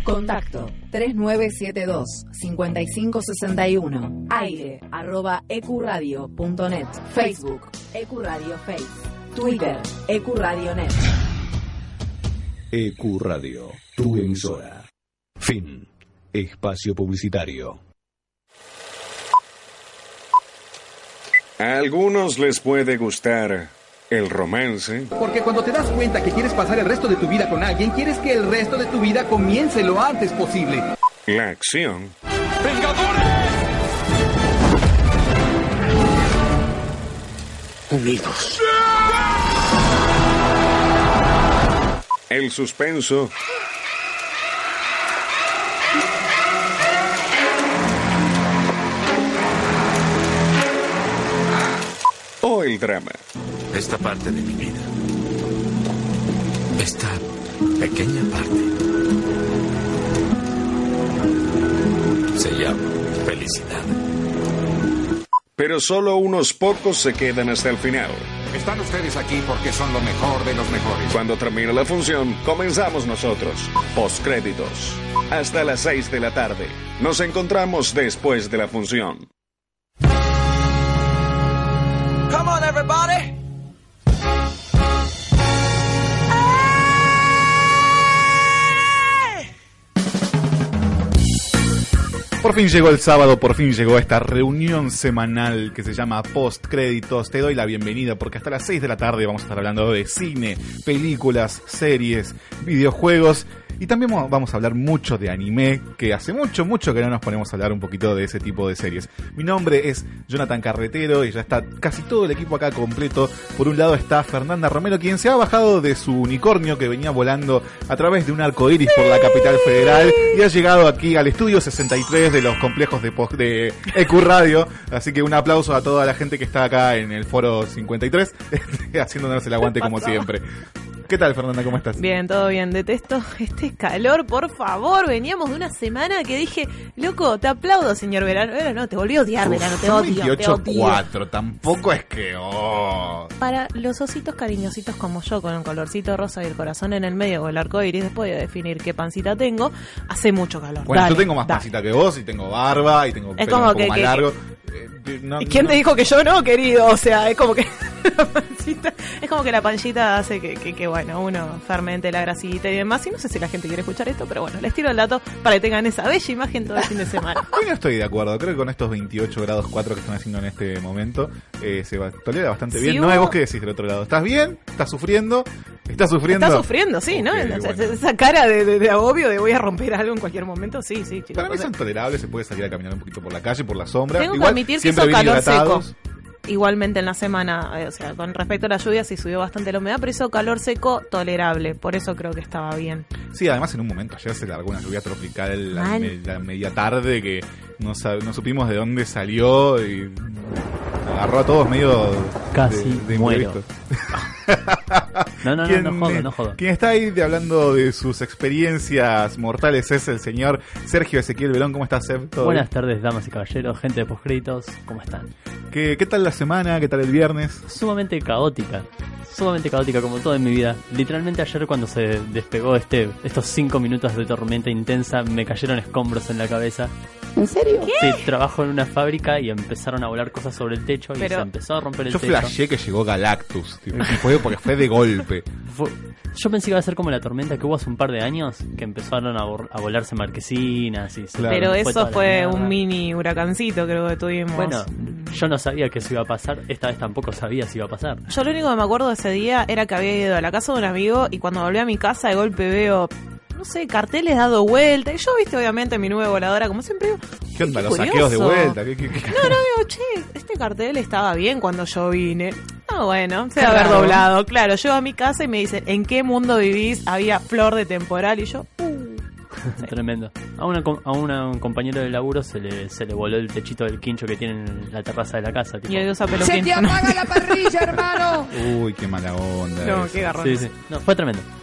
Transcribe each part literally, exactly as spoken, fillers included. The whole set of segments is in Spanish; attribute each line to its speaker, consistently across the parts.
Speaker 1: Contacto tres nueve siete dos, cinco cinco seis uno. Aire arroba ecuradio punto net. Facebook Ecuradio Face. Twitter Ecuradio Net.
Speaker 2: Ecuradio, tu emisora. Fin. Espacio publicitario.
Speaker 3: A algunos les puede gustar el romance.
Speaker 4: Porque cuando te das cuenta que quieres pasar el resto de tu vida con alguien, quieres que el resto de tu vida comience lo antes posible.
Speaker 3: La acción.
Speaker 4: ¡Vengadores!
Speaker 3: Unidos. El suspenso. O el drama.
Speaker 5: Esta parte de mi vida. Esta pequeña parte. Se llama felicidad.
Speaker 3: Pero solo unos pocos se quedan hasta el final.
Speaker 5: Están ustedes aquí porque son lo mejor de los mejores.
Speaker 3: Cuando termine la función, comenzamos nosotros. Postcréditos. Hasta las seis de la tarde. Nos encontramos después de la función.
Speaker 6: Come on, everybody.
Speaker 7: Por fin llegó el sábado, por fin llegó esta reunión semanal que se llama Postcréditos. Te doy la bienvenida porque hasta las seis de la tarde vamos a estar hablando de cine, películas, series, videojuegos y también vamos a hablar mucho de anime, que hace mucho, mucho que no nos ponemos a hablar un poquito de ese tipo de series. Mi nombre es Jonathan Carretero y ya está casi todo el equipo acá completo. Por un lado está Fernanda Romero, quien se ha bajado de su unicornio que venía volando a través de un arco iris por la capital federal y ha llegado aquí al estudio sesenta y tres de los complejos de, post, de Ecuradio. Así que un aplauso a toda la gente que está acá en el foro cincuenta y tres haciéndonos el aguante como siempre. ¿Qué tal, Fernanda? ¿Cómo estás?
Speaker 8: Bien, todo bien. Detesto este calor, por favor. Veníamos de una semana que dije, loco, te aplaudo, señor verano. Verano, no, te volví a odiar,
Speaker 7: Uf,
Speaker 8: verano. Te odio,
Speaker 7: veintiocho
Speaker 8: te odio.
Speaker 7: cuatro, tampoco es que... Oh.
Speaker 8: Para los ositos cariñositos como yo, con el colorcito rosa y el corazón en el medio o el arco iris, después de definir qué pancita tengo, hace mucho calor.
Speaker 7: Bueno,
Speaker 8: dale,
Speaker 7: yo tengo más
Speaker 8: dale.
Speaker 7: pancita que vos y tengo barba y tengo
Speaker 8: Es
Speaker 7: pelo
Speaker 8: como
Speaker 7: un poco
Speaker 8: que-
Speaker 7: más
Speaker 8: que-
Speaker 7: largo. Eh, no-
Speaker 8: ¿Y quién
Speaker 7: no-
Speaker 8: te dijo que yo no, querido? O sea, es como que la pancita, es como que la panchita hace que, que, que, bueno, uno fermente la grasita y demás. Y no sé si la gente quiere escuchar esto, pero bueno, les tiro el dato para que tengan esa bella imagen todo el fin de semana.
Speaker 7: Yo no estoy de acuerdo, creo que con estos veintiocho grados cuatro que están haciendo en este momento eh, se va, tolera bastante
Speaker 8: Si
Speaker 7: bien.
Speaker 8: hubo-
Speaker 7: No es vos que decís del otro lado. ¿Estás bien? ¿Estás sufriendo? ¿Estás sufriendo?
Speaker 8: Está sufriendo, sí, ¿no?
Speaker 7: Ok,
Speaker 8: Esa-
Speaker 7: bueno.
Speaker 8: Esa cara de, de, de agobio de voy a romper algo en cualquier momento, sí, sí, chicos.
Speaker 7: Para mí
Speaker 8: o sea,
Speaker 7: son tolerables, se puede salir a caminar un poquito por la calle, por la sombra.
Speaker 8: tengo que
Speaker 7: Igual,
Speaker 8: admitir que
Speaker 7: siempre
Speaker 8: hizo
Speaker 7: bien
Speaker 8: calor
Speaker 7: hidratados.
Speaker 8: seco. Igualmente en la semana, eh, o sea, con respecto a la lluvia sí subió bastante la humedad, pero hizo calor seco tolerable, por eso creo que estaba bien.
Speaker 7: Sí, además en un momento ayer se largó una lluvia tropical a
Speaker 8: Mal.
Speaker 7: me- la media tarde que no, sab- no supimos de dónde salió y agarró a todos medio
Speaker 9: Casi
Speaker 7: de, de
Speaker 9: muero.
Speaker 7: imprevistos.
Speaker 9: No, no, no,
Speaker 7: ¿Quién,
Speaker 9: no jodo,
Speaker 7: eh,
Speaker 9: no jodo.
Speaker 7: Quien está ahí de- hablando de sus experiencias mortales es el señor Sergio Ezequiel Belón. ¿Cómo estás, Seb? ¿Todo
Speaker 9: Buenas tardes, damas y caballeros, gente de postcréditos, ¿cómo están?
Speaker 7: bien? ¿Qué, ¿Qué tal la semana? ¿Qué tal el viernes?
Speaker 9: Sumamente caótica, sumamente caótica como todo en mi vida. Literalmente ayer cuando se despegó este estos cinco minutos de tormenta intensa me cayeron escombros en la cabeza.
Speaker 8: ¿En serio? ¿Qué?
Speaker 9: Sí, trabajo en una fábrica y empezaron a volar cosas sobre el techo y
Speaker 8: Pero-
Speaker 9: se empezó a romper el
Speaker 7: Yo
Speaker 9: techo.
Speaker 7: flashé que llegó Galactus. Tipo, y fue porque fue de golpe.
Speaker 9: Fue- Yo pensé que iba a ser como la tormenta que hubo hace un par de años, que empezaron a, bor- a volarse marquesinas y se
Speaker 7: Claro.
Speaker 8: Pero
Speaker 9: fue
Speaker 8: eso
Speaker 9: toda la
Speaker 8: fue
Speaker 9: mierda.
Speaker 8: un mini huracancito, creo que tuvimos.
Speaker 9: Bueno, yo no sabía que eso iba a pasar, esta vez tampoco sabía si iba a pasar.
Speaker 8: Yo lo único que me acuerdo de ese día era que había ido a la casa de un amigo y cuando volví a mi casa de golpe veo, no sé, carteles dado vuelta. Y yo, viste, obviamente, mi nube voladora, como siempre, digo,
Speaker 7: ¿Qué onda? ¿Los
Speaker 8: curioso.
Speaker 7: saqueos de vuelta? ¿Qué, qué, qué?
Speaker 8: no, no, digo, che, este cartel estaba bien cuando yo vine. Ah, bueno, se
Speaker 7: Qué
Speaker 8: debe haber
Speaker 7: raro.
Speaker 8: doblado. Claro, llego a mi casa y me dicen, ¿en qué mundo vivís? Había flor de temporal y yo, uh.
Speaker 9: Tremendo. A, una, com- a una- un compañero de laburo se le, se le voló el techito del quincho que tiene en la terraza de la casa. Tipo.
Speaker 8: Y hoy usa
Speaker 6: ¡Se
Speaker 8: peluquín.
Speaker 6: te apaga la parrilla, hermano!
Speaker 7: Uy, qué mala onda.
Speaker 8: No,
Speaker 7: eso.
Speaker 8: qué garrón.
Speaker 9: Sí, sí. No, fue tremendo.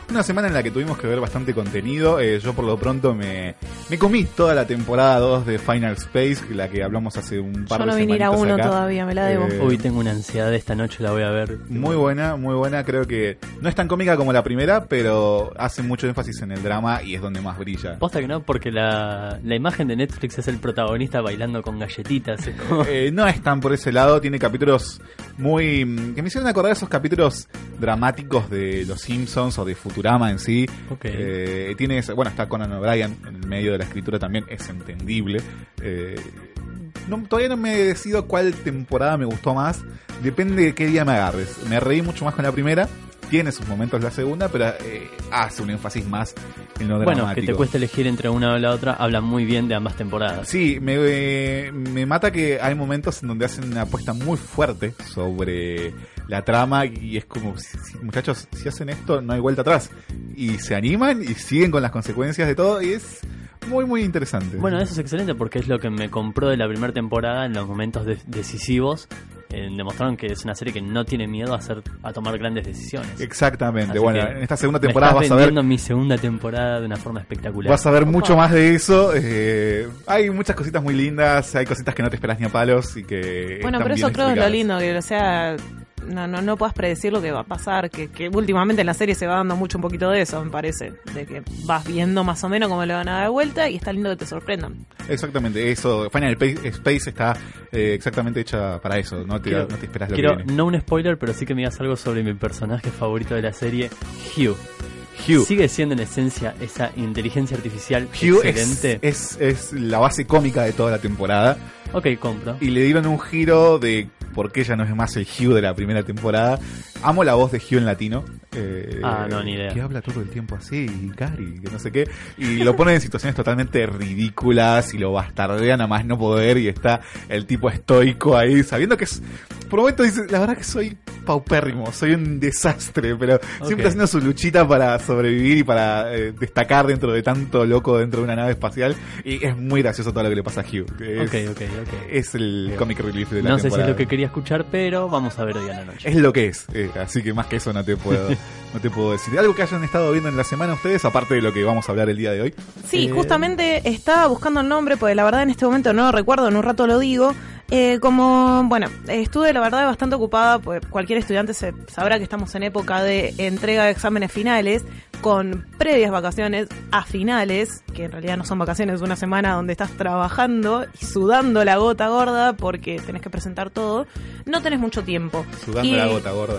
Speaker 7: Una semana en la que tuvimos que ver bastante contenido. Eh, yo por lo pronto me, me comí toda la temporada dos de Final Space, la que hablamos hace un par
Speaker 8: Yo
Speaker 7: de
Speaker 8: no vi ni la
Speaker 7: semanitas
Speaker 8: uno
Speaker 7: acá.
Speaker 8: todavía, me la debo.
Speaker 7: Eh,
Speaker 9: Uy, tengo una ansiedad de esta noche, la voy a ver.
Speaker 7: Muy buena, muy buena. Creo que no es tan cómica como la primera, pero hace mucho énfasis en el drama y es donde más brilla.
Speaker 9: Posta que no, porque la, la imagen de Netflix es el protagonista bailando con galletitas. Es como...
Speaker 7: Eh, no es tan por ese lado, tiene capítulos muy... que me hicieron acordar esos capítulos dramáticos de Los Simpsons o de Futurama en sí.
Speaker 9: Okay.
Speaker 7: Eh, tiene, ese- bueno, está Conan O'Brien en el medio de la escritura también, es entendible. Eh, no, todavía no me decido cuál temporada me gustó más, depende de qué día me agarres. Me reí mucho más con la primera, tiene sus momentos la segunda, pero eh, hace un énfasis más en lo
Speaker 9: Bueno,
Speaker 7: dramático.
Speaker 9: que te cueste elegir entre una o la otra, habla muy bien de ambas temporadas.
Speaker 7: Sí, me, eh, me mata que hay momentos en donde hacen una apuesta muy fuerte sobre la trama y es como, si- si- muchachos, si hacen esto no hay vuelta atrás. Y se animan y siguen con las consecuencias de todo y es muy, muy interesante.
Speaker 9: Bueno, eso es excelente porque es lo que me compró de la primera temporada en los momentos de- decisivos. Eh, demostraron que es una serie que no tiene miedo a hacer a tomar grandes decisiones.
Speaker 7: Exactamente.
Speaker 9: Así
Speaker 7: Bueno,
Speaker 9: que
Speaker 7: en esta segunda
Speaker 9: me
Speaker 7: temporada
Speaker 9: estás
Speaker 7: vas a ver
Speaker 9: vendiendo mi segunda temporada de una forma espectacular.
Speaker 7: vas a ver mucho más de eso. Eh, hay muchas cositas muy lindas, hay cositas que no te esperas ni a palos y que
Speaker 8: Bueno,
Speaker 7: están
Speaker 8: pero
Speaker 7: bien
Speaker 8: eso creo que es lo
Speaker 7: explicadas.
Speaker 8: lindo, que o sea, no, no, no puedas predecir lo que va a pasar, que, que últimamente en la serie se va dando mucho un poquito de eso, me parece, de que vas viendo más o menos cómo le van a dar de vuelta y está lindo que te sorprendan.
Speaker 7: Exactamente, eso. Final Space Space está eh, exactamente hecha para eso. No te,
Speaker 9: Quiero,
Speaker 7: no te esperas lo
Speaker 9: quiero
Speaker 7: que viene.
Speaker 9: no un spoiler, pero sí que me digas algo sobre mi personaje favorito de la serie, Hugh.
Speaker 7: Hugh.
Speaker 9: Sigue siendo en esencia esa inteligencia artificial
Speaker 7: Hugh es,
Speaker 9: excelente.
Speaker 7: es, es la base cómica de toda la temporada.
Speaker 9: Ok, compro.
Speaker 7: Y le dieron un giro de por qué ya no es más el Hugh de la primera temporada. Amo la voz de Hugh en latino. Eh,
Speaker 9: Ah, no, ni idea.
Speaker 7: Que habla todo el tiempo así, Gary, que no sé qué. Y lo ponen en situaciones totalmente ridículas y lo bastardean a más no poder. Y está el tipo estoico ahí, sabiendo que es. Por momentos dice, la verdad que soy paupérrimo, soy un desastre, pero siempre haciendo su luchita para sobrevivir y para eh, destacar dentro de tanto loco dentro de una nave espacial. Y es muy gracioso todo lo que le pasa a Hugh. Es,
Speaker 9: Ok, ok, ok.
Speaker 7: es el comic relief de la
Speaker 9: No sé si
Speaker 7: temporada.
Speaker 9: es lo que quería escuchar, pero vamos a ver hoy a la noche.
Speaker 7: Es lo que es, eh, así que más que eso no te puedo no te puedo decir. ¿Algo que hayan estado viendo en la semana ustedes, aparte de lo que vamos a hablar el día de hoy?
Speaker 8: Sí,
Speaker 9: Eh,
Speaker 8: justamente estaba buscando el nombre, porque la verdad en este momento no lo recuerdo, en un rato lo digo. Eh, como, bueno, estuve la verdad bastante ocupada, pues cualquier estudiante se sabrá que estamos en época de entrega de exámenes finales, con previas vacaciones a finales, que en realidad no son vacaciones, es una semana donde estás trabajando y sudando la gota gorda porque tenés que presentar todo, no tenés mucho tiempo.
Speaker 7: Sudando
Speaker 8: Y-
Speaker 7: la gota gorda.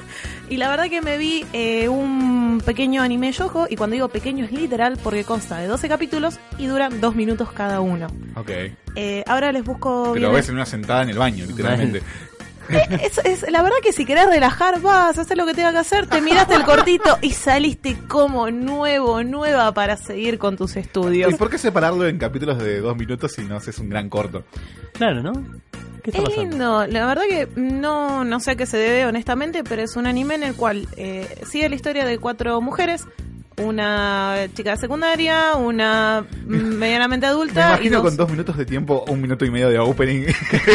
Speaker 8: Y la verdad que me vi eh, un pequeño anime yojo, y cuando digo pequeño es literal porque consta de doce capítulos y duran dos minutos cada uno.
Speaker 7: Ok.
Speaker 8: Eh, ahora les busco
Speaker 7: Te
Speaker 8: bien.
Speaker 7: lo ves en una sentada en el baño, literalmente.
Speaker 8: Es, es- la verdad que si querés relajar, vas a hacer lo que tengas que hacer, te miraste el cortito y saliste como nuevo, nueva para seguir con tus estudios.
Speaker 7: ¿Y por qué separarlo en capítulos de dos minutos si no haces un gran corto?
Speaker 9: Claro, ¿no? ¿Qué está
Speaker 8: Es
Speaker 9: pasando?
Speaker 8: lindo, la verdad que no, no sé a qué se debe honestamente, pero es un anime en el cual eh, sigue la historia de cuatro mujeres, una chica de secundaria, una medianamente
Speaker 7: Me
Speaker 8: adulta y
Speaker 7: imagino
Speaker 8: dos...
Speaker 7: con dos minutos de tiempo, un minuto y medio de opening.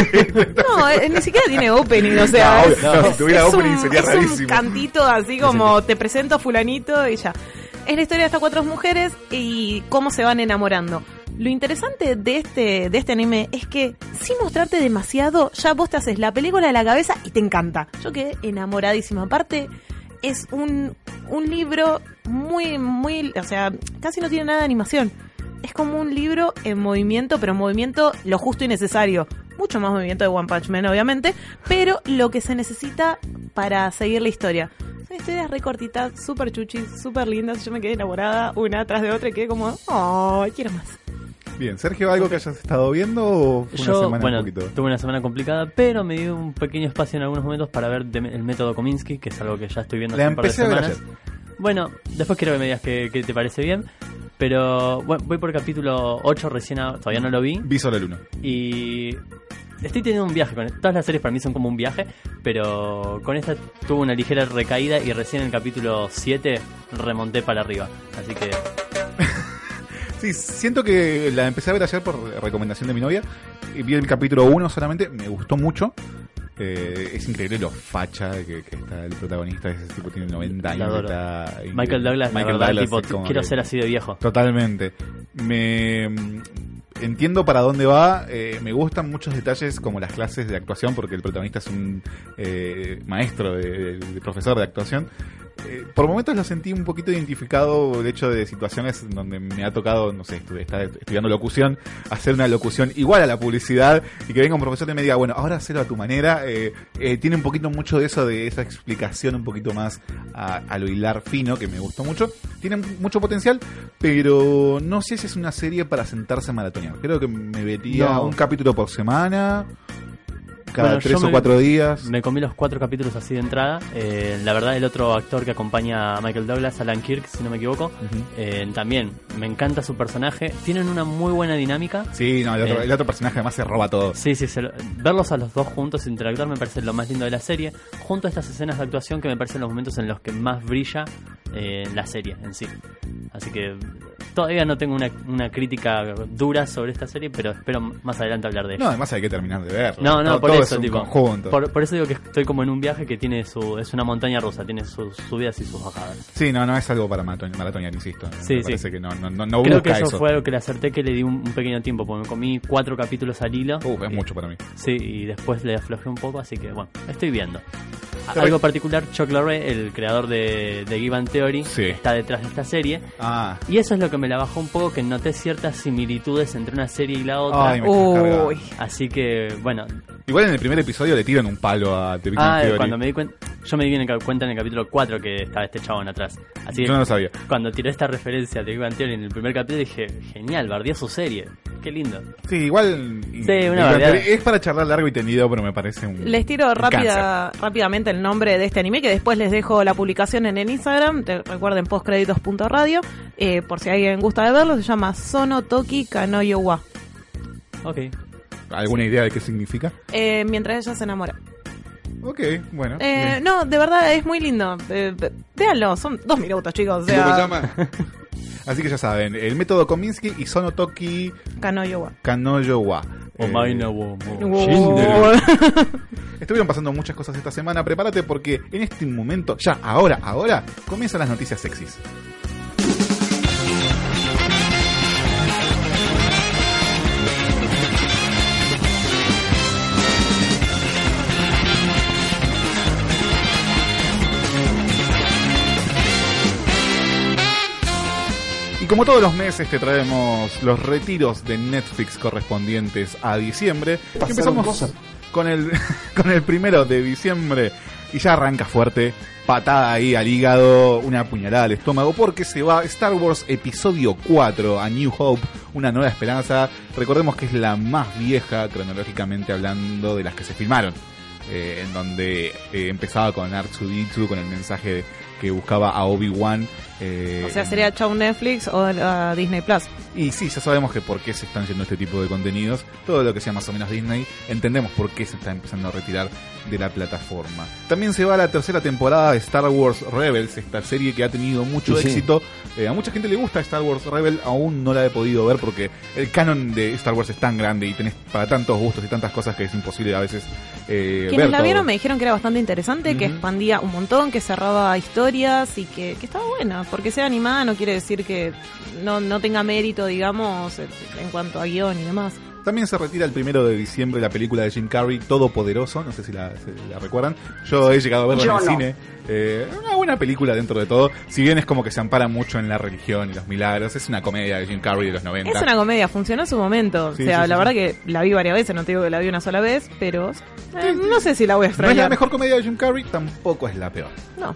Speaker 8: No, eh, ni siquiera tiene opening, o sea,
Speaker 7: No, obvio,
Speaker 8: es,
Speaker 7: no, si
Speaker 8: es-
Speaker 7: tuviera
Speaker 8: es
Speaker 7: opening
Speaker 8: un,
Speaker 7: sería
Speaker 8: es un
Speaker 7: rarísimo.
Speaker 8: cantito así como te presento a fulanito y ya. Es la historia de estas cuatro mujeres y cómo se van enamorando. Lo interesante de este, de este anime es que sin mostrarte demasiado, ya vos te haces la película de la cabeza y te encanta. Yo quedé enamoradísima. Aparte, es un, un libro muy, muy, o sea, casi no tiene nada de animación. Es como un libro en movimiento, pero en movimiento lo justo y necesario. Mucho más movimiento de One Punch Man, obviamente, pero lo que se necesita para seguir la historia. Son historias re cortitas, súper chuchis, súper lindas. Yo me quedé enamorada una tras de otra y quedé como, oh, quiero más.
Speaker 7: Bien, Sergio, ¿algo que hayas estado viendo o fue una
Speaker 9: Yo,
Speaker 7: semana
Speaker 9: bueno,
Speaker 7: un poquito?
Speaker 9: tuve una semana complicada, pero me dio un pequeño espacio en algunos momentos para ver de- el método Kominsky, que es algo que ya estoy viendo
Speaker 7: La
Speaker 9: hace un par de
Speaker 7: empecé a ver
Speaker 9: semanas. Bueno, después quiero que me digas que, que te parece bien, pero bueno, voy por el capítulo ocho recién, a- todavía no lo vi,
Speaker 7: Vi solo el uno.
Speaker 9: y estoy teniendo un viaje con todas las series para mí son como un viaje, pero con esta tuve una ligera recaída y recién en el capítulo siete remonté para arriba, así que
Speaker 7: Sí, siento que la empecé a ver ayer por recomendación de mi novia. Y vi el capítulo uno solamente, me gustó mucho. Eh, es increíble lo facha que, que está el protagonista. Ese tipo tiene noventa años. Está,
Speaker 9: Michael Douglas,
Speaker 7: Michael
Speaker 9: la verdad,
Speaker 7: Douglas
Speaker 9: tipo, quiero
Speaker 7: que,
Speaker 9: ser así de viejo.
Speaker 7: Totalmente. Me... Entiendo para dónde va, eh, me gustan muchos detalles como las clases de actuación, porque el protagonista es un eh, maestro, de, de profesor de actuación. Eh, por momentos lo sentí un poquito identificado, el hecho de situaciones donde me ha tocado, no sé, estuve, estaba estudiando locución, hacer una locución igual a la publicidad y que venga un profesor y me diga, bueno, ahora hacelo a tu manera. Eh, eh, tiene un poquito mucho de eso, de esa explicación un poquito más a, a lo hilar fino, que me gustó mucho. Tiene mucho potencial, pero no sé si es una serie para sentarse a maratonear. Creo que me vería no. un capítulo por semana, cada
Speaker 9: bueno,
Speaker 7: tres o
Speaker 9: me,
Speaker 7: cuatro días.
Speaker 9: Me comí los cuatro capítulos así de entrada. Eh, la verdad, el otro actor que acompaña a Michael Douglas, Alan Kirk, si no me equivoco, uh-huh. eh, también me encanta su personaje. Tienen una muy buena dinámica.
Speaker 7: Sí, no, el otro, eh, el otro personaje además se roba todo.
Speaker 9: Sí, sí, se lo, verlos a los dos juntos interactuar me parece lo más lindo de la serie, junto a estas escenas de actuación que me parecen los momentos en los que más brilla eh, la serie en sí. Así que todavía no tengo una, una crítica dura sobre esta serie, pero espero más adelante hablar de ella.
Speaker 7: No, además hay que terminar de verlo.
Speaker 9: No, no,
Speaker 7: todo,
Speaker 9: por
Speaker 7: todo
Speaker 9: eso,
Speaker 7: es un
Speaker 9: tipo,
Speaker 7: conjunto.
Speaker 9: Por, por eso digo que estoy como en un viaje que tiene su, es una montaña rusa, tiene sus subidas y sus bajadas.
Speaker 7: Sí, no, no es algo para maratonear, insisto.
Speaker 9: Sí,
Speaker 7: me
Speaker 9: sí.
Speaker 7: parece que no, no, no, no
Speaker 9: Creo que
Speaker 7: busca
Speaker 9: eso,
Speaker 7: eso
Speaker 9: fue algo que le acerté, que le di un, un pequeño tiempo, porque me comí cuatro capítulos al hilo.
Speaker 7: Uh, es
Speaker 9: y,
Speaker 7: mucho para mí.
Speaker 9: Sí, y después le aflojé un poco, así que bueno, estoy viendo. Pero algo particular, Chuck Lorre, el creador de, de Give and Theory,
Speaker 7: sí.
Speaker 9: está detrás de esta serie.
Speaker 7: Ah.
Speaker 9: Y eso es lo que me la bajó un poco, que noté ciertas similitudes entre una serie y la otra.
Speaker 7: Ay, me Uy.
Speaker 9: Así que, bueno.
Speaker 7: Igual en el primer episodio le tiran un palo a The Big Bang
Speaker 9: Ah,
Speaker 7: Theory.
Speaker 9: cuando me di cuenta, yo me di cuenta en el capítulo cuatro que estaba este chabón atrás. Así que
Speaker 7: yo no lo sabía.
Speaker 9: Cuando tiré esta referencia de Big Bang Theory en el primer capítulo dije, genial, bardeó su serie. Qué lindo.
Speaker 7: Sí, igual
Speaker 9: sí, una
Speaker 7: es para charlar largo y tendido, pero me parece un
Speaker 8: Les tiro rápida, rápidamente el nombre de este anime, que después les dejo la publicación en el Instagram. Te, recuerden postcréditos punto radio, eh, por si alguien gusta de verlo. Se llama Sono Toki Kanoyo wa.
Speaker 9: Ok.
Speaker 7: ¿Alguna idea de qué significa?
Speaker 8: Eh, mientras ella se enamora.
Speaker 7: Ok, bueno.
Speaker 8: Eh, no, de verdad es muy lindo. Eh, véanlo, son dos minutos, chicos. O sea...
Speaker 7: ¿Cómo se llama? Así que ya saben, el método Kominsky y Sono Toki
Speaker 8: Kanoyo wa.
Speaker 7: Kanoyo wa.
Speaker 9: Omaina wo.
Speaker 7: Estuvieron pasando muchas cosas esta semana. Prepárate porque en este momento, ya, ahora, ahora, comienzan las noticias sexys. Y como todos los meses te traemos los retiros de Netflix correspondientes a diciembre. Y empezamos cosas. con el con el primero de diciembre y ya arranca fuerte, patada ahí al hígado, una puñalada al estómago, porque se va Star Wars Episodio cuatro, A New Hope, Una Nueva Esperanza. Recordemos que es la más vieja, cronológicamente hablando, de las que se filmaron. Eh, en donde eh, empezaba con R dos D dos, con el mensaje de, que buscaba a Obi-Wan. Eh,
Speaker 8: o sea, sería chau Netflix o uh, Disney Plus.
Speaker 7: Y sí, ya sabemos que por qué se están yendo este tipo de contenidos. Todo lo que sea más o menos Disney, entendemos por qué se está empezando a retirar de la plataforma. También se va a la tercera temporada de Star Wars Rebels, esta serie que ha tenido mucho sí. éxito. Eh, a mucha gente le gusta Star Wars Rebels, aún no la he podido ver porque el canon de Star Wars es tan grande y tenés para tantos gustos y tantas cosas que es imposible a veces eh,
Speaker 8: Quienes
Speaker 7: ver
Speaker 8: la
Speaker 7: todo.
Speaker 8: vieron me dijeron que era bastante interesante, uh-huh. que expandía un montón, que cerraba historias y que, que estaba buena. Porque sea animada no quiere decir que no, no tenga mérito, digamos, en cuanto a guión y demás.
Speaker 7: También se retira el primero de diciembre la película de Jim Carrey, Todopoderoso, no sé si la, si la recuerdan. Yo he llegado a verla Yo en el no. cine. Eh, una buena película dentro de todo, si bien es como que se ampara mucho en la religión y los milagros. Es una comedia de Jim Carrey de los noventa.
Speaker 8: Es una comedia, funcionó en su momento.
Speaker 7: Sí,
Speaker 8: o sea,
Speaker 7: sí,
Speaker 8: la
Speaker 7: sí,
Speaker 8: verdad
Speaker 7: sí.
Speaker 8: que la vi varias veces, no te digo que la vi una sola vez, pero eh, no sé si la voy a extrañar.
Speaker 7: No es la mejor comedia de Jim Carrey, tampoco es la peor.
Speaker 8: No.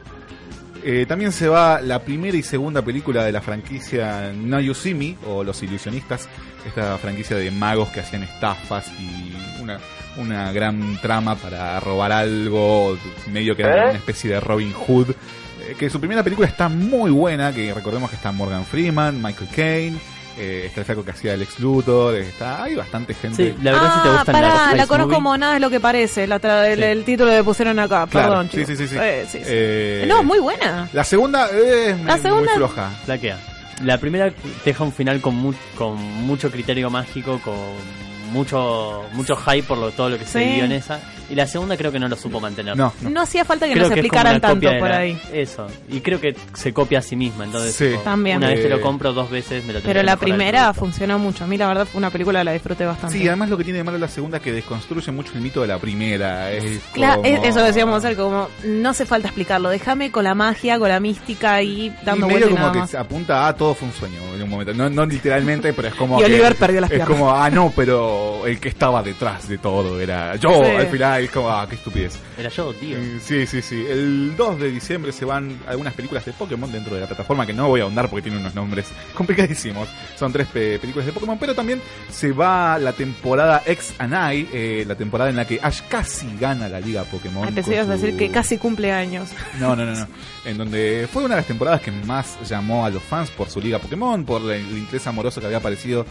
Speaker 7: Eh, también se va la primera y segunda película de la franquicia Now You See Me, o Los Ilusionistas, esta franquicia de magos que hacían estafas y una, una gran trama para robar algo, medio que era una especie de Robin Hood. Eh, que su primera película está muy buena, que recordemos que está Morgan Freeman, Michael Caine, eh, está el flaco que hacía el Lex Luthor, está, hay bastante gente.
Speaker 9: Sí, la verdad
Speaker 8: ah,
Speaker 9: si te gustan
Speaker 8: pará,
Speaker 9: las
Speaker 8: la conozco
Speaker 9: movie.
Speaker 8: como Nada es lo que parece, la tra- el,
Speaker 9: Sí.
Speaker 8: el título que pusieron acá,
Speaker 7: Claro,
Speaker 8: perdón,
Speaker 7: sí,
Speaker 8: chicos.
Speaker 7: sí, sí, sí.
Speaker 8: Eh, sí, sí.
Speaker 7: Eh,
Speaker 8: No, muy buena.
Speaker 7: La segunda es
Speaker 8: La segunda-
Speaker 7: muy floja.
Speaker 9: Flaquea. La primera te deja un final con, mu- con mucho criterio mágico, con mucho mucho hype por lo, todo lo que se
Speaker 8: Sí.
Speaker 9: vivió en esa. Y la segunda creo que no lo supo mantener.
Speaker 7: No,
Speaker 8: No,
Speaker 7: no.
Speaker 8: hacía falta que
Speaker 9: Creo
Speaker 8: nos
Speaker 9: que es como
Speaker 8: explicaran
Speaker 9: una
Speaker 8: tanto
Speaker 9: copia de
Speaker 8: por
Speaker 9: la-
Speaker 8: ahí.
Speaker 9: Eso. Y creo que se copia a sí misma. Entonces,
Speaker 7: Sí.
Speaker 9: tipo,
Speaker 8: También.
Speaker 9: una vez que
Speaker 7: Eh,
Speaker 9: lo compro dos veces, me lo tengo
Speaker 8: Pero
Speaker 9: que
Speaker 8: la
Speaker 9: mejorar el
Speaker 8: primera
Speaker 9: producto.
Speaker 8: funcionó mucho. A mí la verdad fue una película, la disfruté bastante.
Speaker 7: Sí, además lo que tiene de malo la segunda es que desconstruye mucho el mito de la primera. Es
Speaker 8: Claro,
Speaker 7: como-
Speaker 8: es- eso decíamos hacer, como no hace falta explicarlo, déjame con la magia, con la mística y dando
Speaker 7: y medio
Speaker 8: vueltas y
Speaker 7: como
Speaker 8: nada
Speaker 7: que
Speaker 8: más.
Speaker 7: se apunta a todo fue un sueño en un momento. No, no literalmente, pero es como.
Speaker 8: Y
Speaker 7: que-
Speaker 8: Oliver perdió las
Speaker 7: Es
Speaker 8: piernas.
Speaker 7: como, ah, no, pero el que estaba detrás de todo era yo.
Speaker 8: Sí.
Speaker 7: Al final, es como, ah, qué estupidez.
Speaker 9: Era yo, tío.
Speaker 7: Eh, Sí, sí, sí. El dos de diciembre se van algunas películas de Pokémon dentro de la plataforma, que no voy a ahondar porque tiene unos nombres complicadísimos. Son tres pe- películas de Pokémon, pero también se va la temporada X and Y, eh, la temporada en la que Ash casi gana la Liga Pokémon.
Speaker 8: Ay, pensé
Speaker 7: con
Speaker 8: que ibas a
Speaker 7: su-
Speaker 8: decir que casi cumple años.
Speaker 7: No, no, no, no. En donde fue una de las temporadas que más llamó a los fans por su Liga Pokémon, por el, el interés amoroso que había aparecido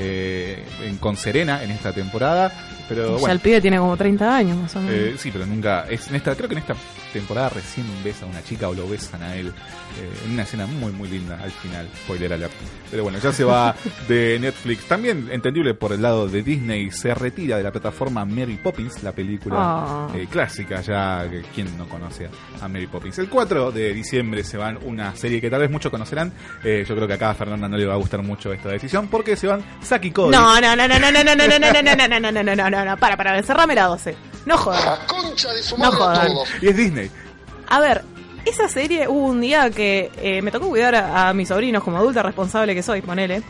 Speaker 7: eh, en, con Serena en esta temporada. Pero
Speaker 8: Ya
Speaker 7: bueno.
Speaker 8: el pibe tiene como treinta años más o menos.
Speaker 7: Eh, sí, pero nunca. Es en esta, creo que en esta temporada recién besa a una chica o lo besan a él. Eh, en una escena muy, muy linda al final. Spoiler alert. Pero bueno, ya se va de Netflix. También, entendible por el lado de Disney, se retira de la plataforma Mary Poppins, la película
Speaker 8: Ah.
Speaker 7: eh, clásica. Ya, que ¿quién no conoce a Mary Poppins? El cuatro de diciembre se van una serie que tal vez muchos conocerán. Eh, yo creo que acá a Fernanda no le va a gustar mucho esta decisión porque se van Saki Cody.
Speaker 8: No, no, no, no, no, no, no, no, no, no, no, no, no, no, no, no, no, no, no, para, para, cerrame la doce. No jodan. No jodan.
Speaker 7: Y es Disney.
Speaker 8: A ver, esa serie hubo un día que eh, me tocó cuidar a, a mis sobrinos como adulta responsable que soy, ponele.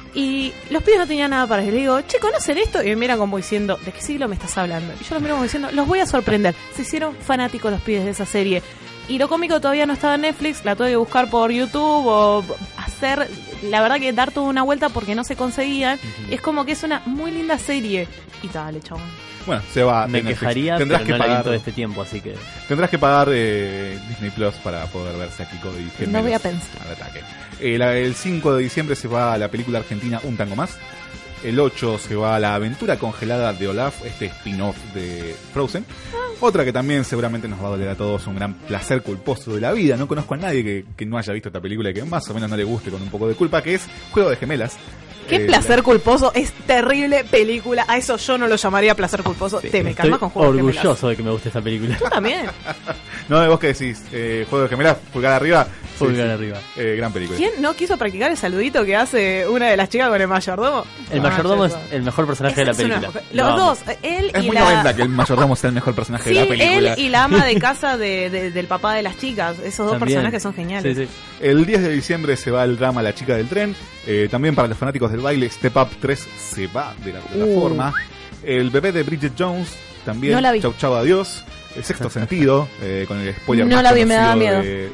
Speaker 8: Y los pibes no tenían nada para ellos. Le digo, che, ¿conocen esto? Y me miran como diciendo, ¿de qué siglo me estás hablando? Y yo los miro como diciendo, los voy a sorprender. Se hicieron fanáticos los pibes de esa serie. Y lo cómico todavía no estaba en Netflix, la tuve que buscar por YouTube o hacer, la verdad que dar toda una vuelta porque no se conseguían. Uh-huh. Es como que es una muy linda serie. Y dale, chabón.
Speaker 7: Bueno, se va.
Speaker 9: Me
Speaker 7: de Netflix.
Speaker 9: quejaría,
Speaker 7: Tendrás
Speaker 9: pero
Speaker 7: que
Speaker 9: no la vi
Speaker 7: pagar
Speaker 9: todo este tiempo, así que...
Speaker 7: Tendrás que pagar eh, Disney Plus para poder ver Saki Cody y Gemelos
Speaker 8: No voy a pensar.
Speaker 7: al ataque. Eh, la- el cinco de diciembre se va a la película argentina Un Tango Más. El ocho se va a La Aventura Congelada de Olaf, este spin-off de Frozen. Otra que también seguramente nos va a doler a todos, un gran placer culposo de la vida. No conozco a nadie que, que no haya visto esta película y que más o menos no le guste con un poco de culpa, que es Juego de Gemelas.
Speaker 8: Qué
Speaker 7: Eh,
Speaker 8: placer
Speaker 7: la-
Speaker 8: culposo, es terrible película. A eso yo no lo llamaría placer culposo. Te me
Speaker 9: Estoy
Speaker 8: calma con Juego de Gemelas.
Speaker 9: orgulloso de que me guste esta película.
Speaker 8: Tú también.
Speaker 7: No, vos qué decís, eh, Juego de Gemelas, pulgar arriba. Sí,
Speaker 9: Pulgar
Speaker 7: sí.
Speaker 9: arriba.
Speaker 7: Eh, gran película.
Speaker 8: ¿Quién no quiso practicar el saludito que hace una de las chicas con el mayordomo?
Speaker 9: El
Speaker 8: Ah,
Speaker 9: mayordomo
Speaker 8: ya
Speaker 9: es
Speaker 8: está.
Speaker 9: el mejor personaje de la
Speaker 8: Esa es una
Speaker 9: película.
Speaker 8: mujer. Los
Speaker 9: Lo amo.
Speaker 8: dos, él
Speaker 7: Es
Speaker 8: y
Speaker 7: muy
Speaker 8: la...
Speaker 7: noventa que el mayordomo sea el mejor personaje
Speaker 8: Sí,
Speaker 7: de la película.
Speaker 8: él y la ama de casa de, de- del papá de las chicas. Esos dos
Speaker 9: También.
Speaker 8: personajes son geniales.
Speaker 9: Sí, sí.
Speaker 7: El diez de diciembre se va el drama La chica del tren. Eh, también para los fanáticos del baile, Step Up tres se va de la plataforma. El bebé de Bridget Jones también.
Speaker 8: Uh. No la vi.
Speaker 7: Chau chau adiós. El sexto sentido, eh, con el spoiler
Speaker 8: No
Speaker 7: más
Speaker 8: la vi, me
Speaker 7: conocido
Speaker 8: daba miedo.
Speaker 7: de-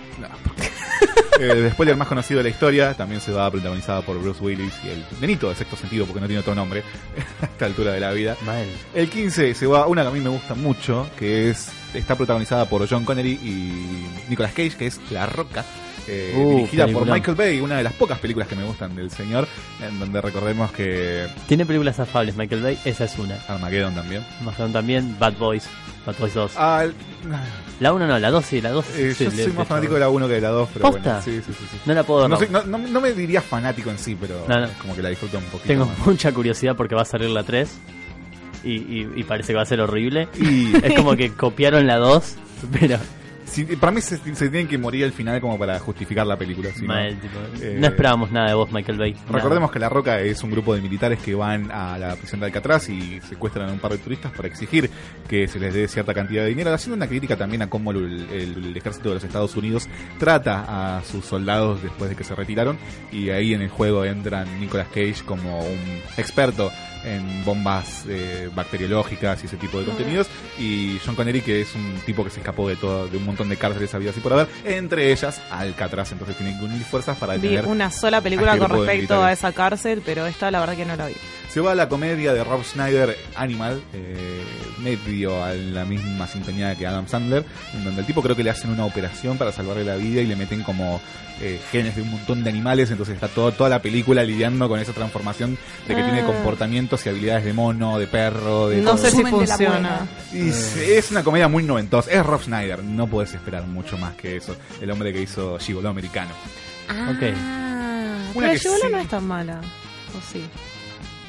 Speaker 7: no. El spoiler más conocido de la historia también se va protagonizada por Bruce Willis y el nenito de sexto sentido, porque no tiene otro nombre a esta altura de la vida.
Speaker 9: Mal.
Speaker 7: El quince se va una que a mí me gusta mucho, que es está protagonizada por John Connery y Nicolas Cage, que es La Roca, eh,
Speaker 9: Uh,
Speaker 7: dirigida por
Speaker 9: peliculón.
Speaker 7: Michael Bay, una de las pocas películas que me gustan del señor, en donde recordemos que
Speaker 9: Tiene películas afables, Michael Bay, esa es una.
Speaker 7: Armageddon también.
Speaker 9: Más también Bad Boys, Bad Boys dos.
Speaker 7: Ah, el-
Speaker 9: La uno no, la dos sí, la dos
Speaker 7: eh,
Speaker 9: sí,
Speaker 7: yo
Speaker 9: le-
Speaker 7: soy
Speaker 9: le-
Speaker 7: más fanático de la uno que de la dos, pero
Speaker 9: ¿Posta?
Speaker 7: bueno, sí, sí, sí, sí.
Speaker 9: No la puedo ver.
Speaker 7: No,
Speaker 9: no.
Speaker 7: soy- no, no- no me diría fanático en sí, pero
Speaker 9: No, no.
Speaker 7: como que la disfruto un poquito
Speaker 9: Tengo
Speaker 7: más.
Speaker 9: mucha curiosidad porque va a salir la tres y, y, y parece que va a ser horrible.
Speaker 7: Y
Speaker 9: Es como que copiaron la dos, pero
Speaker 7: si- para mí se, se tienen que morir al final como para justificar la película. si no-
Speaker 9: mal, tipo,
Speaker 7: eh,
Speaker 9: no esperábamos nada de vos, Michael Bay. nada.
Speaker 7: Recordemos que La Roca es un grupo de militares que van a la prisión de Alcatraz y secuestran a un par de turistas para exigir que se les dé cierta cantidad de dinero, haciendo una crítica también a cómo el, el- el ejército de los Estados Unidos trata a sus soldados después de que se retiraron, y ahí en el juego entran Nicolas Cage como un experto en bombas eh, bacteriológicas y ese tipo de contenidos, y John Connery, que es un tipo que se escapó de todo, de un montón de cárceles habidas y por haber, entre ellas Alcatraz. Entonces tienen que unir fuerzas para
Speaker 8: Vi
Speaker 7: detener.
Speaker 8: una sola película
Speaker 7: a este
Speaker 8: con
Speaker 7: grupo de
Speaker 8: respecto a
Speaker 7: militares.
Speaker 8: esa cárcel, pero esta la verdad que no la vi.
Speaker 7: Se va a la comedia de Rob Schneider, Animal, eh, medio a la misma sintonía que Adam Sandler, en donde el tipo creo que le hacen una operación para salvarle la vida y le meten como eh, genes de un montón de animales, entonces está todo, toda la película lidiando con esa transformación de que
Speaker 8: Ah.
Speaker 7: tiene comportamientos y habilidades de mono, de perro, de
Speaker 8: No
Speaker 7: todo.
Speaker 8: sé si
Speaker 1: Resumen de la
Speaker 8: funciona.
Speaker 7: Y es, es una comedia muy noventosa, es Rob Schneider, no puedes esperar mucho más que eso, el hombre que hizo Gigolo Americano.
Speaker 8: Ah,
Speaker 9: Ok.
Speaker 7: Una
Speaker 8: pero
Speaker 7: que
Speaker 8: Gigolo
Speaker 7: sí.
Speaker 8: no es tan mala. ¿O sí?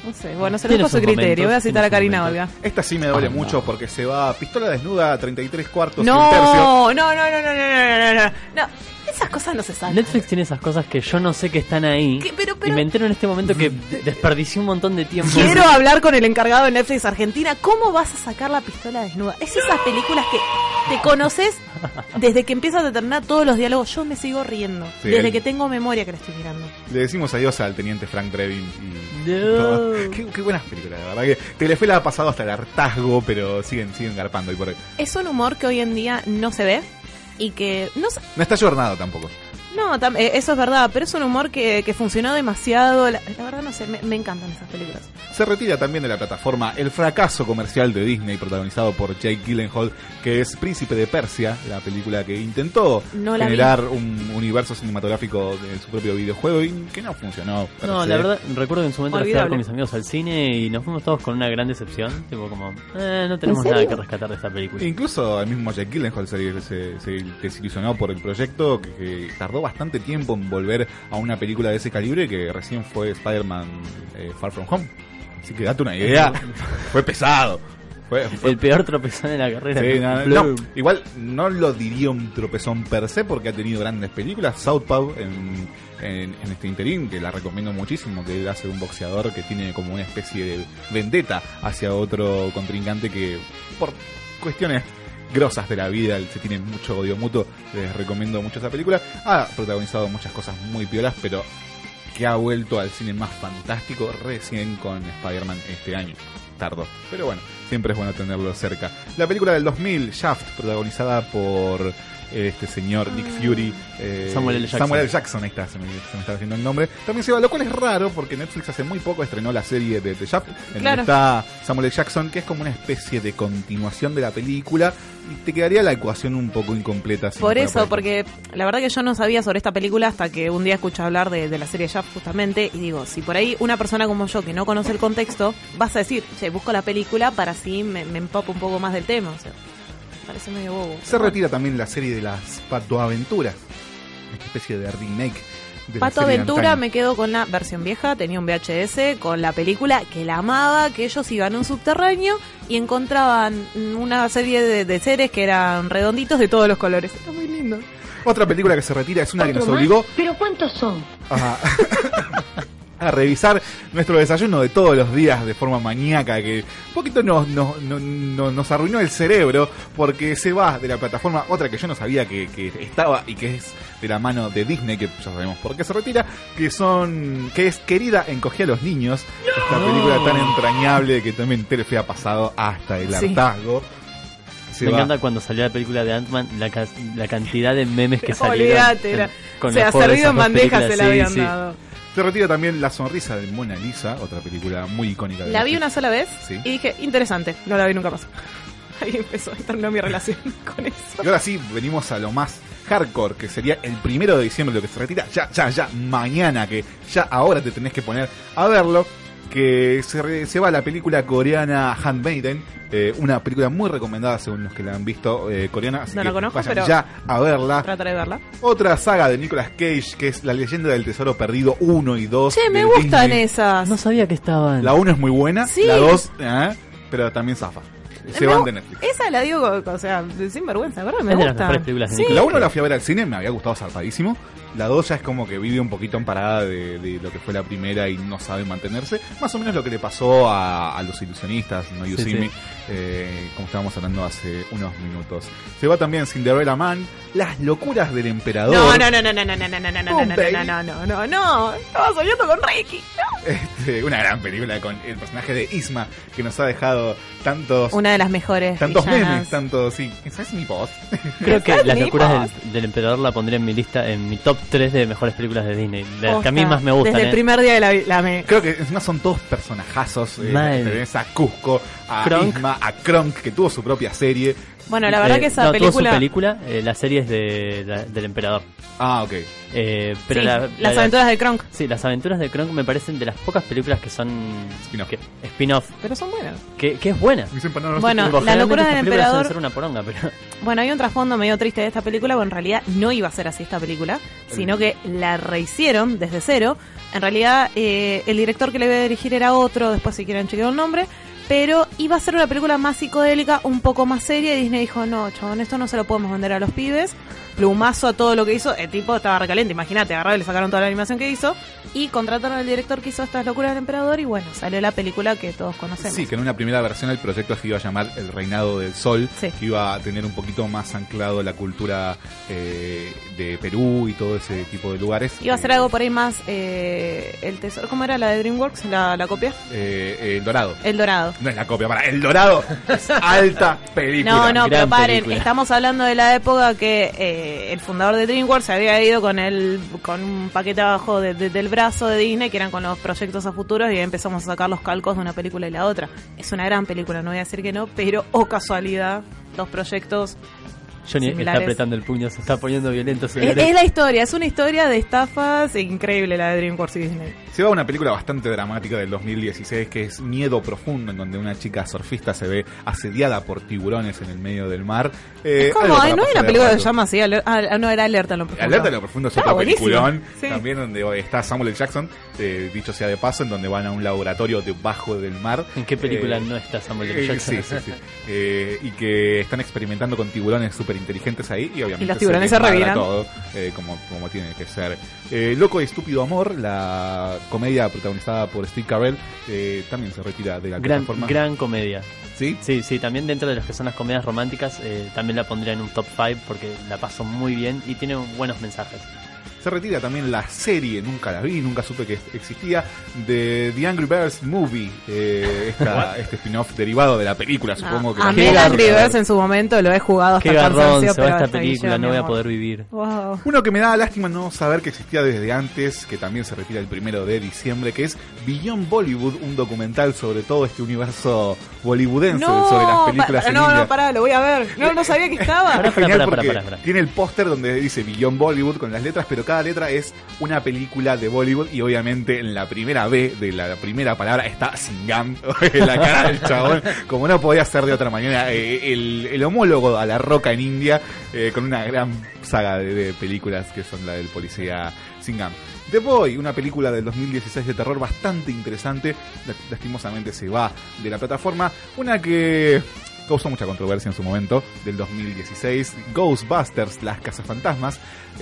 Speaker 8: No sé, bueno, se lo
Speaker 9: Tiene
Speaker 8: dejo a su
Speaker 9: sus
Speaker 8: criterio.
Speaker 9: momentos,
Speaker 8: Voy a citar
Speaker 9: tiene
Speaker 8: a Karina
Speaker 9: sus
Speaker 8: Olga.
Speaker 7: Esta sí me duele mucho porque se va pistola desnuda, treinta y tres cuartos,
Speaker 8: No,
Speaker 7: un tercio.
Speaker 8: no, no, no, no, no, no, no, no, no. Esas cosas no se sacan.
Speaker 9: Netflix tiene esas cosas que yo no sé que están ahí.
Speaker 8: ¿Qué? Pero, pero-
Speaker 9: Y me entero en este momento que de- desperdicié un montón de tiempo.
Speaker 8: Quiero hablar con el encargado de Netflix Argentina. ¿Cómo vas a sacar la pistola desnuda? Es esas películas que te conoces desde que empiezas a terminar todos los diálogos. Yo me sigo riendo.
Speaker 7: Sí,
Speaker 8: desde
Speaker 7: el-
Speaker 8: que tengo memoria que la estoy mirando.
Speaker 7: Le decimos adiós al teniente Frank Drebin y
Speaker 9: No.
Speaker 7: todo. Qué, qué buenas películas, la verdad que Telefe la ha pasado hasta el hartazgo, pero siguen siguen garpando y por ahí.
Speaker 8: Es un humor que hoy en día no se ve y que no se-
Speaker 7: No está jornado tampoco.
Speaker 8: No, tam- eh, eso es verdad, pero es un humor que, que funcionó demasiado. La, la verdad no sé, me, me encantan esas películas.
Speaker 7: Se retira también de la plataforma el fracaso comercial de Disney protagonizado por Jake Gyllenhaal, que es Príncipe de Persia, la película que intentó
Speaker 8: No la
Speaker 7: generar un universo cinematográfico de su propio videojuego y que no funcionó. per
Speaker 9: No,
Speaker 7: se.
Speaker 9: la verdad, recuerdo que en su momento la fui a ver
Speaker 8: Olvidable.
Speaker 9: con mis amigos al cine y nos fuimos todos con una gran decepción. Tipo como, eh, no tenemos
Speaker 8: ¿En serio?
Speaker 9: nada que rescatar de esta película.
Speaker 7: Incluso el mismo Jake Gyllenhaal se, se, se desilusionó por el proyecto, que, que tardó bastante tiempo en volver a una película de ese calibre, que recién fue Spider-Man eh, Far From Home. Así que date una idea, fue pesado. Fue, fue-
Speaker 9: El peor tropezón de la carrera.
Speaker 7: Sí, no, no,
Speaker 9: Blur.
Speaker 7: no, igual no lo diría un tropezón per se porque ha tenido grandes películas. Southpaw en, en, en este interín, que la recomiendo muchísimo, que él hace un boxeador que tiene como una especie de vendetta hacia otro contrincante que por cuestiones grosas de la vida se tienen mucho odio mutuo. Les recomiendo mucho esa película. Ha protagonizado muchas cosas muy piolas, pero que ha vuelto al cine más fantástico recién con Spider-Man este año. Tardó, pero bueno, siempre es bueno tenerlo cerca. La película del dos mil, Shaft, protagonizada por este señor Nick Fury, eh,
Speaker 9: Samuel L. Jackson.
Speaker 7: Samuel L. Jackson, ahí está, se me, se me está haciendo el nombre. También se va, lo cual es raro porque Netflix hace muy poco estrenó la serie de, de Shaft, en
Speaker 8: Claro.
Speaker 7: donde está Samuel L. Jackson, que es como una especie de continuación de la película y te quedaría la ecuación un poco incompleta. si no
Speaker 8: Por
Speaker 7: fuera
Speaker 8: eso,
Speaker 7: esto.
Speaker 8: porque la verdad que yo no sabía sobre esta película hasta que un día escuché hablar de, de la serie Shaft justamente y digo, si por ahí una persona como yo que no conoce el contexto, vas a decir, che, busco la película para así me, me empapo un poco más del tema, o sea, parece medio bobo.
Speaker 7: Se retira también la serie de las Patoaventuras, esta especie de remake de la
Speaker 8: Pato
Speaker 7: serie de
Speaker 8: Aventura
Speaker 7: antaño.
Speaker 8: me quedo con la versión vieja, tenía un V H S con la película que la amaba, que ellos iban a un subterráneo y encontraban una serie de, de seres que eran redonditos de todos los colores. Está muy lindo.
Speaker 7: Otra película que se retira es una que nos obligó
Speaker 10: ¿Pero cuántos son?
Speaker 7: a, a revisar nuestro desayuno de todos los días de forma maníaca, que un poquito nos, nos, nos, nos- nos arruinó el cerebro porque se va de la plataforma, otra que yo no sabía que, que estaba y que es de la mano de Disney, que ya sabemos por qué se retira, que son que es Querida, encogí a los niños, esta película tan entrañable que también Telefe ha pasado hasta el
Speaker 8: Sí.
Speaker 7: hartazgo. Se
Speaker 9: Me
Speaker 7: va.
Speaker 9: encanta cuando salió la película de Ant-Man, la, ca- la cantidad de memes que salieron.
Speaker 8: Olvídate, era-
Speaker 9: en- con
Speaker 8: se
Speaker 9: el
Speaker 8: ha
Speaker 9: juego de
Speaker 8: servido
Speaker 9: esas
Speaker 8: en
Speaker 9: dos
Speaker 8: bandeja, se
Speaker 9: películas.
Speaker 8: la
Speaker 9: Sí,
Speaker 8: habían
Speaker 9: sí.
Speaker 8: dado.
Speaker 7: Se retira también La sonrisa de Mona Lisa, otra película muy icónica de
Speaker 8: La vi
Speaker 7: Netflix.
Speaker 8: una sola vez
Speaker 7: Sí.
Speaker 8: y dije, interesante, no la vi nunca más. Ahí empezó, ahí terminó mi relación con eso.
Speaker 7: Y ahora sí, venimos a lo más hardcore, que sería el primero de diciembre, lo que se retira ya, ya, ya, mañana, que ya ahora te tenés que poner a verlo, que se, re- se va la película coreana Handmaiden, eh, una película muy recomendada según los que la han visto, eh, coreana, así
Speaker 8: No
Speaker 7: que
Speaker 8: la conozco,
Speaker 7: vayan
Speaker 8: pero
Speaker 7: ya a verla.
Speaker 8: trataré de verla.
Speaker 7: Otra saga de Nicolas Cage, que es La leyenda del tesoro perdido uno y dos.
Speaker 8: Che, me
Speaker 7: de
Speaker 8: gustan
Speaker 7: Disney.
Speaker 8: esas.
Speaker 9: No sabía que estaban.
Speaker 7: La uno es muy buena,
Speaker 8: Sí.
Speaker 7: la dos, eh, pero también zafa. Se
Speaker 8: Me
Speaker 7: van
Speaker 8: gu-
Speaker 7: de Netflix.
Speaker 8: Esa la digo, o sea, sin vergüenza, ¿verdad? Me
Speaker 9: Es de las
Speaker 8: gusta.
Speaker 9: mejores películas de
Speaker 8: Sí.
Speaker 9: Nicolas
Speaker 7: La uno la fui a ver al cine, me había gustado zarpadísimo. La dos ya es como que vive un poquito en parada de, de lo que fue la primera y no sabe mantenerse. Más o menos lo que le pasó a, a los ilusionistas, No You
Speaker 9: Sí,
Speaker 7: See
Speaker 9: sí.
Speaker 7: Me, eh, como estábamos hablando hace unos minutos. Se va también Cinderella Man, Las locuras del emperador.
Speaker 8: No, no, no, no, no, no, no, no, no, no, no,
Speaker 7: Boom,
Speaker 8: no,
Speaker 7: baby.
Speaker 8: no, no, no, no, no, estaba soñando con Ricky.
Speaker 7: Este, una gran película con el personaje de Isma, que nos ha dejado tantos...
Speaker 8: Una de las mejores
Speaker 7: Tantos
Speaker 8: villanas.
Speaker 7: memes, tantos... Sí, esa es mi voz.
Speaker 9: Creo que
Speaker 8: Esas
Speaker 9: Las
Speaker 8: ni
Speaker 9: locuras
Speaker 8: vos.
Speaker 9: del, del emperador la pondría en mi lista, en mi top tres de mejores películas de Disney. Las que a mí
Speaker 8: Posta,
Speaker 9: más me gustan.
Speaker 8: Desde
Speaker 9: ¿eh?
Speaker 8: el primer día de la, la me...
Speaker 7: Creo que encima son todos personajazos. Eh,
Speaker 9: Mal.
Speaker 7: tenés a Cusco, a
Speaker 9: Kronk.
Speaker 7: Isma, va a Kronk, que tuvo su propia serie.
Speaker 8: Bueno, la verdad
Speaker 9: Eh,
Speaker 8: que esa
Speaker 9: no,
Speaker 8: película...
Speaker 9: tuvo su película, eh, la serie es de, la- del emperador.
Speaker 7: Ah, ok.
Speaker 9: Eh, pero
Speaker 8: Sí,
Speaker 9: la-
Speaker 8: las
Speaker 9: la-
Speaker 8: aventuras de Kronk.
Speaker 9: Sí, las aventuras de Kronk me parecen de las pocas películas que son
Speaker 7: Spin-off.
Speaker 9: que- spin-off,
Speaker 8: Pero son buenas.
Speaker 9: que, que es buena.
Speaker 7: Mis empanadas
Speaker 8: Bueno,
Speaker 7: se
Speaker 9: Tipo,
Speaker 8: La
Speaker 9: generalmente
Speaker 8: locura del
Speaker 9: estas películas
Speaker 8: emperador-
Speaker 9: suelen ser una poronga, pero
Speaker 8: Bueno, hay un trasfondo medio triste de esta película, porque en realidad no iba a ser así esta película, sino que la rehicieron desde cero. En realidad, eh, el director que le iba a dirigir era otro, después si quieren chequear el nombre, pero iba a ser una película más psicodélica, un poco más seria, y Disney dijo, no, chabón, esto no se lo podemos vender a los pibes. Plumazo a todo lo que hizo, el tipo estaba recaliente, imagínate, agarraron y le sacaron toda la animación que hizo, y contrataron al director que hizo estas locuras del emperador, y bueno, salió la película que todos conocemos.
Speaker 7: Sí, que en una primera versión el proyecto se iba a llamar El Reinado del Sol,
Speaker 8: Sí.
Speaker 7: que iba a tener un poquito más anclado la cultura eh, de Perú y todo ese tipo de lugares.
Speaker 8: Iba a ser
Speaker 7: Eh,
Speaker 8: algo por ahí más, eh, el tesoro, ¿cómo era la de DreamWorks? ¿La, la copia?
Speaker 7: eh, eh, El Dorado.
Speaker 8: El Dorado.
Speaker 7: No es la copia, para El Dorado es alta película.
Speaker 8: No, no,
Speaker 9: gran
Speaker 8: pero paren,
Speaker 9: película.
Speaker 8: estamos hablando de la época que eh, el fundador de DreamWorks se había ido con el con un paquete abajo de- de- del brazo de Disney, que eran con los proyectos a futuros, y ahí empezamos a sacar los calcos de una película y la otra. Es una gran película, no voy a decir que no, pero, oh casualidad, dos proyectos...
Speaker 9: Johnny está
Speaker 8: Similares.
Speaker 9: apretando el puño, se está poniendo violento.
Speaker 8: Es,
Speaker 9: señores.
Speaker 8: es la historia, es una historia de estafas increíble la de DreamWorks y Disney.
Speaker 7: Se va a una película bastante dramática del dos mil dieciséis que es Miedo Profundo, en donde una chica surfista se ve asediada por tiburones en el medio del mar. Eh,
Speaker 8: Es como,
Speaker 7: algo para
Speaker 8: ay, no hay
Speaker 7: pasar
Speaker 8: una
Speaker 7: el
Speaker 8: película que
Speaker 7: rato.
Speaker 8: se llama así, aler- ah, no, era Alerta en lo Profundo.
Speaker 7: Alerta en lo Profundo es
Speaker 8: Está
Speaker 7: otro
Speaker 8: buenísimo.
Speaker 7: peliculón,
Speaker 8: Sí.
Speaker 7: también donde está Samuel L. Jackson, eh, dicho sea de paso, en donde van a un laboratorio debajo del mar.
Speaker 9: ¿En qué película
Speaker 7: Eh,
Speaker 9: no está Samuel L.
Speaker 7: Eh,
Speaker 9: Jackson?
Speaker 7: sí, sí, sí. Eh, y que están experimentando con tiburones súper inteligentes ahí y obviamente
Speaker 8: Y los tiburones se
Speaker 7: desmadra
Speaker 8: reviran.
Speaker 7: todo eh, como, como tiene que ser. Eh, Loco y Estúpido Amor, la comedia protagonizada por Steve Carell, eh, también se retira de la
Speaker 9: Gran,
Speaker 7: plataforma.
Speaker 9: gran comedia.
Speaker 7: ¿Sí?
Speaker 9: Sí, sí, también dentro de las que son las comedias románticas, eh, también la pondría en un top cinco porque la paso muy bien y tiene buenos mensajes.
Speaker 7: Se retira también la serie, nunca la vi, nunca supe que existía, de The Angry Birds Movie, eh, esta, este spin-off derivado de la película, supongo que...
Speaker 8: a
Speaker 7: la-
Speaker 8: mí
Speaker 9: Qué
Speaker 8: el
Speaker 9: garrón.
Speaker 8: Angry Birds en su momento lo he jugado hasta
Speaker 9: Qué garrón
Speaker 8: cansancio,
Speaker 9: se va
Speaker 8: pero
Speaker 9: esta
Speaker 8: hasta ahí
Speaker 9: película,
Speaker 8: llega,
Speaker 9: no
Speaker 8: mi
Speaker 9: voy a
Speaker 8: amor.
Speaker 9: poder vivir.
Speaker 8: Wow.
Speaker 7: Uno que me da lástima no saber que existía desde antes, que también se retira el primero de diciembre, que es Beyond Bollywood, un documental sobre todo este universo bollywoodense,
Speaker 8: No,
Speaker 7: sobre las
Speaker 8: pa-
Speaker 7: películas en
Speaker 8: no,
Speaker 7: India.
Speaker 8: no, pará, lo voy a ver. No, no sabía que estaba.
Speaker 9: Pará,
Speaker 7: Es genial
Speaker 9: pará, pará,
Speaker 7: porque
Speaker 9: pará, pará.
Speaker 7: tiene el póster donde dice Beyond Bollywood con las letras, pero cada letra es una película de Bollywood y obviamente en la primera B de la primera palabra está Singham en la cara del chabón, como no podía ser de otra manera, eh, el, el homólogo a La Roca en India, eh, con una gran saga de, de películas que son la del policía Singham. The Boy, una película del dos mil dieciséis de terror bastante interesante, lastimosamente se va de la plataforma, una que causó mucha controversia en su momento, del dos mil dieciséis, Ghostbusters, Las Cazafantasmas.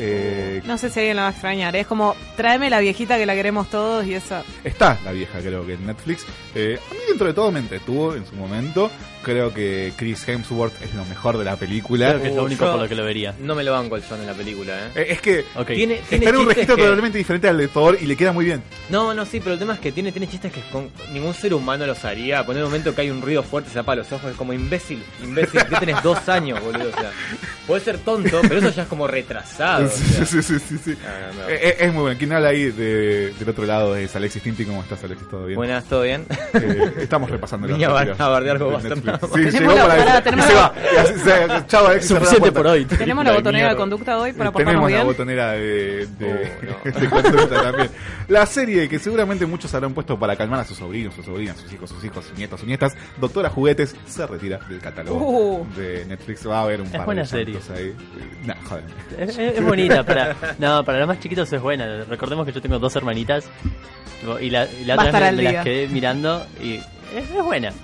Speaker 7: Eh,
Speaker 8: No sé si alguien la va a extrañar. Es como, tráeme la viejita que la queremos todos y esa.
Speaker 7: Está la vieja, creo que en Netflix. Eh, a mí dentro de todo me entretuvo en su momento. Creo que Chris Hemsworth es lo mejor de la película.
Speaker 9: Creo que es lo
Speaker 10: Uh,
Speaker 9: único
Speaker 10: yo-
Speaker 9: por lo que lo vería.
Speaker 10: No me lo banco el John en la película, ¿eh?
Speaker 7: Eh, es que
Speaker 9: Ok.
Speaker 10: Tiene,
Speaker 7: está
Speaker 10: tiene
Speaker 7: en un
Speaker 10: chistes
Speaker 7: registro
Speaker 10: que-
Speaker 7: totalmente diferente al de Thor y le queda muy bien.
Speaker 10: No, no, sí, pero el tema es que tiene, tiene chistes que con ningún ser humano los haría. Poner un momento que hay un ruido fuerte se tapa los ojos, es como imbécil, imbécil. Que tenés dos años, boludo. O sea, podés ser tonto, pero eso ya es como retrasado. O sea.
Speaker 7: Sí, sí, sí, sí.
Speaker 10: Ah, no, no.
Speaker 7: Eh, eh, es muy bueno. ¿Quién habla ahí de- del otro lado? Es Alexis Tinti. ¿Cómo estás, Alexis? ¿Todo bien?
Speaker 10: Buenas, ¿todo bien?
Speaker 7: Eh, estamos repasando
Speaker 10: Vine a
Speaker 7: los
Speaker 10: bar-
Speaker 7: retiros
Speaker 10: a bardear
Speaker 7: de
Speaker 10: con
Speaker 7: Netflix.
Speaker 10: bastante.
Speaker 7: Sí,
Speaker 8: Tenemos
Speaker 7: llegó
Speaker 8: la-
Speaker 7: para
Speaker 8: pará,
Speaker 7: y
Speaker 8: tenemos
Speaker 7: se
Speaker 8: la-
Speaker 7: va. Y así se- Chao, Alexis. cerrá la
Speaker 9: Suficiente
Speaker 7: puerta.
Speaker 9: por hoy.
Speaker 8: Tenemos la
Speaker 7: de
Speaker 8: botonera de
Speaker 7: mierda.
Speaker 8: conducta hoy para
Speaker 7: Eh,
Speaker 8: portarnos
Speaker 7: Tenemos la
Speaker 8: bien.
Speaker 7: botonera de, de,
Speaker 10: Oh, no.
Speaker 7: de conducta también. La serie que seguramente muchos habrán puesto para calmar a sus sobrinos, sus sobrinas, sus hijos, sus hijos, sus nietos, sus nietas. Doctora Juguetes se retira del catálogo
Speaker 8: Uh.
Speaker 7: de Netflix. Va a haber un
Speaker 9: Es
Speaker 7: par
Speaker 9: buena
Speaker 7: de
Speaker 9: serie.
Speaker 7: llantos ahí. Eh, Nah, joder.
Speaker 9: Es, es- es bonita, para, no, para los más chiquitos es buena. Recordemos que yo tengo dos hermanitas y la, y la
Speaker 8: Va a
Speaker 9: otra
Speaker 8: estar
Speaker 9: vez
Speaker 8: al
Speaker 9: me, me
Speaker 8: día.
Speaker 9: las quedé mirando y es, es buena.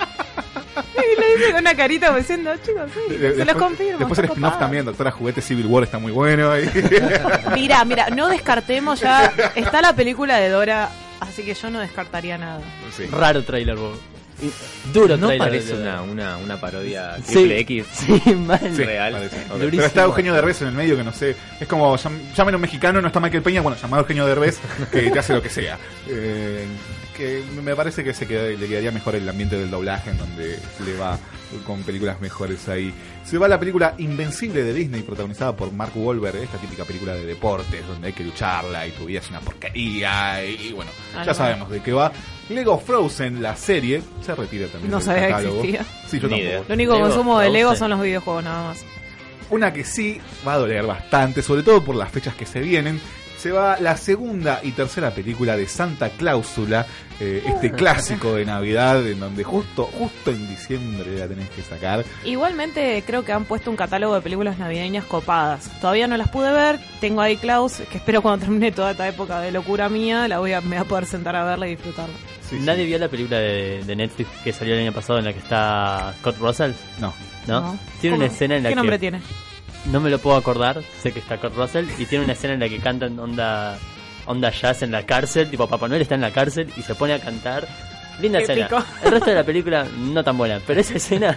Speaker 8: Y le dice con una carita como diciendo, chicos, sí,
Speaker 7: De-
Speaker 8: se los
Speaker 7: después-
Speaker 8: confirmo.
Speaker 7: Después el
Speaker 8: está
Speaker 7: spin-off
Speaker 8: copado.
Speaker 7: también, Doctora Juguete Civil War está muy bueno. ahí.
Speaker 8: Mira, mira, no descartemos ya. Está la película de Dora, así que yo no descartaría nada.
Speaker 7: Sí.
Speaker 9: Raro trailer, bo. Y- Duro
Speaker 10: ¿No
Speaker 9: trailer.
Speaker 10: parece
Speaker 9: de-
Speaker 10: una, una, una parodia
Speaker 9: Sí.
Speaker 10: triple X?
Speaker 9: Sí, mal.
Speaker 7: Sí,
Speaker 10: Real.
Speaker 7: parece. Ok.
Speaker 9: Durísimo.
Speaker 7: Pero está Eugenio Derbez en el medio que no sé. Es como llam- llamen a un mexicano, no está Michael Peña, bueno, llamado Eugenio Derbez, que te hace lo que sea. Eh, que me parece que se queda- le quedaría mejor el ambiente del doblaje en donde le va con películas mejores ahí. Se va la película Invencible de Disney, protagonizada por Mark Wahlberg, esta típica película de deportes, donde hay que lucharla y tu vida es una porquería, y, y bueno,
Speaker 8: Ah,
Speaker 7: ya
Speaker 8: no.
Speaker 7: sabemos de qué va. Lego Frozen, la serie, se retira también
Speaker 8: No
Speaker 7: del
Speaker 8: sabía que
Speaker 7: catálogo.
Speaker 8: existía.
Speaker 7: Sí, yo
Speaker 10: Ni
Speaker 7: tampoco.
Speaker 10: idea.
Speaker 8: Lo único
Speaker 9: Lego
Speaker 8: consumo de Lego
Speaker 9: Frozen.
Speaker 8: son los videojuegos, nada más.
Speaker 7: Una que sí va a doler bastante, sobre todo por las fechas que se vienen. Se va la segunda y tercera película de Santa Cláusula, eh, este clásico de Navidad, en donde justo justo en diciembre la tenés que sacar.
Speaker 8: Igualmente creo que han puesto un catálogo de películas navideñas copadas. Todavía no las pude ver, tengo ahí Klaus, que espero cuando termine toda esta época de locura mía, la voy a, me voy a poder sentar a verla y disfrutarla.
Speaker 7: Sí, sí.
Speaker 9: ¿Nadie vio la película de, de Netflix que salió el año pasado en la que está Scott Russell?
Speaker 7: No.
Speaker 9: ¿No?
Speaker 8: No.
Speaker 9: Tiene una
Speaker 8: ¿Cómo?
Speaker 9: escena en la
Speaker 8: ¿Qué
Speaker 9: que...
Speaker 8: nombre tiene?
Speaker 9: No me lo puedo acordar, sé que está Kurt Russell, y tiene una escena en la que cantan onda onda jazz en la cárcel, tipo Papá Noel está en la cárcel y se pone a cantar. Linda escena.
Speaker 8: Épico.
Speaker 9: El resto de la película no tan buena, pero esa escena...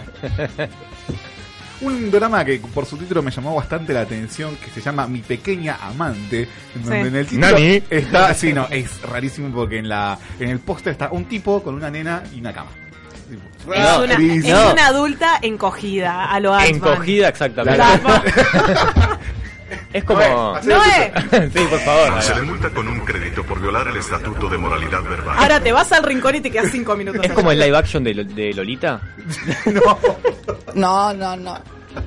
Speaker 7: Un drama que por su título me llamó bastante la atención, que se llama Mi Pequeña Amante, en donde
Speaker 8: Sí.
Speaker 7: en el título
Speaker 10: Nani.
Speaker 7: está, sí, no, es rarísimo porque en la en el póster está un tipo con una nena y una cama.
Speaker 8: Es,
Speaker 7: No,
Speaker 8: una,
Speaker 7: Chris,
Speaker 8: es
Speaker 7: no.
Speaker 8: una adulta encogida a lo Ant-Man.
Speaker 10: Encogida, exactamente.
Speaker 7: La-
Speaker 10: Es como...
Speaker 7: Noé,
Speaker 8: ¡No es!
Speaker 10: Sí, por favor.
Speaker 11: Se le multa con un crédito por violar el estatuto de moralidad verbal.
Speaker 8: Ahora te vas al rincón y te quedas cinco minutos.
Speaker 10: Es como el live action de, Lo- de Lolita.
Speaker 7: No.
Speaker 12: No, no, no.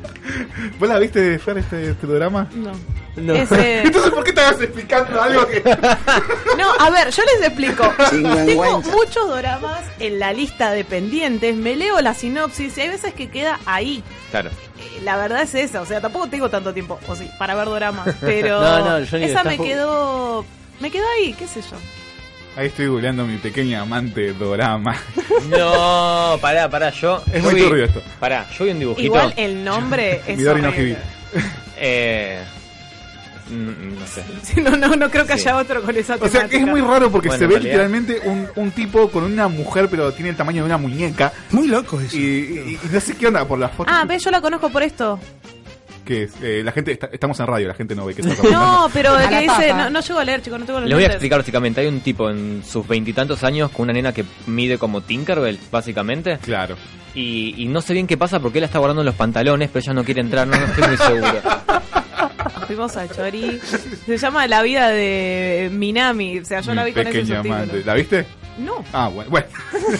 Speaker 7: ¿Vos la viste, Fer, este, este drama?
Speaker 8: No.
Speaker 9: No.
Speaker 8: Ese-
Speaker 7: Entonces, ¿por qué estabas explicando algo que...?
Speaker 8: No, a ver, yo les explico. Tengo
Speaker 12: Sinvergüenza.
Speaker 8: muchos doramas en la lista de pendientes, me leo la sinopsis y hay veces que queda ahí.
Speaker 10: Claro.
Speaker 8: Eh, La verdad es esa, o sea, tampoco tengo tanto tiempo, o sí, para ver doramas, pero
Speaker 9: No, no, yo ni
Speaker 8: esa
Speaker 9: de
Speaker 8: me
Speaker 9: Tafu-
Speaker 8: quedó, me quedó ahí, qué sé yo.
Speaker 7: Ahí estoy googleando Mi Pequeña Amante dorama.
Speaker 10: No, pará, pará, yo...
Speaker 7: Es
Speaker 10: yo
Speaker 7: muy
Speaker 10: vi-
Speaker 7: turbio esto.
Speaker 10: Pará, yo vi un dibujito.
Speaker 8: Igual el nombre es
Speaker 7: Midori no
Speaker 8: horrible.
Speaker 7: Hibi.
Speaker 10: Eh... mm, No sé.
Speaker 8: Sí, no, no, no creo que
Speaker 10: Sí.
Speaker 8: haya otro con esa
Speaker 7: O
Speaker 8: temática.
Speaker 7: sea, que es muy raro porque
Speaker 10: Bueno,
Speaker 7: se
Speaker 10: en
Speaker 7: ve
Speaker 10: realidad-
Speaker 7: literalmente un, un tipo con una mujer, pero tiene el tamaño de una muñeca.
Speaker 12: Muy loco eso.
Speaker 7: Y, y- y no sé qué onda por las fotos.
Speaker 8: Ah, ve, yo la conozco por esto.
Speaker 7: Que es, eh, la gente está- estamos en radio, la gente no ve que estamos hablando.
Speaker 8: No, pero de
Speaker 12: A
Speaker 8: que
Speaker 12: la
Speaker 8: dice,
Speaker 12: papa.
Speaker 8: no, no llego a leer, chicos, no tengo los
Speaker 10: Les voy a
Speaker 8: lentes.
Speaker 10: explicar básicamente. Hay un tipo en sus veintitantos años con una nena que mide como Tinkerbell, básicamente.
Speaker 7: Claro.
Speaker 10: Y, y no sé bien qué pasa porque él la está guardando en los pantalones, pero ella no quiere entrar, no, no estoy muy seguro.
Speaker 8: Fuimos a Chori. Se llama La vida de Minami. O sea, yo la vi
Speaker 7: Mi
Speaker 8: con ese
Speaker 7: Pequeña
Speaker 8: subtítulo.
Speaker 7: Amante. ¿La viste?
Speaker 8: No.
Speaker 7: Ah, bueno. bueno.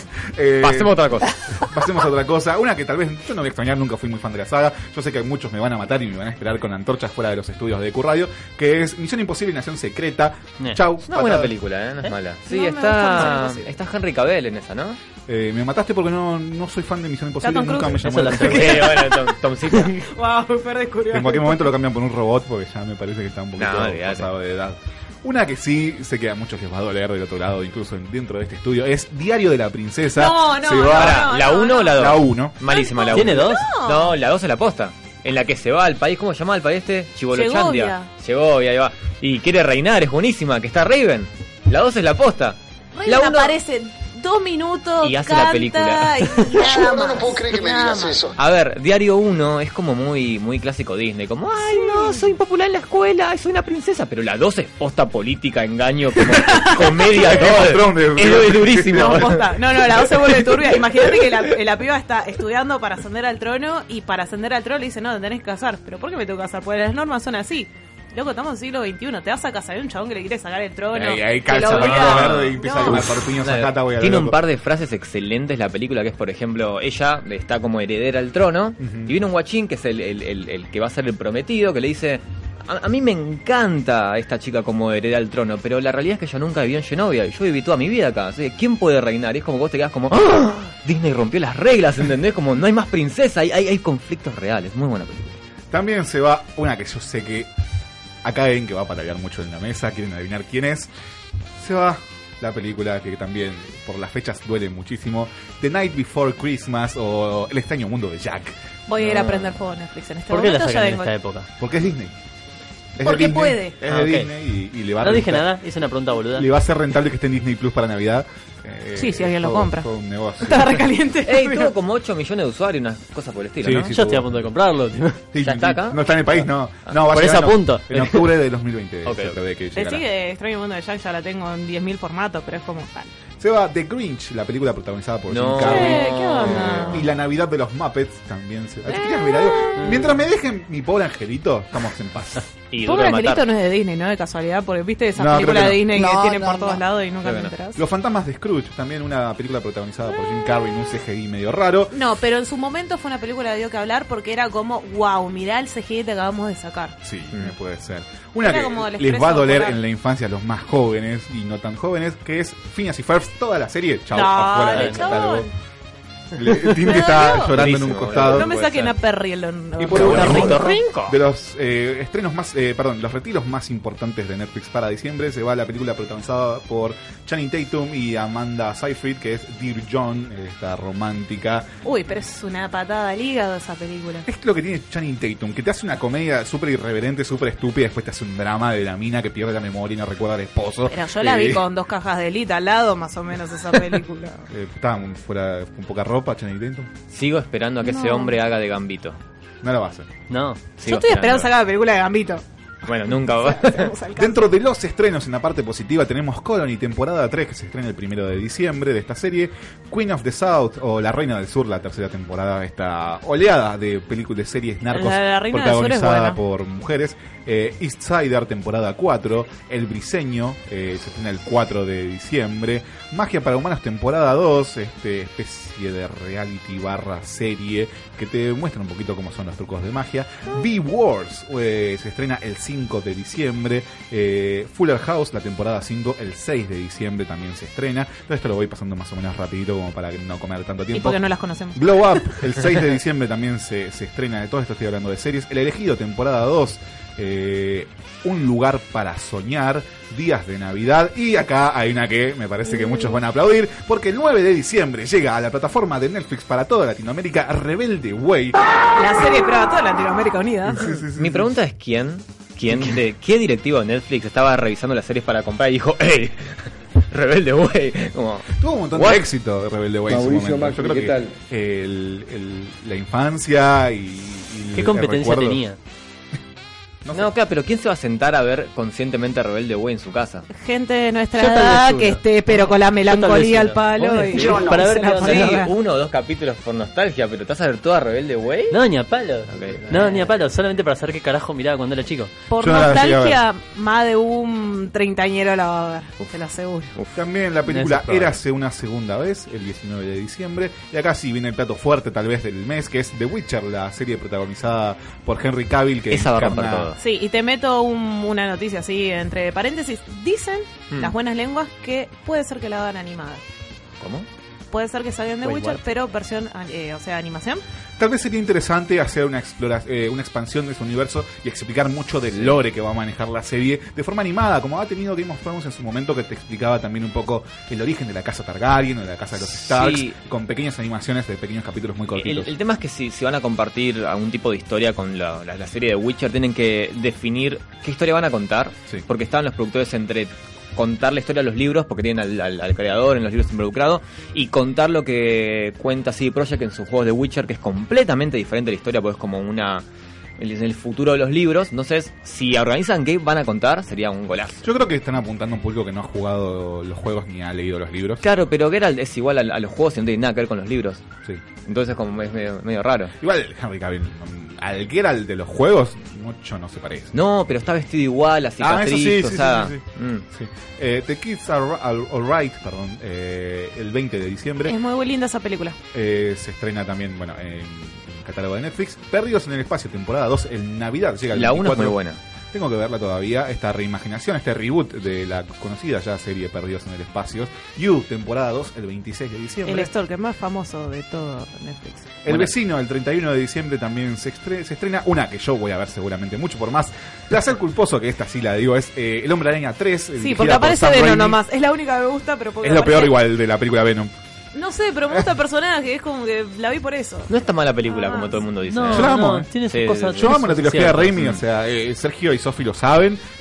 Speaker 7: Eh,
Speaker 10: Pasemos a otra cosa.
Speaker 7: Pasemos a otra cosa. Una que tal vez yo no voy a extrañar, nunca fui muy fan de la saga. Yo sé que muchos me van a matar y me van a esperar con antorchas fuera de los estudios de Q-Radio. Que es Misión Imposible y Nación Secreta.
Speaker 9: Eh.
Speaker 7: Chau.
Speaker 10: Es una buena
Speaker 7: patada.
Speaker 10: película, ¿eh? No es mala. Sí,
Speaker 8: No, me
Speaker 10: está,
Speaker 8: gusta Misión Imposible.
Speaker 10: está Henry Cavill en esa, ¿no?
Speaker 7: Eh, me mataste porque no, no soy fan de Misión Imposible.
Speaker 8: Tom
Speaker 7: Nunca me
Speaker 8: Cruise.
Speaker 7: llamó
Speaker 9: Eso
Speaker 7: la
Speaker 9: la
Speaker 7: atención.
Speaker 9: sé.
Speaker 10: Sí, bueno, Tom, Tomcito.
Speaker 8: Wow, per descubrió.
Speaker 7: En cualquier momento lo cambian por un robot porque ya me parece que está un poquito
Speaker 10: No, olvídate.
Speaker 7: pasado de edad. Una que sí sé que a muchos les va a doler del otro lado, incluso dentro de este estudio, es Diario de la Princesa.
Speaker 8: No, no,
Speaker 7: Se
Speaker 8: no,
Speaker 7: va-
Speaker 10: Pará,
Speaker 8: no,
Speaker 10: ¿la
Speaker 8: no,
Speaker 10: uno o la dos?
Speaker 7: La uno.
Speaker 10: Malísima la uno.
Speaker 9: ¿Tiene dos?
Speaker 10: No, la dos es la posta. En la que se va al país, ¿cómo se llama el país este? Chivolochandia.
Speaker 8: Segovia.
Speaker 10: Segovia, ahí va. Y quiere reinar, es buenísima, que está Raven. La dos es la posta.
Speaker 8: Raven
Speaker 10: La uno-
Speaker 8: aparece dos minutos
Speaker 10: Y hace
Speaker 8: canta
Speaker 10: la película.
Speaker 8: y nada más. Nada más.
Speaker 11: eso.
Speaker 10: A ver, Diario uno es como muy muy clásico Disney, como, ay no, soy popular en la escuela, soy una princesa, pero la dos es posta política, engaño, como comedia,
Speaker 7: Game of
Speaker 10: todo.
Speaker 7: Thrones de-
Speaker 10: Es, es durísimo.
Speaker 8: No, posta. no, no, la dos se vuelve turbia. Imagínate que la, la piba está estudiando para ascender al trono y para ascender al trono le dice, no, te tenés que casar. ¿Pero por qué me tengo que casar? Porque las normas son así. Loco, estamos en el siglo veintiuno, te vas a casar, hay un chabón que le quiere sacar el trono.
Speaker 7: Ahí, ahí
Speaker 8: que lo
Speaker 7: calza
Speaker 8: obliga-
Speaker 7: pañuelo verde y empieza
Speaker 8: No.
Speaker 7: a quemar parpiños a Cata, voy a
Speaker 10: Tiene
Speaker 7: loco.
Speaker 10: un par de frases excelentes la película, que es, por ejemplo, ella está como heredera al trono,
Speaker 7: Ujú.
Speaker 10: y viene un guachín, que es el, el- el- el que va a ser el prometido, que le dice, a, a mí me encanta esta chica como heredera al trono, pero la realidad es que ella nunca vivió en Genovia, y yo viví toda mi vida acá, así que ¿quién puede reinar? Y es como que vos te quedás como, ¡ah! Disney rompió las reglas, ¿entendés? Como no hay más princesa, hay, hay, hay conflictos reales, muy buena película.
Speaker 7: También se va una que yo sé que acá ven que va a patalear mucho en la mesa, quieren adivinar quién es. Se va la película que también por las fechas duele muchísimo, The Night Before Christmas o El extraño mundo de Jack.
Speaker 8: Voy a ir a
Speaker 10: No.
Speaker 8: prender fuego a Netflix en este
Speaker 9: ¿Por qué la
Speaker 8: momento. Ya
Speaker 9: sacan en
Speaker 8: vengo.
Speaker 9: esta época?
Speaker 7: Porque es Disney. Es de
Speaker 8: Porque
Speaker 7: Disney,
Speaker 8: puede.
Speaker 7: Es
Speaker 9: Ah,
Speaker 7: de
Speaker 9: ok.
Speaker 7: Disney y, y le va a
Speaker 9: No dije
Speaker 7: rentar-
Speaker 9: nada, hice una pregunta boluda.
Speaker 7: Le va a ser rentable que esté en Disney Plus para Navidad. Eh,
Speaker 8: Sí, si alguien lo
Speaker 7: todo-
Speaker 8: compra.
Speaker 7: todo un negocio.
Speaker 8: Estaba recaliente.
Speaker 10: Ey, tuvo como ocho millones de usuarios, unas cosas por el estilo,
Speaker 7: Sí,
Speaker 10: ¿no?
Speaker 7: sí.
Speaker 9: Yo estoy a punto de comprarlo, tío.
Speaker 7: Sí,
Speaker 10: ¿Ya
Speaker 7: sí,
Speaker 10: está
Speaker 7: sí.
Speaker 10: acá?
Speaker 7: No está en el país, no. no va
Speaker 9: Por
Speaker 7: a
Speaker 9: eso
Speaker 7: llegar en-
Speaker 9: apunto.
Speaker 7: En octubre de dos mil veinte
Speaker 10: Ok,
Speaker 7: se
Speaker 10: ok.
Speaker 7: prevé que
Speaker 8: Te
Speaker 7: llegará.
Speaker 8: sigue Extraño Mundo de Jack, ya la tengo en diez mil formatos, pero es como tal.
Speaker 7: Se va The Grinch, la película protagonizada por
Speaker 10: No.
Speaker 7: Jim Carrey.
Speaker 8: Eh, ¿qué onda?
Speaker 7: Y La Navidad de los Muppets también se va. ¿Querías ver algo? Mientras me dejen mi pobre angelito, estamos en paz.
Speaker 10: Y
Speaker 8: Pobre
Speaker 10: duro de
Speaker 8: Angelito
Speaker 10: matar.
Speaker 8: no es de Disney, ¿no? De casualidad, porque viste esa
Speaker 7: No,
Speaker 8: película
Speaker 7: creo que
Speaker 8: de
Speaker 7: no.
Speaker 8: Disney que
Speaker 12: No,
Speaker 8: tienen
Speaker 12: no,
Speaker 8: por todos
Speaker 12: no.
Speaker 8: lados y nunca
Speaker 10: Creo
Speaker 8: te
Speaker 10: que no.
Speaker 8: enterás.
Speaker 7: Los fantasmas de Scrooge, también una película protagonizada por Jim Carrey en un C G I medio raro.
Speaker 8: No, pero en su momento fue una película que dio que hablar porque era como, wow, mirá el C G I que acabamos de sacar.
Speaker 7: Sí, me puede ser. Una
Speaker 8: Era
Speaker 7: que
Speaker 8: como el
Speaker 7: les
Speaker 8: expreso
Speaker 7: va a doler
Speaker 8: polar.
Speaker 7: en la infancia a los más jóvenes y no tan jóvenes, que es Phineas y Ferb, toda la serie, chao,
Speaker 8: Dale,
Speaker 7: afuera del
Speaker 8: chabón.
Speaker 7: catálogo. Le- Tinti
Speaker 8: Me
Speaker 7: está
Speaker 8: dolió.
Speaker 7: llorando en un
Speaker 10: Buenísimo,
Speaker 7: costado.
Speaker 8: No me
Speaker 10: puede
Speaker 8: saquen
Speaker 10: ser.
Speaker 8: a Perry el don-
Speaker 7: Y por
Speaker 8: don-
Speaker 7: último,
Speaker 8: Rinco.
Speaker 10: Rinco.
Speaker 7: de los eh, estrenos más, eh, perdón, los retiros más importantes de Netflix para diciembre, se va la película protagonizada por Channing Tatum y Amanda Seyfried, que es Dear John, esta romántica.
Speaker 8: Uy, pero es una patada al hígado esa película.
Speaker 7: Es lo que tiene Channing Tatum, que te hace una comedia súper irreverente, súper estúpida, y después te hace un drama de la mina que pierde la memoria y no recuerda al esposo.
Speaker 8: Pero yo la
Speaker 7: Eh,
Speaker 8: vi con dos cajas de Elite al lado, más o menos, esa película.
Speaker 7: eh, estaba fuera con poca ropa, Channing Tatum.
Speaker 10: Sigo esperando a que ese
Speaker 8: No.
Speaker 10: hombre haga de Gambito.
Speaker 7: No lo va a hacer.
Speaker 9: No.
Speaker 8: Yo estoy esperando sacar la película de Gambito.
Speaker 10: Bueno, nunca va.
Speaker 7: Dentro de los estrenos, en la parte positiva, tenemos Colony, temporada tres, que se estrena el primero de diciembre de esta serie. Queen of the South, o La Reina del Sur, la tercera temporada, esta oleada de películas, de series narcos
Speaker 8: La- la Reina del Sur es
Speaker 7: protagonizada
Speaker 8: buena.
Speaker 7: por mujeres. Eh, East Sider, temporada cuatro. El Briseño, eh, se estrena el cuatro de diciembre. Magia para Humanos, temporada dos, este, especie de reality barra serie que te muestra un poquito cómo son los trucos de magia. V-Wars, eh, se estrena el cinco de diciembre. eh, Fuller House, la temporada cinco, el seis de diciembre también se estrena. Todo esto lo voy pasando más o menos rapidito como para que no comer tanto
Speaker 8: Y
Speaker 7: tiempo.
Speaker 8: porque no las conocemos.
Speaker 7: Glow Up, el seis de diciembre también se, se estrena. De todo esto estoy hablando de series. El Elegido, temporada dos. Eh, un lugar para soñar, días de Navidad, y acá hay una que me parece que muchos van a aplaudir, porque el nueve de diciembre llega a la plataforma de Netflix para toda Latinoamérica Rebelde Way.
Speaker 8: La serie para toda Latinoamérica Unida.
Speaker 10: Mi pregunta es quién, quién, de qué directivo de Netflix estaba revisando las series para comprar y dijo, ¡Ey! Rebelde Way. Como,
Speaker 7: Tuvo un montón
Speaker 10: What?
Speaker 7: de éxito de Rebelde Way en su
Speaker 13: Mauricio
Speaker 7: momento. Yo
Speaker 13: Macri,
Speaker 7: creo
Speaker 13: ¿qué
Speaker 7: que el- el- la infancia y, y
Speaker 9: ¿Qué
Speaker 7: el
Speaker 9: competencia
Speaker 7: recuerdo-
Speaker 9: tenía?
Speaker 7: No sé.
Speaker 10: no, claro, pero ¿quién se va a sentar a ver conscientemente Rebelde Way en su casa?
Speaker 8: Gente de nuestra
Speaker 9: Yo tal vez
Speaker 8: edad
Speaker 9: uno.
Speaker 8: que esté, pero con la melancolía al
Speaker 9: uno.
Speaker 8: palo.
Speaker 9: Bueno,
Speaker 8: Y
Speaker 9: sí,
Speaker 8: yo no,
Speaker 9: para ver
Speaker 8: se
Speaker 9: qué
Speaker 8: la
Speaker 9: onda.
Speaker 8: ponía
Speaker 10: Sí,
Speaker 8: a ver.
Speaker 10: uno o dos capítulos por nostalgia, pero ¿te vas a ver toda Rebelde Way?
Speaker 9: No, ni a palo.
Speaker 10: Ok.
Speaker 9: No, ni a palo, solamente para saber qué carajo miraba cuando era chico.
Speaker 8: Por
Speaker 7: Yo no la llegué a
Speaker 8: nostalgia, más de un treintañero la va a ver, te lo aseguro.
Speaker 7: También la película
Speaker 9: Eso es probable.
Speaker 7: Érase una segunda vez, el diecinueve de diciembre. Y acá sí viene el plato fuerte tal vez del mes, que es The Witcher, la serie protagonizada por Henry Cavill. Que
Speaker 10: Esa va a romper
Speaker 7: encarna-
Speaker 10: todo.
Speaker 8: Sí, y te meto un- una noticia así, entre paréntesis. Dicen
Speaker 10: Hmm.
Speaker 8: las buenas lenguas que puede ser que la hagan animada.
Speaker 10: ¿Cómo?
Speaker 8: Puede ser que salgan de
Speaker 10: Wait,
Speaker 8: Witcher,
Speaker 10: what?
Speaker 8: pero versión, eh, o sea, animación.
Speaker 7: Tal vez sería interesante hacer una explora eh, una expansión de su universo y explicar mucho del lore que va a manejar la serie de forma animada, como ha tenido Game of Thrones en su momento, que te explicaba también un poco el origen de la casa Targaryen o de la casa de los Starks,
Speaker 10: Sí.
Speaker 7: con pequeñas animaciones de pequeños capítulos muy
Speaker 10: El,
Speaker 7: cortitos.
Speaker 10: el tema es que si, si van a compartir algún tipo de historia con la, la- la serie de Witcher, tienen que definir qué historia van a contar,
Speaker 7: Sí.
Speaker 10: porque estaban los productores entre contar la historia de los libros, porque tienen al, al- al creador en los libros involucrado, y contar lo que cuenta C D Projekt en sus juegos de Witcher, que es completamente diferente a la historia, porque es como una... el, el futuro de los libros. Entonces, si organizan qué van a contar, sería un golazo.
Speaker 7: Yo creo que están apuntando a un público que no ha jugado los juegos ni ha leído los libros.
Speaker 10: Claro, pero Geralt es igual a, a los juegos y no tiene nada que ver con los libros.
Speaker 7: Sí.
Speaker 10: Entonces, como es medio, medio raro.
Speaker 7: Igual Henry Cavill, mm, al Geralt de los juegos, mucho no se parece.
Speaker 10: No, pero está vestido igual, la
Speaker 7: Ah, eso
Speaker 10: cicatriz,
Speaker 7: sí,
Speaker 10: o
Speaker 7: sí,
Speaker 10: sea...
Speaker 7: sí, sí.
Speaker 10: mm.
Speaker 7: Sí. Eh, The Kids Are All- Alright, perdón, eh, el veinte de diciembre.
Speaker 8: Es muy linda esa película.
Speaker 7: Eh, se estrena también, bueno, en, en catálogo de Netflix. Perdidos en el espacio, temporada dos, el Navidad llega el
Speaker 10: La uno es
Speaker 7: veinticuatro.
Speaker 10: muy buena.
Speaker 7: Tengo que verla todavía, esta reimaginación, este reboot de la conocida ya serie Perdidos en el espacio. You, temporada dos, el veintiséis de diciembre.
Speaker 8: El stalker más famoso de todo Netflix.
Speaker 7: El
Speaker 8: Bueno.
Speaker 7: vecino, el treinta y uno de diciembre también se, estre- se estrena una que yo voy a ver seguramente mucho por más. Placer culposo, que esta sí la digo, es eh, El Hombre Araña tres.
Speaker 8: Sí,
Speaker 7: dirigida
Speaker 8: porque
Speaker 7: por
Speaker 8: aparece
Speaker 7: Sam
Speaker 8: Venom
Speaker 7: Raimi.
Speaker 8: nomás. Es la única que me gusta, pero porque
Speaker 7: Es lo
Speaker 8: aparece-
Speaker 7: peor igual de la película Venom.
Speaker 8: No sé, pero me gusta el personaje. Es como que la vi por eso.
Speaker 10: No está mala película,
Speaker 8: Ah,
Speaker 10: como todo el mundo dice.
Speaker 9: no,
Speaker 10: ¿eh?
Speaker 7: Yo la amo.
Speaker 9: no,
Speaker 7: eh.
Speaker 9: tiene sus
Speaker 10: Sí,
Speaker 9: cosas.
Speaker 10: sí,
Speaker 7: Yo
Speaker 9: tiene
Speaker 7: amo la
Speaker 9: sus
Speaker 7: trilogía de
Speaker 9: aciertos.
Speaker 7: Raimi, o sea, eh, Sergio y Sofi lo saben.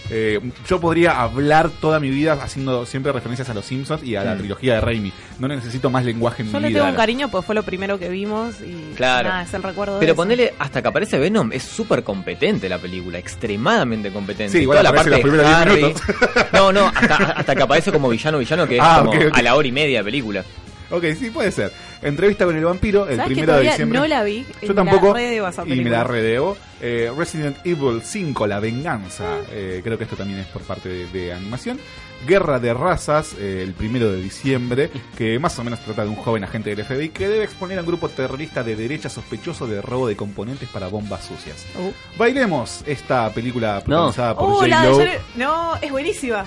Speaker 7: Eh, yo podría hablar toda mi vida haciendo siempre referencias a los Simpsons y a la
Speaker 10: Mm.
Speaker 7: trilogía de Raimi. No necesito más lenguaje en
Speaker 8: Yo
Speaker 7: mi
Speaker 8: le
Speaker 7: vida.
Speaker 8: tengo un cariño, pues fue lo primero que vimos y
Speaker 10: Claro.
Speaker 8: nada, es el recuerdo de
Speaker 10: Pero
Speaker 8: eso.
Speaker 10: ponele, hasta que aparece Venom, es súper competente la película, extremadamente competente.
Speaker 7: Sí, igual
Speaker 10: Toda la
Speaker 7: aparece
Speaker 10: parte
Speaker 7: los
Speaker 10: de
Speaker 7: primeros diez
Speaker 10: Harry.
Speaker 7: minutos.
Speaker 10: No, no, hasta, hasta que aparece como villano villano, que es
Speaker 7: Ah,
Speaker 10: como
Speaker 7: ok, ok.
Speaker 10: a la hora y media de película.
Speaker 7: Ok, sí, puede ser. Entrevista con el vampiro, el
Speaker 8: ¿Sabes que
Speaker 7: primero de
Speaker 8: todavía
Speaker 7: diciembre.
Speaker 8: no la vi? Y
Speaker 7: Yo
Speaker 8: me la
Speaker 7: tampoco.
Speaker 8: redebo a esa
Speaker 7: y me
Speaker 8: película.
Speaker 7: la redebo. Eh, Resident Evil cinco, La Venganza. Eh, creo que esto también es por parte de, de animación. Guerra de Razas, eh, el primero de diciembre, que más o menos trata de un joven agente del F B I que debe exponer a un grupo terrorista de derecha sospechoso de robo de componentes para bombas sucias.
Speaker 8: Uh.
Speaker 7: Bailemos esta película protagonizada por
Speaker 8: Oh,
Speaker 7: J.
Speaker 8: la de
Speaker 7: Lo.
Speaker 8: Jenny- No, es buenísima.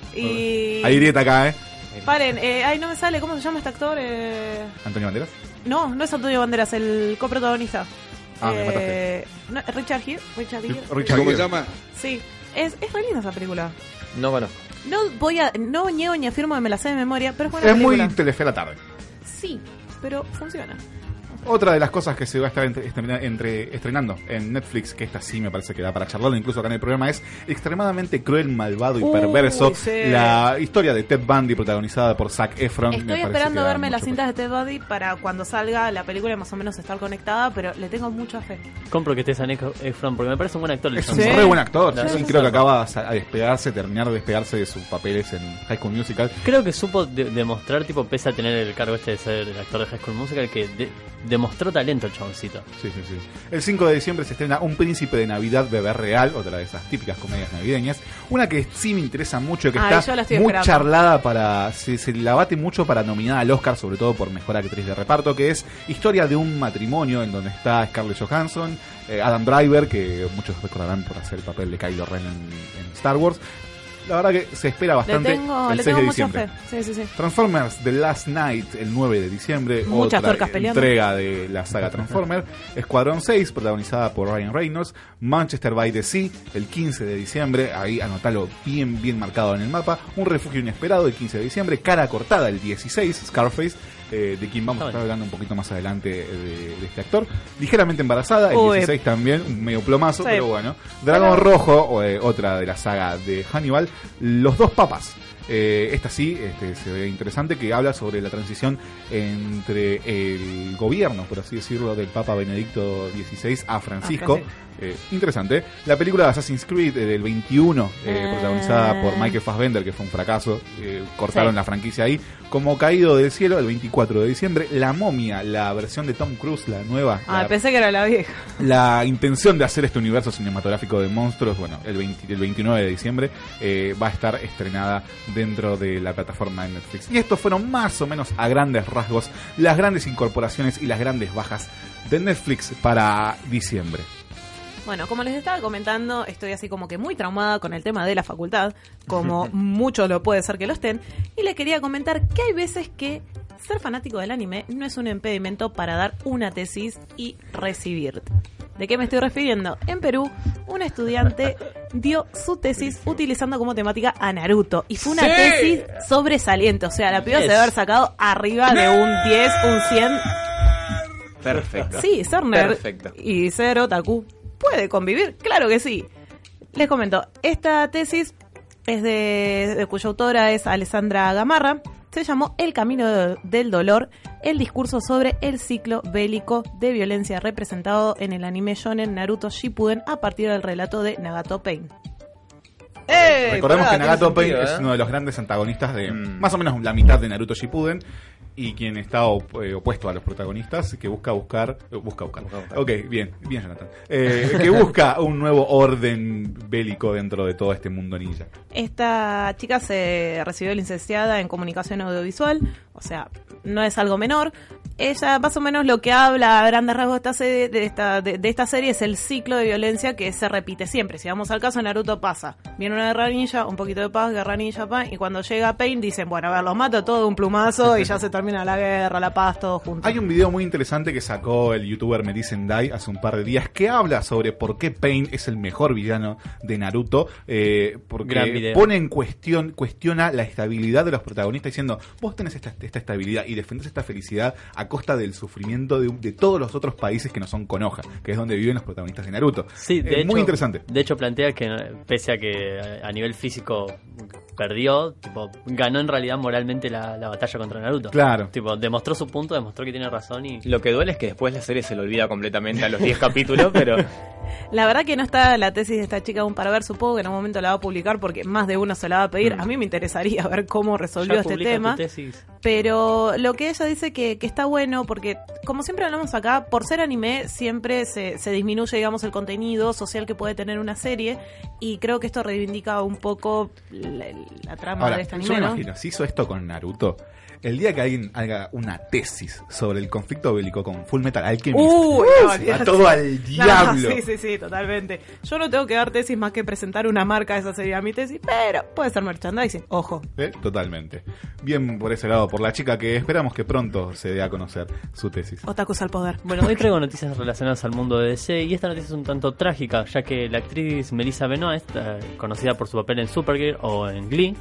Speaker 8: Y...
Speaker 7: Hay grieta acá, ¿eh?
Speaker 8: Paren, eh, ay, no me sale, ¿cómo se llama este actor? Eh...
Speaker 7: Antonio Banderas.
Speaker 8: No, no es Antonio Banderas, el coprotagonista.
Speaker 7: Ah, me
Speaker 8: eh... no, Richard Gere. Richard Gere.
Speaker 7: Richard
Speaker 13: ¿Cómo
Speaker 7: Gere.
Speaker 13: se llama?
Speaker 8: Sí, es, es re linda esa película.
Speaker 10: No conozco.
Speaker 8: No voy a, no niego ni afirmo que me la sé de memoria, pero es buena
Speaker 7: Es muy
Speaker 8: película.
Speaker 7: Telefe a la tarde.
Speaker 8: Sí, pero funciona.
Speaker 7: Otra de las cosas que se va a estar entre, entre- entre- estrenando en Netflix, que esta sí me parece que da para charlarlo incluso acá en el programa, es Extremadamente Cruel, Malvado y
Speaker 8: Uy,
Speaker 7: Perverso.
Speaker 8: sí.
Speaker 7: La historia de Ted Bundy protagonizada por Zac Efron. me
Speaker 8: Estoy
Speaker 7: parece
Speaker 8: esperando
Speaker 7: que da
Speaker 8: verme las
Speaker 7: mucho
Speaker 8: cintas de Ted Bundy para cuando salga la película más o menos estar conectada, pero le tengo mucha fe.
Speaker 9: Compro que estés a Zac Efron porque me parece un buen actor. el
Speaker 7: Es un
Speaker 9: chabón.
Speaker 7: re buen actor.
Speaker 9: La
Speaker 7: Sí,
Speaker 9: verdad
Speaker 7: creo que
Speaker 9: es
Speaker 7: acaba a despegarse, terminar de despegarse de sus papeles en High School Musical.
Speaker 9: Creo que supo de- demostrar, tipo, pese a tener el cargo este de ser el actor de High School Musical, que de- demostró talento el chaboncito.
Speaker 7: Sí, sí, sí. El cinco de diciembre se estrena Un Príncipe de Navidad, Bebé Real, otra de esas típicas comedias navideñas. Una que sí me interesa mucho, que
Speaker 8: Ay,
Speaker 7: está
Speaker 8: yo la estoy
Speaker 7: muy
Speaker 8: esperando.
Speaker 7: charlada para. Se, se la bate mucho para nominar al Oscar, sobre todo por mejor actriz de reparto, que es Historia de un matrimonio, en donde está Scarlett Johansson, eh, Adam Driver, que muchos recordarán por hacer el papel de Kylo Ren en, en Star Wars. La verdad que se espera
Speaker 8: Le
Speaker 7: bastante
Speaker 8: tengo,
Speaker 7: el
Speaker 8: le
Speaker 7: seis
Speaker 8: tengo
Speaker 7: de
Speaker 8: mucha
Speaker 7: diciembre.
Speaker 8: fe. Sí, sí, sí.
Speaker 7: Transformers The Last Night, el nueve de diciembre,
Speaker 8: Muchas
Speaker 7: otra
Speaker 8: tuercas peleando.
Speaker 7: entrega de la saga Transformers. Escuadrón seis, protagonizada por Ryan Reynolds. Manchester by the Sea, el quince de diciembre, ahí anotalo bien, bien marcado en el mapa. Un refugio inesperado, el quince de diciembre. Cara cortada, el dieciséis, Scarface, eh, de quien vamos a estar hablando un poquito más adelante de, de este actor. Ligeramente embarazada, el
Speaker 8: Uy.
Speaker 7: dieciséis también, un medio plomazo,
Speaker 8: Sí.
Speaker 7: pero bueno. Dragón Rojo, eh, otra de la saga de Hannibal. Los dos papas. Eh, esta sí, este, se ve interesante, que habla sobre la transición entre el gobierno, por así decirlo, del Papa Benedicto dieciséis a Francisco.
Speaker 8: A Francisco.
Speaker 7: Eh, interesante. La película de Assassin's Creed eh, del veintiuno, eh,
Speaker 8: Ah.
Speaker 7: protagonizada por Michael Fassbender, que fue un fracaso. Eh, cortaron
Speaker 8: Sí.
Speaker 7: la franquicia ahí. Como Caído del Cielo, el veinticuatro de diciembre. La Momia, la versión de Tom Cruise, la nueva.
Speaker 8: Ah,
Speaker 7: la-
Speaker 8: pensé que era la vieja.
Speaker 7: la intención de hacer este universo cinematográfico de monstruos, bueno, el, veinte el veintinueve de diciembre eh, va a estar estrenada dentro de la plataforma de Netflix. Y estos fueron más o menos a grandes rasgos las grandes incorporaciones y las grandes bajas de Netflix para diciembre.
Speaker 8: Bueno, como les estaba comentando, estoy así como que muy traumada con el tema de la facultad, como muchos lo puede ser que lo estén, y le quería comentar que hay veces que ser fanático del anime no es un impedimento para dar una tesis y recibirte. ¿De qué me estoy refiriendo? En Perú, un estudiante dio su tesis utilizando como temática a Naruto, y fue una
Speaker 10: ¡Sí!
Speaker 8: tesis sobresaliente, o sea, la piba se
Speaker 10: Yes.
Speaker 8: debe haber sacado arriba de un diez, un cien.
Speaker 10: Perfecto.
Speaker 8: Sí, ser nerd
Speaker 10: Perfecto.
Speaker 8: y ser otaku puede convivir, claro que sí. Les comento, esta tesis es de, de cuya autora es Alessandra Gamarra. Se llamó El Camino de- del Dolor, el discurso sobre el ciclo bélico de violencia representado en el anime shonen Naruto Shippuden a partir del relato de Nagato Pain.
Speaker 10: ¡Ey!
Speaker 7: Recordemos
Speaker 10: pará,
Speaker 7: que Nagato
Speaker 10: tiene
Speaker 7: Pain
Speaker 10: sentido,
Speaker 7: es
Speaker 10: ¿eh?
Speaker 7: uno de los grandes antagonistas de
Speaker 10: Mm.
Speaker 7: más o menos la mitad de Naruto Shippuden, y quien está op- eh, opuesto a los protagonistas, que busca buscar eh, busca buscar,
Speaker 10: Busca buscar.
Speaker 7: ok, bien, bien Jonathan, eh, que busca un nuevo orden bélico dentro de todo este mundo ninja.
Speaker 8: Esta chica se recibió licenciada en comunicación audiovisual, o sea, no es algo menor. Ella más o menos lo que habla a grandes rasgos de esta, serie, de, esta, de, de esta serie es el ciclo de violencia que se repite siempre. Si vamos al caso, Naruto pasa. Viene una guerra ninja, un poquito de paz, guerra ninja, paz, y cuando llega Pain dicen, bueno, a ver, los mato todo de un plumazo y ya se termina termina la guerra, la paz, todo junto.
Speaker 7: Hay un video muy interesante que sacó el youtuber Medicendai hace un par de días que habla sobre por qué Pain es el mejor villano de Naruto, eh, porque pone en cuestión, cuestiona la estabilidad de los protagonistas diciendo, vos tenés esta, esta estabilidad y defendés esta felicidad a costa del sufrimiento de, de todos los otros países que no son Konoha, que es donde viven los protagonistas de Naruto.
Speaker 9: Sí, de
Speaker 7: eh,
Speaker 9: hecho,
Speaker 7: muy interesante.
Speaker 9: De hecho plantea que pese a que a nivel físico perdió, tipo, ganó en realidad moralmente la, la batalla contra Naruto.
Speaker 7: Claro.
Speaker 9: Tipo, demostró su punto, demostró que tiene razón y...
Speaker 10: Lo que duele es que después la serie se lo olvida completamente a los diez capítulos, pero...
Speaker 8: La verdad que no está la tesis de esta chica aún para ver, supongo que en un momento la va a publicar porque más de uno se la va a pedir. Mm. A mí me interesaría ver cómo resolvió este tema. Pero lo que ella dice que, que está bueno porque, como siempre hablamos acá, por ser anime siempre se, se disminuye, digamos, el contenido social que puede tener una serie y creo que esto reivindica un poco la, la trama
Speaker 7: Ahora,
Speaker 8: de este anime,
Speaker 7: yo me
Speaker 8: ¿no?
Speaker 7: imagino, si hizo esto con Naruto, el día que alguien haga una tesis sobre el conflicto bélico con Full Metal Alchemist,
Speaker 8: Uy,
Speaker 7: uh,
Speaker 8: no,
Speaker 7: se va todo al diablo.
Speaker 8: No, sí, sí, sí, totalmente. Yo no tengo que dar tesis más que presentar una marca, esa sería mi tesis, pero puede ser merchandising, ojo.
Speaker 7: ¿Eh? Totalmente. Bien por ese lado, por la chica que esperamos que pronto se dé a conocer su tesis.
Speaker 8: Otakus al poder.
Speaker 9: Bueno, hoy traigo noticias relacionadas al mundo de D C y esta noticia es un tanto trágica, ya que la actriz Melissa Benoist, eh, conocida por su papel en Supergirl o en Glee,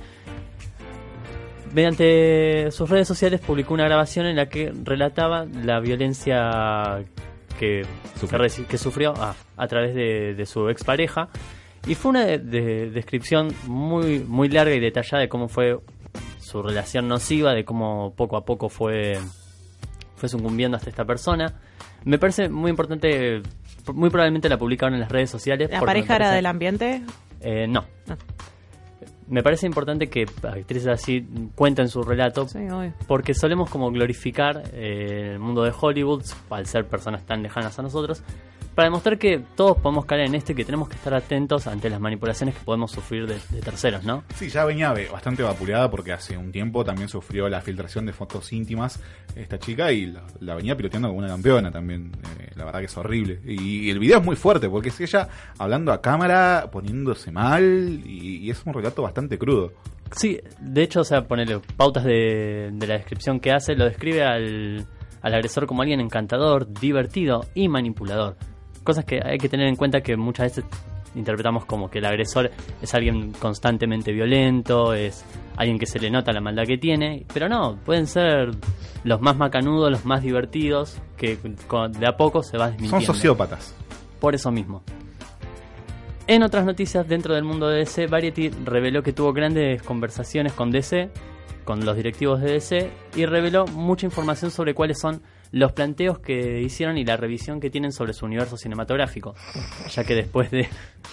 Speaker 9: mediante sus redes sociales publicó una grabación en la que relataba la violencia que, que, que sufrió a, a través de, de su expareja. Y fue una de, de, descripción muy, muy larga y detallada de cómo fue su relación nociva, de cómo poco a poco fue, fue sucumbiendo hasta esta persona. Me parece muy importante, muy probablemente la publicaron en las redes sociales.
Speaker 8: ¿La pareja era del ambiente?
Speaker 9: Eh, no. no. Me parece importante que actrices así cuenten su relato,
Speaker 8: sí, obvio,
Speaker 9: porque solemos como glorificar eh, el mundo de Hollywood al ser personas tan lejanas a nosotros, para demostrar que todos podemos caer en esto y que tenemos que estar atentos ante las manipulaciones que podemos sufrir de, de terceros, ¿no?
Speaker 7: Sí, ya venía bastante vapuleada porque hace un tiempo también sufrió la filtración de fotos íntimas esta chica y la, la venía piloteando como una campeona también. Eh, la verdad que es horrible. Y, y el video es muy fuerte porque es ella hablando a cámara, poniéndose mal y, y es un relato bastante crudo.
Speaker 9: Sí, de hecho, o sea, ponerle pautas de, de la descripción que hace, lo describe al, al agresor como alguien encantador, divertido y manipulador. Cosas que hay que tener en cuenta que muchas veces interpretamos como que el agresor es alguien constantemente violento, es alguien que se le nota la maldad que tiene, pero no, pueden ser los más macanudos, los más divertidos, que de a poco se va desmintiendo.
Speaker 7: Son sociópatas.
Speaker 9: Por eso mismo. En otras noticias dentro del mundo de D C, Variety reveló que tuvo grandes conversaciones con D C, con los directivos de D C, y reveló mucha información sobre cuáles son los planteos que hicieron y la revisión que tienen sobre su universo cinematográfico, ya que después de...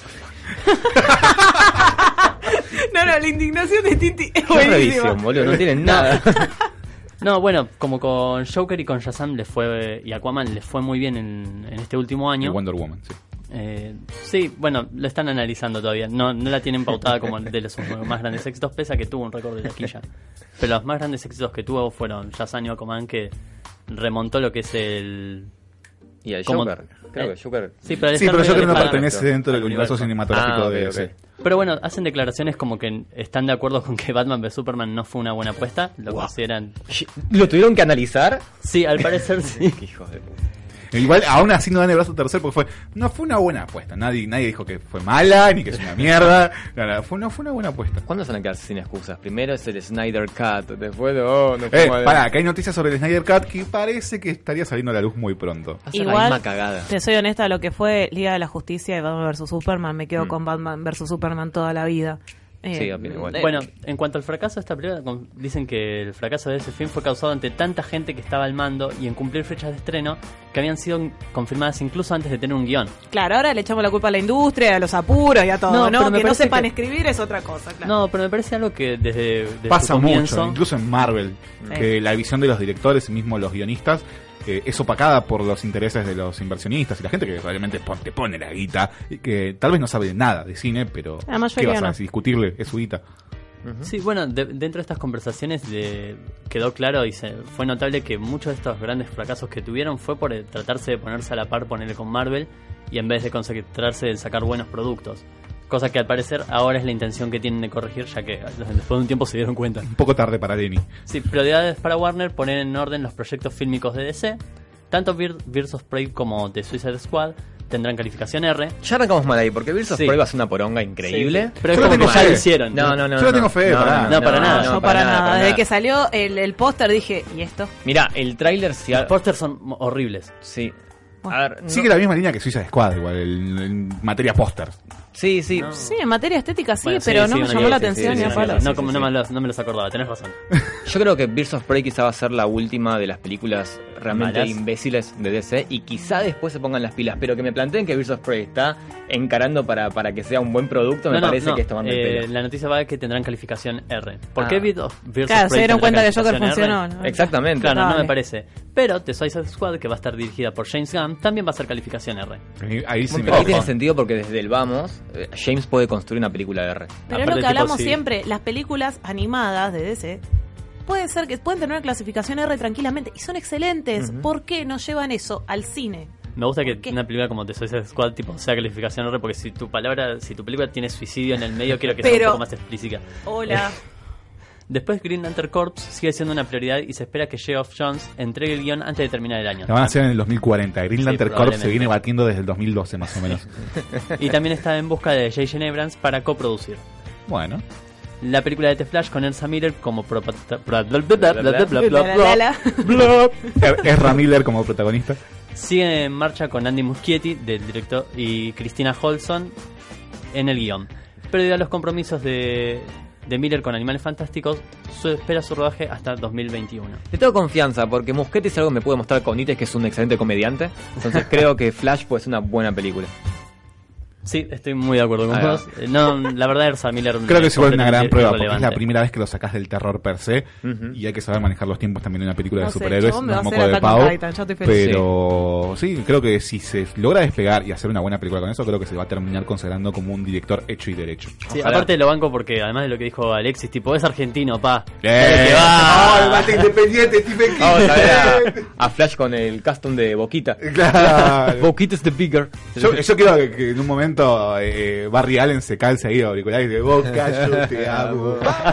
Speaker 8: No, no, la indignación de Tinti es
Speaker 10: buenísima. Revisión, boludo, no tienen nada.
Speaker 9: No, bueno, como con Joker y con Shazam les fue, y Aquaman les fue muy bien en, en este último año.
Speaker 7: Y Wonder Woman, sí.
Speaker 9: Eh, sí, bueno, lo están analizando todavía. No, no la tienen pautada como de los más grandes éxitos, pese a que tuvo un récord de taquilla. Pero los más grandes éxitos que tuvo fueron Shazam y Aquaman, que remontó lo que es el...
Speaker 10: Y el Joker, creo
Speaker 9: eh,
Speaker 10: que Joker...
Speaker 7: Sí, pero, sí, pero Joker no pertenece dentro del universo cinematográfico ah, de D C. Okay.
Speaker 9: Pero bueno, hacen declaraciones como que están de acuerdo con que Batman v Superman no fue una buena apuesta. Lo wow. consideran...
Speaker 10: ¿Lo tuvieron que analizar?
Speaker 9: Sí, al parecer sí.
Speaker 10: Hijos de puta.
Speaker 7: Igual aún así no dan el brazo tercer porque fue no fue una buena apuesta. Nadie nadie dijo que fue mala ni que es una mierda. No, no, fue, no fue una buena apuesta.
Speaker 10: ¿Cuándo se van a quedar sin excusas? Primero es el Snyder Cut, después de oh, no
Speaker 7: eh, pará, acá hay noticias sobre el Snyder Cut que parece que estaría saliendo a la luz muy pronto.
Speaker 8: Igual, la misma cagada. Te soy honesta, lo que fue Liga de la Justicia y Batman versus Superman, me quedo mm. con Batman versus Superman toda la vida.
Speaker 10: Eh, sí, opino igual.
Speaker 9: Bueno, en cuanto al fracaso de esta película, dicen que el fracaso de ese film fue causado ante tanta gente que estaba al mando y en cumplir fechas de estreno que habían sido confirmadas incluso antes de tener un guión.
Speaker 8: Claro, ahora le echamos la culpa a la industria, a los apuros y a todo, ¿no? ¿no? Que no sepan que... escribir es otra cosa, claro.
Speaker 9: No, pero me parece algo que desde, desde
Speaker 7: pasa
Speaker 9: su comienzo...
Speaker 7: mucho, incluso en Marvel, sí. que la visión de los directores y mismo los guionistas Eh, es opacada por los intereses de los inversionistas y la gente que realmente te pone la guita y que tal vez no sabe nada de cine, pero ¿qué vas a no. discutirle? Es su guita.
Speaker 9: Uh-huh. Sí, bueno, de, dentro de estas conversaciones de, quedó claro y se, fue notable que muchos de estos grandes fracasos que tuvieron fue por tratarse de ponerse a la par, ponerle con Marvel, y en vez de concentrarse en sacar buenos productos. Cosa que al parecer ahora es la intención que tienen de corregir, ya que después de un tiempo se dieron cuenta.
Speaker 7: Un poco tarde para Denny.
Speaker 9: Sí, prioridades para Warner: poner en orden los proyectos fílmicos de D C. Tanto Bir- Birds of Prey como The Suicide Squad tendrán calificación R.
Speaker 10: Ya arrancamos mal ahí, porque Birds of
Speaker 9: Sí.
Speaker 10: Prey va a ser una poronga increíble.
Speaker 9: Sí, pero
Speaker 7: Yo
Speaker 9: es
Speaker 7: lo
Speaker 9: como
Speaker 7: tengo
Speaker 9: que ya
Speaker 7: fe.
Speaker 9: lo hicieron.
Speaker 10: No, no, no.
Speaker 7: Yo no tengo fe,
Speaker 10: no,
Speaker 7: pará.
Speaker 9: No, para nada.
Speaker 8: No, para, nada. Desde que salió el, el póster dije, ¿y esto?
Speaker 10: Mira, el tráiler si
Speaker 9: Los pósters son horribles.
Speaker 10: Sí. A ver, no-
Speaker 7: Sigue la misma línea que Suicide Squad, igual, el- en materia póster.
Speaker 10: Sí, sí.
Speaker 9: No.
Speaker 8: Sí, en materia estética sí,
Speaker 9: Bueno, sí,
Speaker 8: pero no
Speaker 9: sí,
Speaker 8: me
Speaker 9: una
Speaker 8: llamó
Speaker 9: idea,
Speaker 8: la
Speaker 9: sí,
Speaker 8: atención
Speaker 9: sí,
Speaker 8: ni
Speaker 9: sí,
Speaker 8: a
Speaker 9: sí,
Speaker 8: palos.
Speaker 9: No, como no, me los, no me los acordaba, tenés razón.
Speaker 10: Yo creo que Birds of Prey quizá va a ser la última de las películas realmente
Speaker 9: Malas.
Speaker 10: imbéciles de D C y quizá después se pongan las pilas, pero que me planteen que Birds of Prey está encarando para, para que sea un buen producto, me
Speaker 9: No, no,
Speaker 10: parece
Speaker 9: no,
Speaker 10: que es tomando el
Speaker 9: eh,
Speaker 10: pelo.
Speaker 9: La noticia va que tendrán calificación R. ¿Por
Speaker 10: Ah.
Speaker 9: qué Birds of, Birds
Speaker 8: Claro,
Speaker 9: of
Speaker 8: se
Speaker 9: Prey
Speaker 8: dieron
Speaker 9: tendrá
Speaker 8: cuenta que Joker
Speaker 9: calificación R?
Speaker 8: funcionó, ¿no?
Speaker 10: Exactamente.
Speaker 9: Claro, no
Speaker 8: Dale.
Speaker 9: me parece. Pero The Suicide Squad, que va a estar dirigida por James Gunn, también va a ser calificación R.
Speaker 7: Ahí, ahí sí
Speaker 10: Bueno,
Speaker 7: me
Speaker 10: pero ahí
Speaker 7: ojo.
Speaker 10: tiene sentido porque desde el vamos, eh, James puede construir una película de R.
Speaker 8: Pero es
Speaker 9: Aparte,
Speaker 8: lo que
Speaker 9: tipo,
Speaker 8: hablamos
Speaker 9: sí.
Speaker 8: siempre, las películas animadas de D C pueden ser que pueden tener una clasificación R tranquilamente y son excelentes.
Speaker 10: Ujú.
Speaker 8: ¿Por qué no llevan eso al cine?
Speaker 9: Me gusta que
Speaker 8: qué?
Speaker 9: una película como The Suicide Squad tipo sea calificación R, porque si tu palabra, si tu película tiene suicidio en el medio, quiero que sea
Speaker 8: Pero-
Speaker 9: un poco más explícita.
Speaker 8: Hola.
Speaker 9: Después Green Lantern Corps sigue siendo una prioridad y se espera que Geoff Johns entregue el guión antes de terminar el año.
Speaker 7: La van a hacer en el dos mil cuarenta. Green
Speaker 9: Sí,
Speaker 7: Lantern Corps se
Speaker 9: probablemente.
Speaker 7: viene batiendo desde el dos mil doce más o menos.
Speaker 9: Y también está en busca de J J Abrams para coproducir.
Speaker 7: Bueno.
Speaker 9: La película de The Flash con Ezra Miller como pro- bla- bla- bla- bla- bla- bla- bla- bla-
Speaker 8: La, la, la.
Speaker 7: Er- Ezra Miller como protagonista.
Speaker 9: sigue en marcha con Andy Muschietti del director y Christina Holson en el guión. Pero debido a los compromisos de, de Miller con Animales Fantásticos, su, espera su rodaje hasta dos mil veintiuno.
Speaker 10: Le tengo confianza porque Muschietti es algo que me puede mostrar Conites, que es un excelente comediante. Entonces creo que Flash puede ser una buena película.
Speaker 9: Sí, estoy muy de acuerdo con
Speaker 10: Ahí va.
Speaker 9: vos. Eh, No, la verdad, Ezra Miller
Speaker 7: Creo que es igual una gran
Speaker 9: completamente
Speaker 7: prueba porque es la
Speaker 9: irrelevante.
Speaker 7: primera vez que lo sacás del terror per se.
Speaker 10: Ujú.
Speaker 7: Y hay que saber manejar los tiempos también en una película
Speaker 8: No
Speaker 7: de
Speaker 8: sé,
Speaker 7: superhéroes.
Speaker 8: chabón, me
Speaker 7: No
Speaker 8: va
Speaker 7: es
Speaker 8: a
Speaker 7: moco
Speaker 8: hacer
Speaker 7: de
Speaker 8: Attack on
Speaker 7: pavo.
Speaker 8: Titan, yo estoy feliz.
Speaker 7: Pero sí, creo que si se logra despegar y hacer una buena película con eso, creo que se va a terminar consagrando como un director hecho y derecho.
Speaker 9: Sí,
Speaker 10: Ojalá.
Speaker 9: aparte lo banco porque además de lo que dijo Alexis, tipo, es argentino, pa.
Speaker 7: ¡Eh!
Speaker 9: que va.
Speaker 7: ¡Ay, independiente, Stephen King!
Speaker 10: Vamos a ver a, a Flash con el custom de Boquita.
Speaker 7: Claro.
Speaker 10: Boquita is the bigger.
Speaker 7: Yo, yo quiero que, que en un momento eh, Barry Allen se calce ahí auriculares y dice, Boca, yo te amo.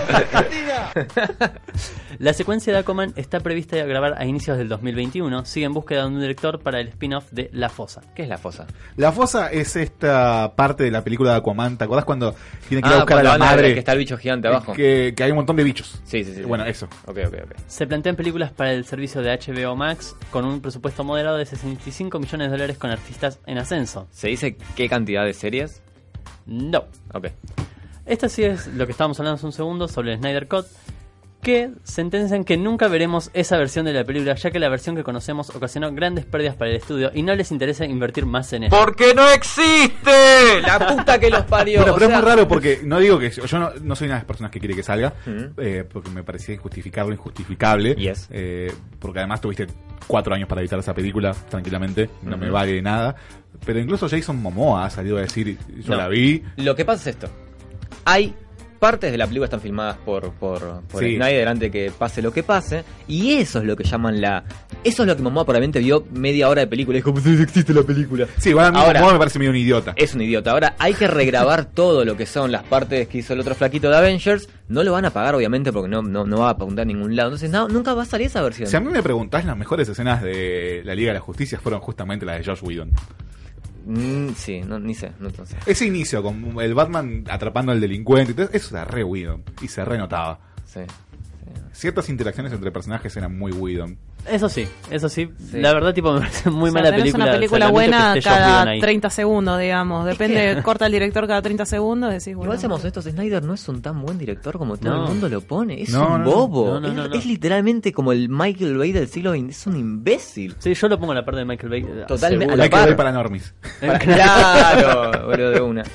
Speaker 9: La secuencia de Aquaman está prevista a grabar a inicios del dos mil veintiuno. Sigue en búsqueda de un director para el spin-off de La Fosa.
Speaker 10: ¿Qué es la fosa?
Speaker 7: La fosa es esta parte de la película de Aquaman. ¿Te acordás cuando tiene que ir a
Speaker 10: Ah,
Speaker 7: buscar a
Speaker 10: cuando
Speaker 7: la
Speaker 10: van a ver
Speaker 7: madre?
Speaker 10: que está el bicho gigante abajo.
Speaker 7: Que, que hay un montón de bichos.
Speaker 10: Sí, sí, sí.
Speaker 7: Bueno,
Speaker 10: sí.
Speaker 7: eso.
Speaker 10: Ok, ok, ok.
Speaker 9: Se plantean películas para el servicio de H B O Max con un presupuesto moderado de sesenta y cinco millones de dólares con artistas en ascenso.
Speaker 10: ¿Se dice qué cantidad de series?
Speaker 9: No.
Speaker 10: Ok.
Speaker 9: Esto sí es lo que estábamos hablando hace un segundo sobre el Snyder Cut, que sentencian que nunca veremos esa versión de la película, ya que la versión que conocemos ocasionó grandes pérdidas para el estudio y no les interesa invertir más en eso.
Speaker 10: ¡Porque no existe! ¡La puta que los parió!
Speaker 7: Bueno,
Speaker 10: O
Speaker 7: pero
Speaker 10: sea-
Speaker 7: es muy raro porque no digo que yo no, no soy una de las personas que quiere que salga,
Speaker 10: Mm.
Speaker 7: eh, porque me parecía injustificable, injustificable.
Speaker 10: Yes.
Speaker 7: eh, porque además tuviste cuatro años para editar esa película tranquilamente, no me
Speaker 10: Ujú.
Speaker 7: vale nada. Pero incluso Jason Momoa ha salido a decir, yo
Speaker 10: No.
Speaker 7: la vi.
Speaker 10: Lo que pasa es esto. Hay partes de la película están filmadas por, por, por
Speaker 7: Sí.
Speaker 10: Snyder antes de que pase lo que pase. Y eso es lo que llaman la... Eso es lo que Momoa probablemente vio media hora de película. Y dijo, pues existe la película.
Speaker 7: Sí, igual a mí
Speaker 10: Ahora-
Speaker 7: Momoa me parece medio un idiota.
Speaker 10: Es un idiota. Ahora hay que regrabar todo lo que son las partes que hizo el otro flaquito de Avengers. No lo van a pagar, obviamente, porque no, no, no va a apuntar a ningún lado. Entonces, no, nunca va a salir esa versión.
Speaker 7: Si a mí me preguntás, las mejores escenas de la Liga de la Justicia fueron justamente las de Josh Whedon.
Speaker 10: Mm, sí, no, ni sé, no, no sé.
Speaker 7: Ese inicio con el Batman atrapando al delincuente, y todo, eso era re Whedon y se renotaba.
Speaker 10: Sí.
Speaker 7: Ciertas interacciones entre personajes eran muy Whedon.
Speaker 9: Eso sí, eso sí.
Speaker 10: Sí.
Speaker 9: La verdad, tipo, me parece muy
Speaker 8: O sea,
Speaker 9: mala
Speaker 8: tenés
Speaker 9: película.
Speaker 8: una película
Speaker 9: o sea, lamento
Speaker 8: buena
Speaker 9: que esté Joss Whedon
Speaker 8: cada
Speaker 9: ahí.
Speaker 8: treinta segundos, digamos. Depende,
Speaker 10: que-
Speaker 8: corta el director cada treinta segundos, decís, bueno.
Speaker 10: Igual seamos honestos, Snyder no es un tan buen director como todo
Speaker 9: No.
Speaker 10: el mundo lo pone. Es
Speaker 7: No,
Speaker 10: un
Speaker 7: no,
Speaker 10: bobo.
Speaker 9: no, no, no,
Speaker 10: es,
Speaker 9: no.
Speaker 10: es literalmente como el Michael Bay del siglo veinte. Es un imbécil.
Speaker 9: Sí, yo lo pongo a la par de Michael Bay. eh,
Speaker 10: Totalmente.
Speaker 9: seguro.
Speaker 10: A la
Speaker 7: Hay que
Speaker 10: par.
Speaker 7: ver para normis.
Speaker 10: Para- claro, boludo, de una.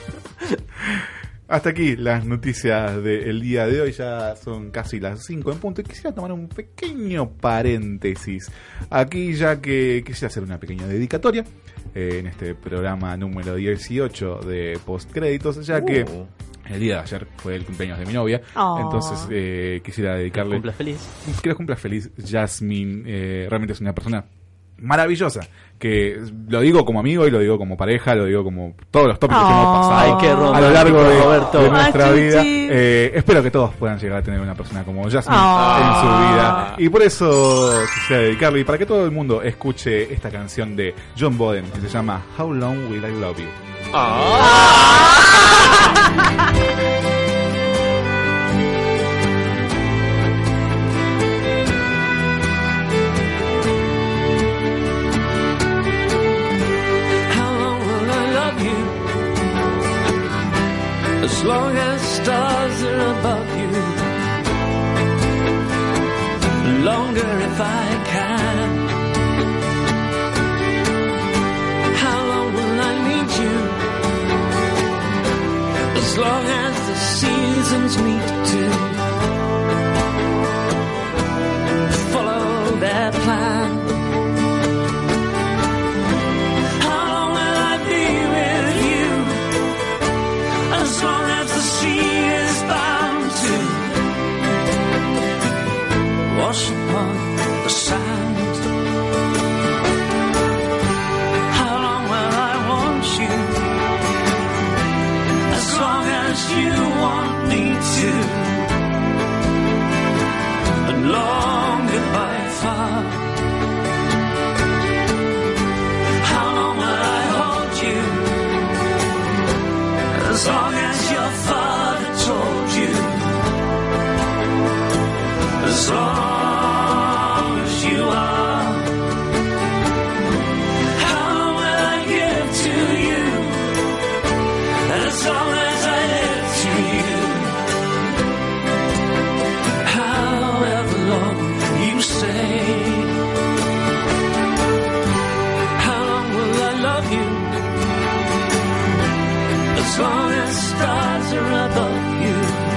Speaker 7: Hasta aquí las noticias del día de hoy, ya son casi las cinco en punto y quisiera tomar un pequeño paréntesis aquí, ya que quisiera hacer una pequeña dedicatoria eh, en este programa número dieciocho de postcréditos, ya que
Speaker 10: Uh.
Speaker 7: el día de ayer fue el cumpleaños de mi novia,
Speaker 8: Oh.
Speaker 7: entonces eh, quisiera dedicarle
Speaker 9: Cumpla feliz.
Speaker 7: que los cumpla feliz. Jasmine eh, realmente es una persona maravillosa, que lo digo como amigo y lo digo como pareja, lo digo como todos los tópicos
Speaker 8: Oh.
Speaker 7: que hemos pasado
Speaker 9: Ay, qué
Speaker 7: a lo
Speaker 9: romántico,
Speaker 7: largo de,
Speaker 9: Roberto.
Speaker 7: de nuestra
Speaker 8: Ay,
Speaker 7: vida.
Speaker 8: chichi.
Speaker 7: Eh, espero que todos puedan llegar a tener una persona como Jasmine
Speaker 8: Oh.
Speaker 7: en su vida, y por eso quisiera dedicarle, y para que todo el mundo escuche esta canción de John Boden que se llama How Long Will I Love You.
Speaker 6: How long will I love you? As long as stars are above you. Longer if I can. How long will I need you? As long as the seasons meet to follow their plan. How long will I be with you? As long as the sea is bound to wash upon the sand. How long will I want you? As long as you want me to. And long goodbye far. How long will I hold you? As long as your father told you. As long as you are. How long will I give to you? As long as I live to you. However long you say. How long will I love you? As long as stars are above you.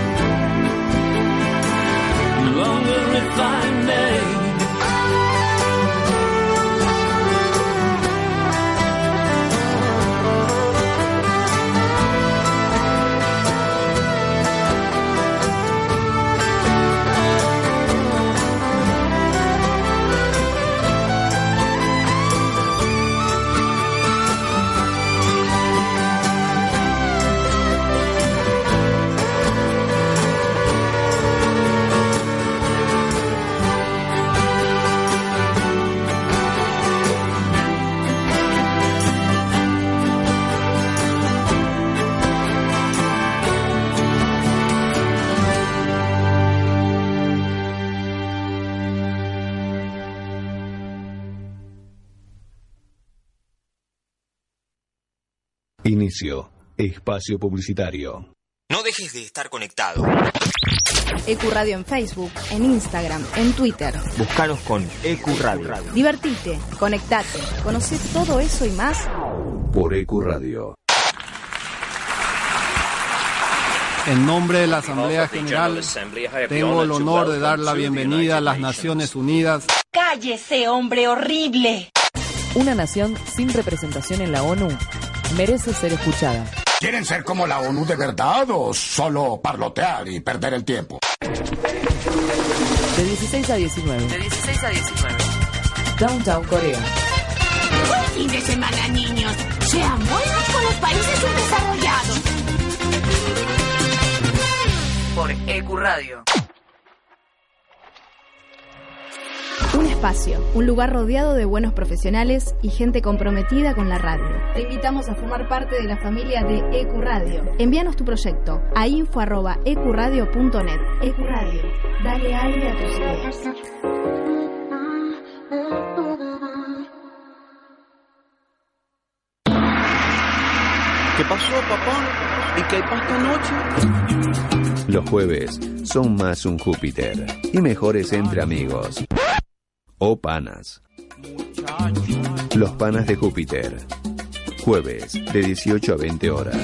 Speaker 6: Longer if I may.
Speaker 2: Inicio. Espacio publicitario.
Speaker 13: No dejes de estar conectado.
Speaker 14: EcuRadio en Facebook, en Instagram, en Twitter.
Speaker 10: Búscanos con EcuRadio.
Speaker 14: Divertite, conectate, conoce todo eso y más
Speaker 2: Por EcuRadio.
Speaker 15: En nombre de la Asamblea General, tengo el honor de dar la bienvenida a las Naciones Unidas.
Speaker 16: ¡Cállese, hombre horrible!
Speaker 1: Una nación sin representación en la ONU merece ser escuchada.
Speaker 17: ¿Quieren ser como la ONU de verdad o solo parlotear y perder el tiempo?
Speaker 1: De dieciséis a diecinueve.
Speaker 16: De dieciséis a diecinueve.
Speaker 1: Downtown Corea.
Speaker 16: Buen fin de semana, niños. Sean buenos con los países subdesarrollados. Por EcuRadio.
Speaker 14: Un espacio, un lugar rodeado de buenos profesionales y gente comprometida con la radio. Te invitamos a formar parte de la familia de EcuRadio. Envíanos tu proyecto a info arroba ecuradio punto net. EcuRadio, dale aire a tus ideas.
Speaker 18: ¿Qué pasó, papá? ¿Y qué hay para esta noche?
Speaker 2: Los jueves son más un Júpiter y mejores entre amigos. O panas. Los panas de Júpiter. Jueves de dieciocho a veinte horas.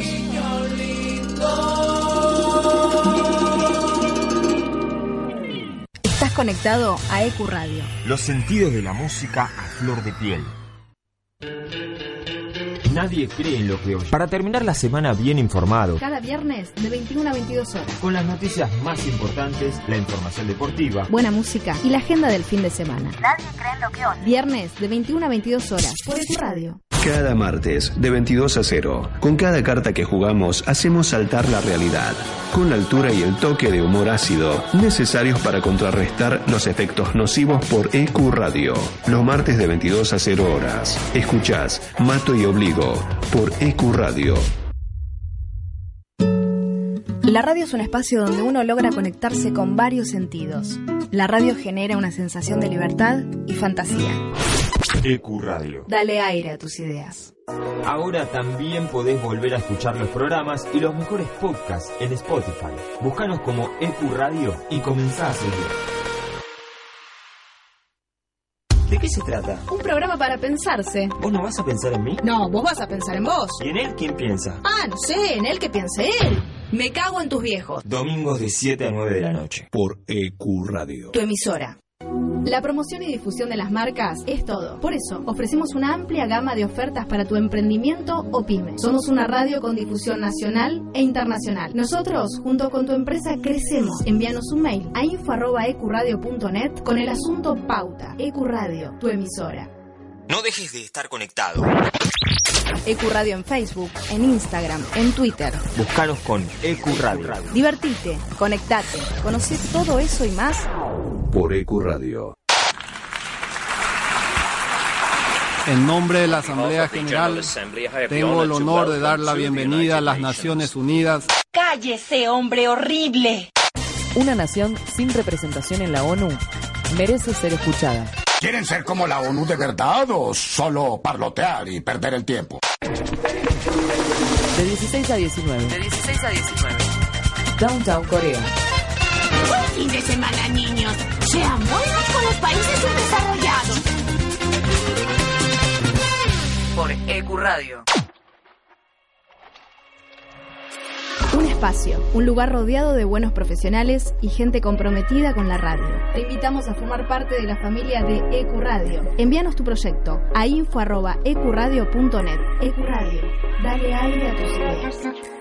Speaker 14: Estás conectado a EcuRadio.
Speaker 13: Los sentidos de la música a flor de piel.
Speaker 19: nadie cree en lo que oye. Para terminar la semana bien informado.
Speaker 14: Cada viernes de veintiuna a veintidós horas.
Speaker 19: Con las noticias más importantes, la información deportiva,
Speaker 14: buena música y la agenda del fin de semana.
Speaker 16: Nadie cree en lo que oye.
Speaker 14: Viernes de veintiuna a veintidós horas por EcuRadio.
Speaker 2: Cada martes, de veintidós a cero, con cada carta que jugamos, hacemos saltar la realidad, con la altura y el toque de humor ácido, necesarios para contrarrestar los efectos nocivos por EcuRadio. Los martes de veintidós a cero horas, escuchás Mato y Obligo, por EcuRadio.
Speaker 14: La radio es un espacio donde uno logra conectarse con varios sentidos. La radio genera una sensación de libertad y fantasía.
Speaker 19: EcuRadio.
Speaker 14: Dale aire a tus ideas.
Speaker 19: Ahora también podés volver a escuchar los programas y los mejores podcasts en Spotify. Búscanos como EcuRadio y comenzá a seguir. ¿De qué se trata?
Speaker 14: Un programa para pensarse.
Speaker 19: ¿Vos no vas a pensar en mí?
Speaker 14: No, vos vas a pensar en vos.
Speaker 19: ¿Y en él quién piensa?
Speaker 14: Ah, no sé, en él que piense él. Me cago en tus viejos.
Speaker 19: Domingos de siete a nueve de la noche.
Speaker 2: Por EcuRadio.
Speaker 14: Tu emisora. La promoción y difusión de las marcas es todo. Por eso, ofrecemos una amplia gama de ofertas para tu emprendimiento o pyme. Somos una radio con difusión nacional e internacional. Nosotros, junto con tu empresa, crecemos. Envíanos un mail a info arroba ecuradio punto net con el asunto Pauta. EcuRadio, tu emisora.
Speaker 13: No dejes de estar conectado.
Speaker 14: EcuRadio en Facebook, en Instagram, en Twitter.
Speaker 19: Búscanos con EcuRadio.
Speaker 14: Divertite, conectate, conoce todo eso y más
Speaker 2: por EcuRadio.
Speaker 15: En nombre de la Asamblea General, tengo el honor de dar la bienvenida a las Naciones Unidas.
Speaker 16: ¡Cállese, hombre horrible!
Speaker 1: Una nación sin representación en la ONU merece ser escuchada.
Speaker 17: ¿Quieren ser como la ONU de verdad o solo parlotear y perder el tiempo?
Speaker 1: De dieciséis a diecinueve.
Speaker 16: De dieciséis a diecinueve.
Speaker 1: Downtown Corea.
Speaker 16: Fin de semana, niños. Sean buenos con los países subdesarrollados.
Speaker 1: Por EcuRadio.
Speaker 14: Un espacio, un lugar rodeado de buenos profesionales y gente comprometida con la radio. Te invitamos a formar parte de la familia de EcuRadio. Envíanos tu proyecto a info arroba ecuradio punto net. EcuRadio, dale aire a tus ideas.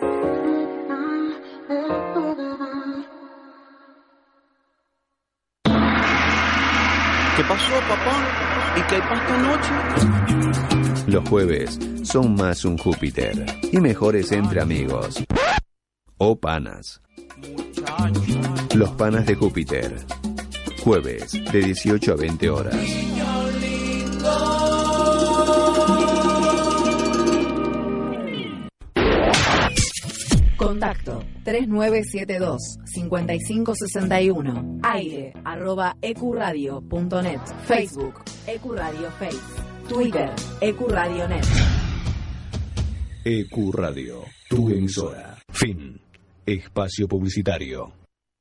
Speaker 18: ¿Qué pasó, papá? ¿Y qué hay para esta noche?
Speaker 2: Los jueves son más un Júpiter y mejores entre amigos. O panas. Los panas de Júpiter. Jueves de dieciocho a veinte horas.
Speaker 1: Contacto tres nueve siete dos, cinco cinco seis uno. Aire arroba ecuradio punto net. Facebook EcuRadio Face. Twitter EcuRadio Net.
Speaker 2: EcuRadio, tu emisora. Fin. Espacio publicitario.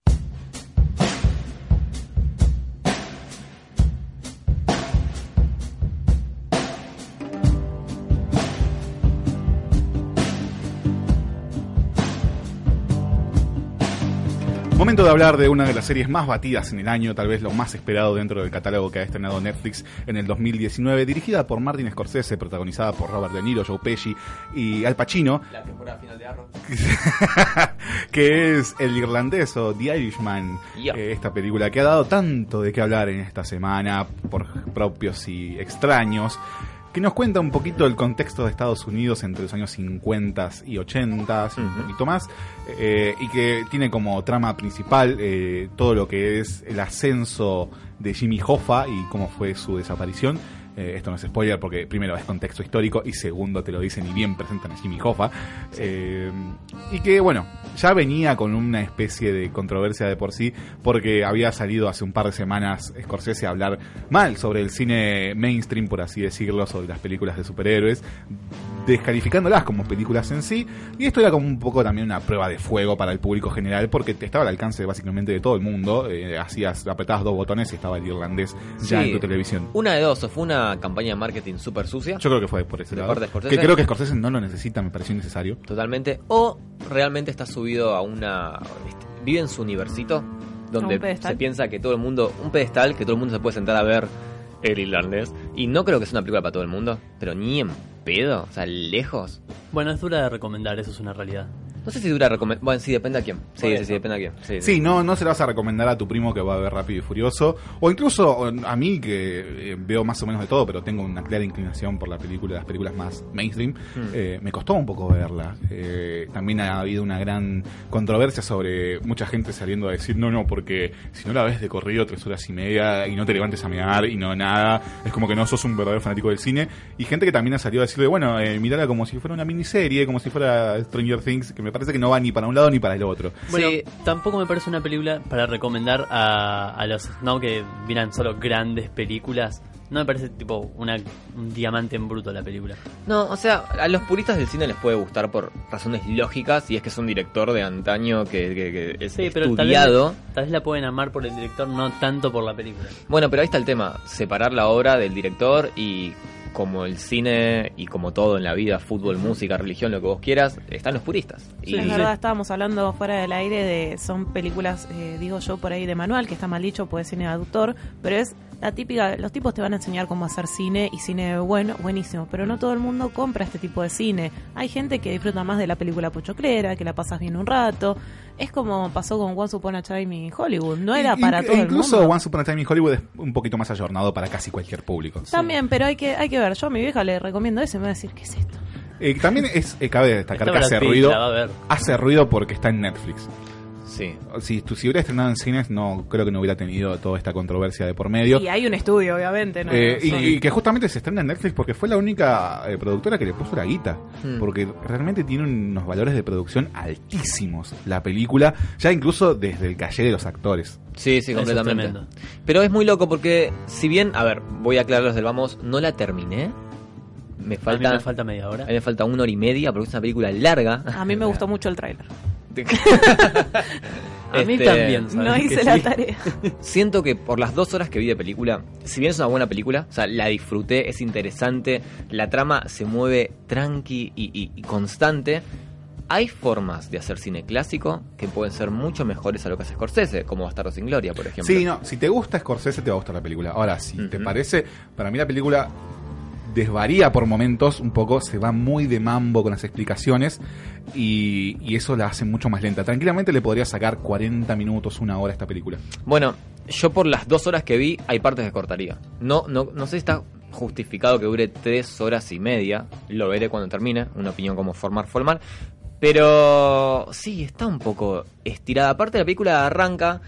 Speaker 7: Momento de hablar de una de las series más batidas en el año, tal vez lo más esperado dentro del catálogo que ha estrenado Netflix en el dos mil diecinueve, dirigida por Martin Scorsese, protagonizada por Robert De Niro, Joe Pesci y Al Pacino.
Speaker 10: La temporada final de Arrow.
Speaker 7: Que es El Irlandés o The Irishman,
Speaker 10: Yeah.
Speaker 7: eh, esta película que ha dado tanto de qué hablar en esta semana por propios y extraños, que nos cuenta un poquito el contexto de Estados Unidos entre los años cincuenta y ochenta, uh-huh. un poquito más, eh, y que tiene como trama principal eh, todo lo que es el ascenso de Jimmy Hoffa y cómo fue su desaparición. Eh, esto no es spoiler porque primero es contexto histórico y segundo te lo dicen y bien presentan a Jimmy Hoffa. Sí. Eh, y que bueno, ya venía con una especie de controversia de por sí porque había salido hace un par de semanas Scorsese a hablar mal sobre el cine mainstream, por así decirlo, sobre las películas de superhéroes, descalificándolas como películas en sí, y esto era como un poco también una prueba de fuego para el público general porque estaba al alcance básicamente de todo el mundo. Eh, hacías, apretabas dos botones y estaba El Irlandés ya sí. en tu televisión.
Speaker 10: Una de dos, o fue una campaña de marketing súper sucia.
Speaker 7: Yo creo que fue por ese lado. Que creo que Scorsese no lo necesita, me pareció innecesario.
Speaker 10: Totalmente. O realmente está subido a una... vive en su universito, donde se piensa que todo el mundo... Un pedestal que todo el mundo se puede sentar a ver El Irlandés. Y no creo que sea una película para todo el mundo, pero ni en pedo, o sea, lejos.
Speaker 9: Bueno, es dura de recomendar, eso es una realidad.
Speaker 10: No sé si dura recomendar. Bueno, sí, depende a quién. Sí, sí, sí, depende a quién. Sí,
Speaker 7: sí, sí, no, no se lo vas a recomendar a tu primo que va a ver Rápido y Furioso. O incluso a mí que eh, veo más o menos de todo, pero tengo una clara inclinación por la película, las películas más mainstream. Mm. Eh, me costó un poco verla. Eh, también ha habido una gran controversia sobre mucha gente saliendo a decir no, no, porque si no la ves de corrido tres horas y media y no te levantes a mear y no nada, es como que no sos un verdadero fanático del cine. Y gente que también ha salido a decirle, bueno, eh, mirala como si fuera una miniserie, como si fuera Stranger Things, que me parece que no va ni para un lado ni para el otro.
Speaker 9: Bueno, sí. Tampoco me parece una película para recomendar a, a los no que miran solo grandes películas. No me parece tipo una, un diamante en bruto la película.
Speaker 10: No, o sea, a los puristas del cine les puede gustar por razones lógicas y es que es un director de antaño que, que, que es
Speaker 9: sí, pero
Speaker 10: estudiado.
Speaker 9: Tal vez, tal vez la pueden amar por el director, no tanto por la película.
Speaker 10: Bueno, pero ahí está el tema, separar la obra del director y como el cine y como todo en la vida, fútbol, música, religión, lo que vos quieras, están los puristas.
Speaker 8: Sí,
Speaker 10: y...
Speaker 8: es verdad, estábamos hablando fuera del aire de, son películas, eh, digo yo por ahí de manual, que está mal dicho, puede ser cine de autor, pero es la típica, los tipos te van a enseñar cómo hacer cine y cine bueno, buenísimo, pero no todo el mundo compra este tipo de cine. Hay gente que disfruta más de la película pochoclera, que la pasas bien un rato. Es como pasó con Once Upon a Time in Hollywood, no era
Speaker 7: y,
Speaker 8: para
Speaker 7: y,
Speaker 8: todo el mundo.
Speaker 7: Incluso Once Upon a Time in Hollywood es un poquito más ayornado para casi cualquier público.
Speaker 8: También, sí. Pero hay que hay que ver, yo a mi vieja le recomiendo eso y me va a decir, ¿qué es esto?
Speaker 7: Eh, también es eh, cabe destacar que hace ruido, hace ruido porque está en Netflix.
Speaker 10: Sí.
Speaker 7: Si, si hubiera estrenado en cines, no creo que no hubiera tenido toda esta controversia de por medio.
Speaker 8: Y hay un estudio, obviamente. ¿no?
Speaker 7: Eh,
Speaker 8: sí.
Speaker 7: y, y que justamente se estrena en Netflix porque fue la única eh, productora que le puso la guita. Hmm. Porque realmente tiene unos valores de producción altísimos la película, ya incluso desde el caché de los actores.
Speaker 10: Sí, sí, completamente. Es Pero es muy loco porque, si bien, a ver, voy a aclararlos del vamos, no la terminé. Me falta,
Speaker 9: a mí me falta media hora.
Speaker 10: A mí me falta una hora y media porque es una película larga.
Speaker 8: A mí me gustó mucho el tráiler.
Speaker 9: A mí
Speaker 10: este,
Speaker 9: también.
Speaker 8: No hice la sí. tarea.
Speaker 10: Siento que por las dos horas que vi de película, si bien es una buena película, o sea, la disfruté, es interesante, la trama se mueve tranqui y, y, y constante. Hay formas de hacer cine clásico que pueden ser mucho mejores a lo que hace Scorsese, como Bastardos sin Gloria, por ejemplo.
Speaker 7: Sí, no, si te gusta Scorsese te va a gustar la película. Ahora, si uh-huh. te parece, para mí la película desvaría por momentos un poco, se va muy de mambo con las explicaciones y, y eso la hace mucho más lenta. Tranquilamente le podría sacar cuarenta minutos, una hora a esta película.
Speaker 10: Bueno, yo por las dos horas que vi hay partes que cortaría. No, no, no sé si está justificado que dure tres horas y media, lo veré cuando termine, una opinión como formar formal, pero sí, está un poco estirada. Aparte la película arranca...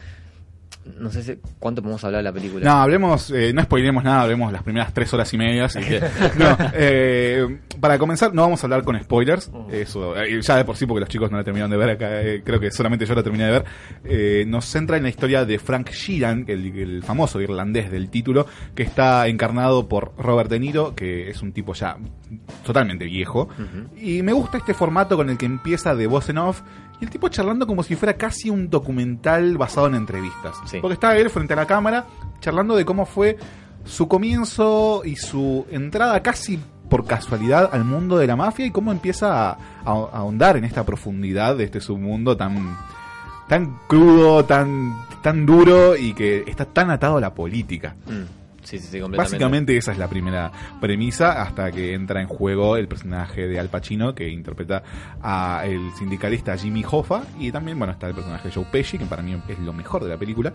Speaker 10: No sé si, cuánto podemos hablar de la película.
Speaker 7: No, hablemos, eh, no spoilemos nada, hablemos las primeras tres horas y media. Así que, no, eh, para comenzar, no vamos a hablar con spoilers. Eso, eh, ya de por sí, porque los chicos no la terminaron de ver acá, eh, creo que solamente yo la terminé de ver. Eh, nos centra en la historia de Frank Sheeran, el, el famoso irlandés del título, que está encarnado por Robert De Niro, que es un tipo ya totalmente viejo. Uh-huh. Y me gusta este formato con el que empieza de voz en off. Y el tipo charlando como si fuera casi un documental basado en entrevistas. Sí. Porque está él frente a la cámara charlando de cómo fue su comienzo y su entrada casi por casualidad al mundo de la mafia y cómo empieza a, a, a ahondar en esta profundidad de este submundo tan, tan crudo, tan, tan duro y que está tan atado a la política.
Speaker 10: Mm. Sí, sí, sí, completamente.
Speaker 7: Básicamente esa es la primera premisa hasta que entra en juego el personaje de Al Pacino que interpreta a el sindicalista Jimmy Hoffa y también, bueno, está el personaje de Joe Pesci que para mí es lo mejor de la película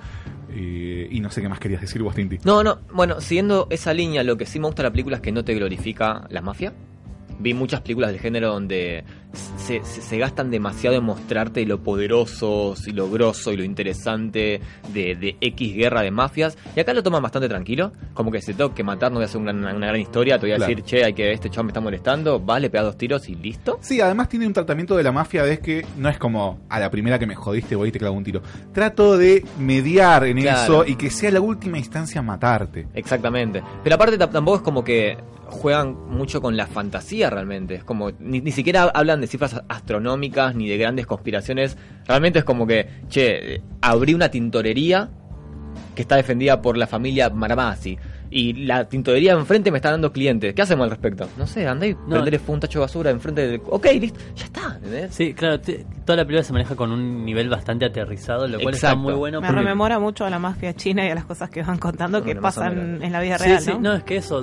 Speaker 7: eh, y no sé qué más querías decir vos, Tinti.
Speaker 10: No, no, bueno, siguiendo esa línea, lo que sí me gusta de la película es que no te glorifica la mafia. Vi muchas películas del género donde se, se, se gastan demasiado en mostrarte lo poderosos y lo grosso y lo interesante de, de X guerra de mafias. Y acá lo toman bastante tranquilo. Como que si tengo que matar, no voy a hacer una, una gran historia. Te voy a claro. decir, che, hay que este chaval me está molestando. Vas, le pegas dos tiros y listo.
Speaker 7: Sí, además tiene un tratamiento de la mafia de que no es como a la primera que me jodiste voy y te clavo un tiro. Trato de mediar en claro. eso y que sea la última instancia matarte.
Speaker 10: Exactamente. Pero aparte t- tampoco es como que juegan mucho con la fantasía realmente. Es como, ni, ni siquiera hablan de cifras astronómicas ni de grandes conspiraciones. Realmente es como que, che, abrí una tintorería que está defendida por la familia Maramasi y la tintorería enfrente me está dando clientes. ¿Qué hacemos al respecto? No sé, andá y no. prenderle un tacho de basura enfrente del... Ok, listo, ya está, ¿entendés?
Speaker 9: Sí, claro, t- toda la película se maneja con un nivel bastante aterrizado, lo cual Exacto. está muy bueno.
Speaker 8: Me porque... rememora mucho a la mafia china y a las cosas que van contando no, que pasan en la vida real,
Speaker 9: sí,
Speaker 8: ¿no?
Speaker 9: Sí, no, es que eso...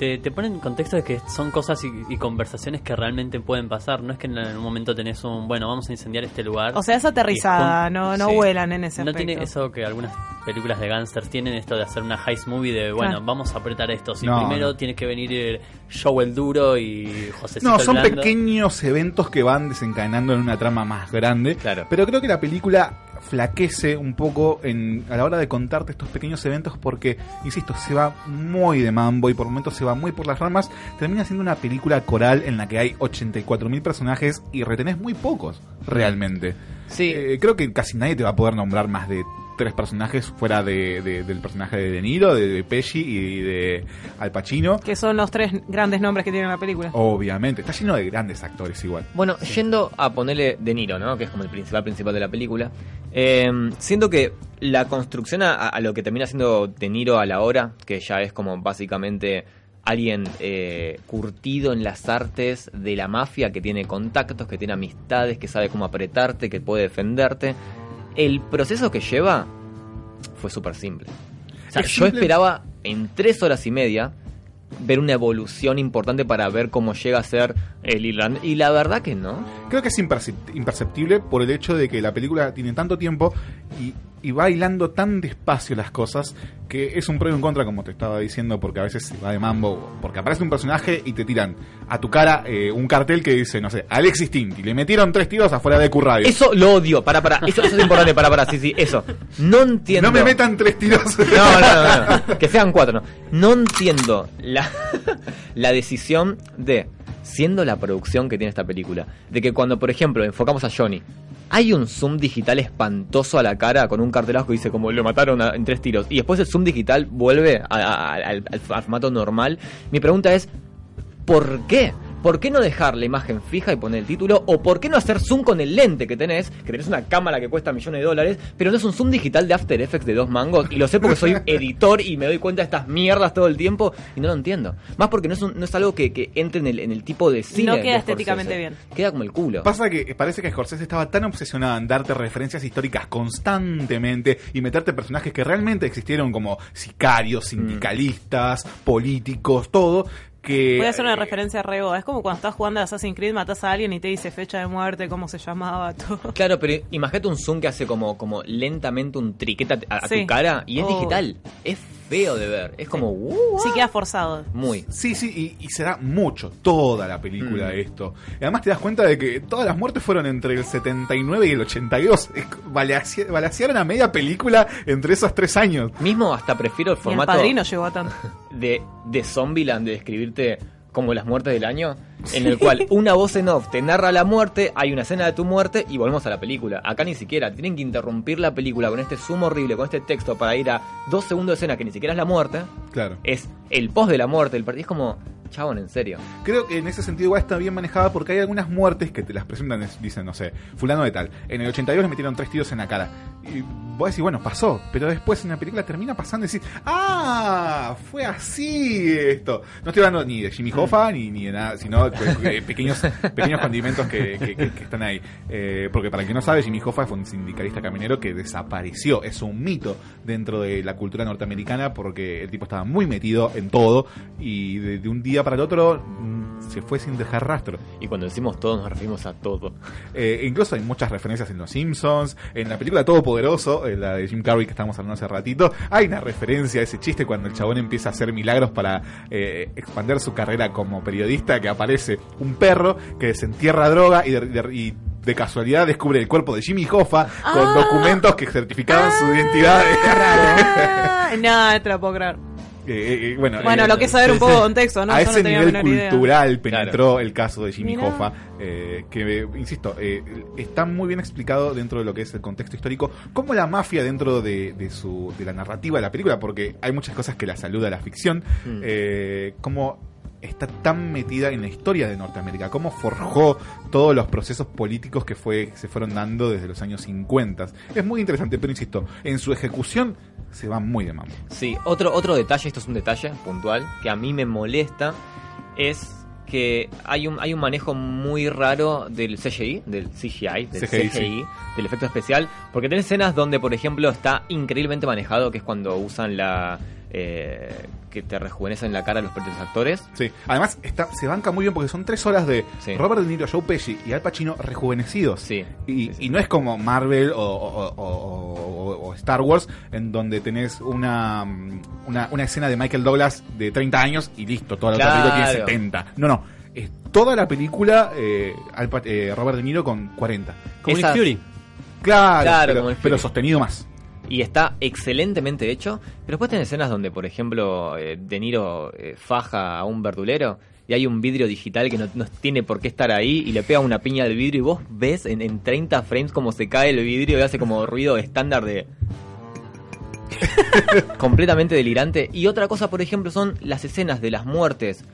Speaker 9: te, te ponen en contexto de que son cosas y, y conversaciones que realmente pueden pasar. No es que en, en un momento tenés un, bueno, vamos a incendiar este lugar.
Speaker 8: O sea, es aterrizada,
Speaker 9: es
Speaker 8: no, no
Speaker 9: sí.
Speaker 8: vuelan en ese
Speaker 9: No
Speaker 8: aspecto.
Speaker 9: tiene eso que algunas películas de gángsters tienen, esto de hacer una heist movie de, bueno,
Speaker 8: Claro.
Speaker 9: vamos a apretar esto. Si
Speaker 7: No,
Speaker 9: primero
Speaker 7: no.
Speaker 9: tiene que venir el Joe el Duro y Josecito
Speaker 7: No,
Speaker 9: el
Speaker 7: son
Speaker 9: Blando.
Speaker 7: pequeños eventos que van desencadenando en una trama más grande.
Speaker 10: Claro.
Speaker 7: Pero creo que la película flaquece un poco en, a la hora de contarte estos pequeños eventos porque, insisto, se va muy de mambo y por momentos se va muy por las ramas. Termina siendo una película coral en la que hay ochenta y cuatro mil personajes y retenés muy pocos, realmente.
Speaker 10: Sí.
Speaker 7: Eh, creo que casi nadie te va a poder nombrar más de tres personajes fuera de, de- del personaje de De Niro, de, de Pesci y de Al Pacino.
Speaker 8: Que son los tres grandes nombres que tiene la película.
Speaker 7: Obviamente, está lleno de grandes actores igual.
Speaker 10: Bueno, yendo a ponerle De Niro, ¿no? Que es como el principal principal de la película. Eh, siento que la construcción a, a lo que termina siendo De Niro a la hora, que ya es como básicamente alguien eh, curtido en las artes de la mafia, que tiene contactos, que tiene amistades, que sabe cómo apretarte, que puede defenderte. El proceso que lleva fue súper simple. O sea,
Speaker 7: Es
Speaker 10: yo
Speaker 7: simple.
Speaker 10: esperaba en tres horas y media ver una evolución importante para ver cómo llega a ser el irlandés. Y la verdad que no.
Speaker 7: Creo que es impercep- imperceptible por el hecho de que la película tiene tanto tiempo y, y va hilando tan despacio las cosas que es un pro y un contra, como te estaba diciendo, porque a veces se va de mambo, porque aparece un personaje y te tiran a tu cara eh, un cartel que dice, no sé, Alexis Tinti, le metieron tres tiros afuera de Q-Radio.
Speaker 10: Eso lo odio. Para, para. Eso, eso es importante. Para, para. Sí, sí. Eso. No entiendo.
Speaker 7: No me metan tres tiros.
Speaker 10: No, no, no, no. Que sean cuatro, no. No entiendo la, la decisión de, siendo la producción que tiene esta película, de que cuando, por ejemplo, enfocamos a Johnny, hay un zoom digital espantoso a la cara con un cartelazo que dice como lo mataron a- en tres tiros, y después el zoom digital vuelve a- a- al, al- al formato normal. Mi pregunta es, ¿por qué? ¿Por qué no dejar la imagen fija y poner el título? ¿O por qué no hacer zoom con el lente que tenés? Que tenés una cámara que cuesta millones de dólares, pero no es un zoom digital de After Effects de dos mangos. Y lo sé porque soy editor y me doy cuenta de estas mierdas todo el tiempo y no lo entiendo. Más porque no es, un- no es algo que, que entre en el, en el tipo de cine.
Speaker 8: No
Speaker 10: de
Speaker 8: queda
Speaker 10: Scorsese.
Speaker 8: estéticamente bien.
Speaker 10: Queda como el culo.
Speaker 7: Pasa que parece que Scorsese estaba tan obsesionado en darte referencias históricas constantemente y meterte personajes que realmente existieron como sicarios, sindicalistas, políticos, todo, que...
Speaker 8: Voy a hacer una referencia a Rego. Es como cuando estás jugando a Assassin's Creed, matás a alguien y te dice fecha de muerte, cómo se llamaba, todo.
Speaker 10: Claro, pero imagínate un zoom que hace como, como lentamente un triqueta a, a
Speaker 8: Sí.
Speaker 10: tu cara y es
Speaker 8: Oh.
Speaker 10: digital. Es feo de ver. Es como... uh,
Speaker 8: Sí queda forzado.
Speaker 10: muy.
Speaker 7: Sí, sí, y, y se da mucho, toda la película
Speaker 10: Mm.
Speaker 7: esto. Y además te das cuenta de que todas las muertes fueron entre el setenta y nueve y el ochenta y dos. Es- balace- Balacearon a media película entre esos tres años.
Speaker 10: Mismo hasta prefiero el
Speaker 8: Y el
Speaker 10: formato
Speaker 8: padrino llegó a tanto.
Speaker 10: de, de Zombieland, de describirte como las muertes del año, en el cual una voz en off te narra la muerte, hay una escena de tu muerte y volvemos a la película. Acá ni siquiera, tienen que interrumpir la película con este zoom horrible, con este texto para ir a dos segundos de escena que ni siquiera es la muerte,
Speaker 7: Claro.
Speaker 10: es el post de la muerte, el partido es como, chabón, en serio.
Speaker 7: Creo que en ese sentido igual está bien manejada porque hay algunas muertes que te las presentan, es- dicen, no sé, fulano de tal. En el ochenta y dos le metieron tres tiros en la cara. Y vos decís, bueno, pasó. Pero después en la película termina pasando y decís, ¡ah! Fue así esto. No estoy hablando ni de Jimmy Hoffa ni, ni de nada, sino de pequeños, pequeños condimentos que, que- que- que están ahí. Eh, porque para el que no sabe, Jimmy Hoffa fue un sindicalista camionero que desapareció. Es un mito dentro de la cultura norteamericana porque el tipo estaba muy metido en todo y de, de un día para el otro mm, se fue sin dejar rastro.
Speaker 10: Y cuando decimos todo nos referimos a todo.
Speaker 7: Eh, incluso hay muchas referencias en Los Simpsons, en la película Todopoderoso, en la de Jim Carrey que estábamos hablando hace ratito, hay una referencia a ese chiste cuando el chabón empieza a hacer milagros para eh, expandir su carrera como periodista, que aparece un perro que desentierra droga y de, de- y de casualidad descubre el cuerpo de Jimmy Hoffa con
Speaker 8: Ah.
Speaker 7: documentos que certificaban su identidad.
Speaker 8: Ah, no, no te lo puedo creer.
Speaker 7: Eh, eh, bueno,
Speaker 8: Bueno,
Speaker 7: eh,
Speaker 8: lo que es saber un poco de contexto, ¿no?
Speaker 7: A
Speaker 8: Yo no
Speaker 7: ese
Speaker 8: tenía
Speaker 7: nivel
Speaker 8: la menor idea.
Speaker 7: cultural penetró el caso de Jimmy
Speaker 8: Mirá.
Speaker 7: Hoffa, eh, que, eh, insisto, eh, está muy bien explicado dentro de lo que es el contexto histórico, como la mafia dentro de, de, su, de la narrativa de la película, porque hay muchas cosas que la saluda a la ficción,
Speaker 10: Mm.
Speaker 7: eh, como está tan metida en la historia de Norteamérica, cómo forjó todos los procesos políticos que fue se fueron dando desde los años cincuenta. Es muy interesante, pero insisto, en su ejecución se va muy de mambo.
Speaker 10: Sí, otro, otro detalle, esto es un detalle puntual, que a mí me molesta, es que hay un, hay un manejo muy raro del C G I, del C G I, del
Speaker 7: C G I,
Speaker 10: C G I, del efecto especial, porque tenés escenas donde, por ejemplo, está increíblemente manejado, que es cuando usan la eh, que te rejuvenecen la cara a los propios actores.
Speaker 7: Sí, además está, se banca muy bien porque son tres horas de
Speaker 10: sí.
Speaker 7: Robert De Niro, Joe Pesci y Al Pacino rejuvenecidos.
Speaker 10: Sí.
Speaker 7: Y,
Speaker 10: sí, sí.
Speaker 7: y no es como Marvel o, o, o, o, o Star Wars, en donde tenés una, una, una escena de Michael Douglas de treinta años y listo, toda la
Speaker 10: claro.
Speaker 7: otra película tiene setenta. No, no, es toda la película eh, Al, eh, Robert De Niro con cuarenta.
Speaker 9: Como
Speaker 10: Esas...
Speaker 9: Nick Fury.
Speaker 7: Claro,
Speaker 10: claro
Speaker 7: pero,
Speaker 10: como el
Speaker 7: pero sostenido más.
Speaker 10: Y está excelentemente hecho. Pero después tenés escenas donde, por ejemplo, eh, De Niro eh, faja a un verdulero y hay un vidrio digital que no, no tiene por qué estar ahí y le pega una piña al vidrio y vos ves en, en treinta frames como se cae el vidrio y hace como ruido estándar de... completamente delirante. Y otra cosa, por ejemplo, son las escenas de las muertes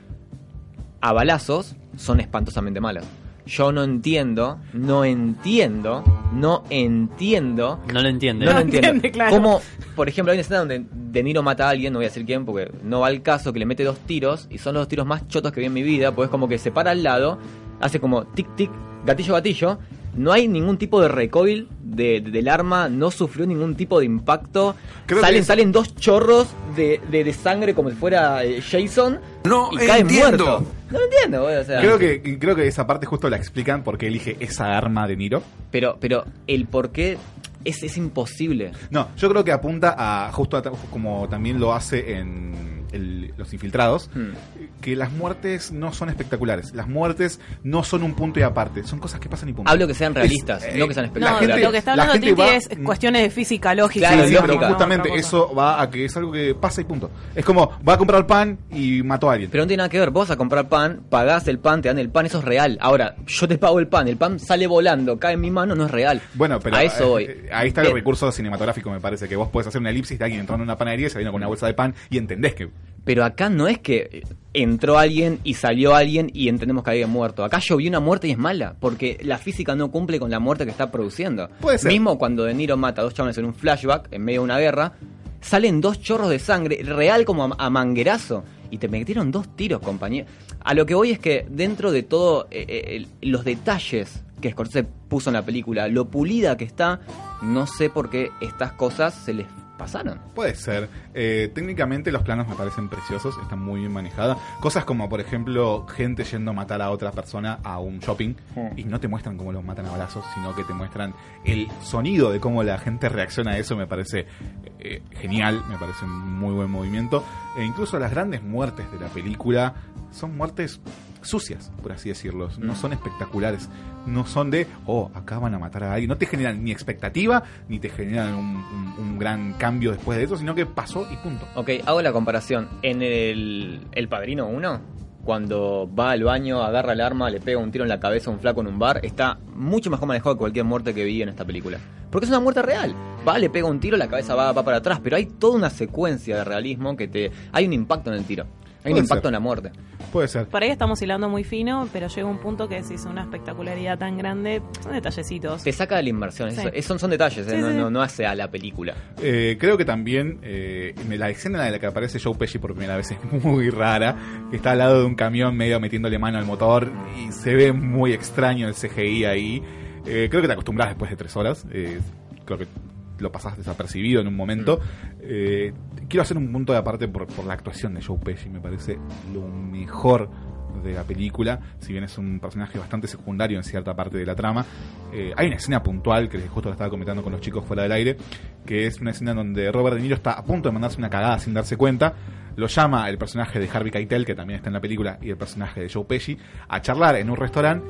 Speaker 10: a balazos, son espantosamente malas. Yo no entiendo, no entiendo, no entiendo.
Speaker 9: No lo entiende.
Speaker 10: No,
Speaker 8: No
Speaker 10: lo entiendo.
Speaker 8: entiende, claro.
Speaker 10: Como, por ejemplo, hay una escena donde De Niro mata a alguien, no voy a decir quién porque no va al caso, que le mete dos tiros y son los dos tiros más chotos que vi en mi vida, pues es como que se para al lado, hace como tic tic, gatillo gatillo. No hay ningún tipo de recoil de, de, del arma, no sufrió ningún tipo de impacto.
Speaker 7: Creo
Speaker 10: salen,
Speaker 7: que es-
Speaker 10: salen dos chorros de, de, de sangre como si fuera eh, Jason.
Speaker 18: No
Speaker 10: y cae
Speaker 18: entiendo.
Speaker 10: muerto. No lo entiendo, güey, o sea.
Speaker 7: Creo que, creo que esa parte justo la explican porque elige esa arma De Niro.
Speaker 10: Pero, pero el por qué es, es imposible.
Speaker 7: No, yo creo que apunta a, justo a, como también lo hace en el- Los Infiltrados,
Speaker 10: Hmm.
Speaker 7: que las muertes no son espectaculares. Las muertes no son un punto y aparte, son cosas que pasan y punto.
Speaker 10: Hablo que sean realistas,
Speaker 7: Es-
Speaker 10: no que sean
Speaker 7: la
Speaker 8: No,
Speaker 10: espectaculares.
Speaker 7: gente-
Speaker 8: lo que está
Speaker 7: la
Speaker 8: hablando
Speaker 7: gente
Speaker 8: Tinti
Speaker 7: va-
Speaker 8: es cuestiones de física, lógica.
Speaker 10: Claro,
Speaker 7: Sí, sí,
Speaker 10: lógica.
Speaker 7: pero
Speaker 10: No,
Speaker 7: justamente
Speaker 8: otra cosa.
Speaker 7: eso va a que es algo que pasa y punto. Es como, va a comprar pan y mató a alguien.
Speaker 10: Pero no tiene nada que ver, vos vas a comprar pan, pagás el pan, te dan el pan, eso es real. Ahora, yo te pago el pan, el pan sale volando, cae en mi mano, no es real.
Speaker 7: Bueno, pero
Speaker 10: a eso voy.
Speaker 7: eh, ahí está el
Speaker 10: Eh,
Speaker 7: recurso cinematográfico, me parece, que vos podés hacer una elipsis de alguien entrando en una panadería y saliendo con una bolsa de pan y entendés que...
Speaker 10: Pero acá no es que entró alguien y salió alguien y entendemos que alguien muerto. Acá yo vi una muerte y es mala, porque la física no cumple con la muerte que está produciendo.
Speaker 7: Puede ser.
Speaker 10: Mismo cuando De Niro mata a dos chavales en un flashback, en medio de una guerra, salen dos chorros de sangre, real como a, a manguerazo. Y te metieron dos tiros, compañero. A lo que voy es que dentro de todo, eh, eh, el- los detalles que Scorsese puso en la película, lo pulida que está, no sé por qué estas cosas se les pasaron.
Speaker 7: Puede ser. Eh, técnicamente los planos me parecen preciosos, están muy bien manejadas. Cosas como, por ejemplo, gente yendo a matar a otra persona a un shopping y no te muestran cómo los matan a balazos, sino que te muestran el sonido de cómo la gente reacciona a eso. Me parece eh, genial, me parece un muy buen movimiento. E incluso las grandes muertes de la película son muertes sucias, por así decirlo. No son espectaculares. No son de, oh, acá van a matar a alguien. No te generan ni expectativa, ni te generan un, un- un gran cambio después de eso, sino que pasó y punto.
Speaker 10: Ok, hago la comparación. En el, el Padrino uno, cuando va al baño, agarra el arma, le pega un tiro en la cabeza a un flaco en un bar, está mucho mejor manejado que cualquier muerte que vi en esta película. Porque es una muerte real. Va, le pega un tiro, la cabeza va, va para atrás, pero hay toda una secuencia de realismo que te... Hay un impacto en el tiro. Hay un
Speaker 7: Puede
Speaker 10: impacto
Speaker 7: ser.
Speaker 10: en la muerte.
Speaker 7: Puede ser.
Speaker 8: Por ahí estamos hilando muy fino, pero llega un punto que si es una espectacularidad tan grande, son detallecitos.
Speaker 10: Te saca de la inmersión.
Speaker 8: Sí.
Speaker 10: Eso- eso- son, son detalles, ¿eh?
Speaker 8: Sí,
Speaker 10: no,
Speaker 8: sí.
Speaker 10: no, no hace a la película.
Speaker 7: Eh, creo que también eh, la escena en la que aparece Joe Pesci por primera vez es muy rara, que está al lado de un camión medio metiéndole mano al motor y se ve muy extraño el C G I ahí. Eh, creo que te acostumbras después de tres horas. Eh, creo que lo pasás desapercibido en un momento. Eh, quiero hacer un punto de aparte por, por la actuación de Joe Pesci. Me parece lo mejor de la película, si bien es un personaje bastante secundario en cierta parte de la trama. Eh, hay una escena puntual que justo la estaba comentando con los chicos fuera del aire, que es una escena donde Robert De Niro está a punto de mandarse una cagada sin darse cuenta. Lo llama el personaje de Harvey Keitel, que también está en la película, y el personaje de Joe Pesci, a charlar en un restaurante,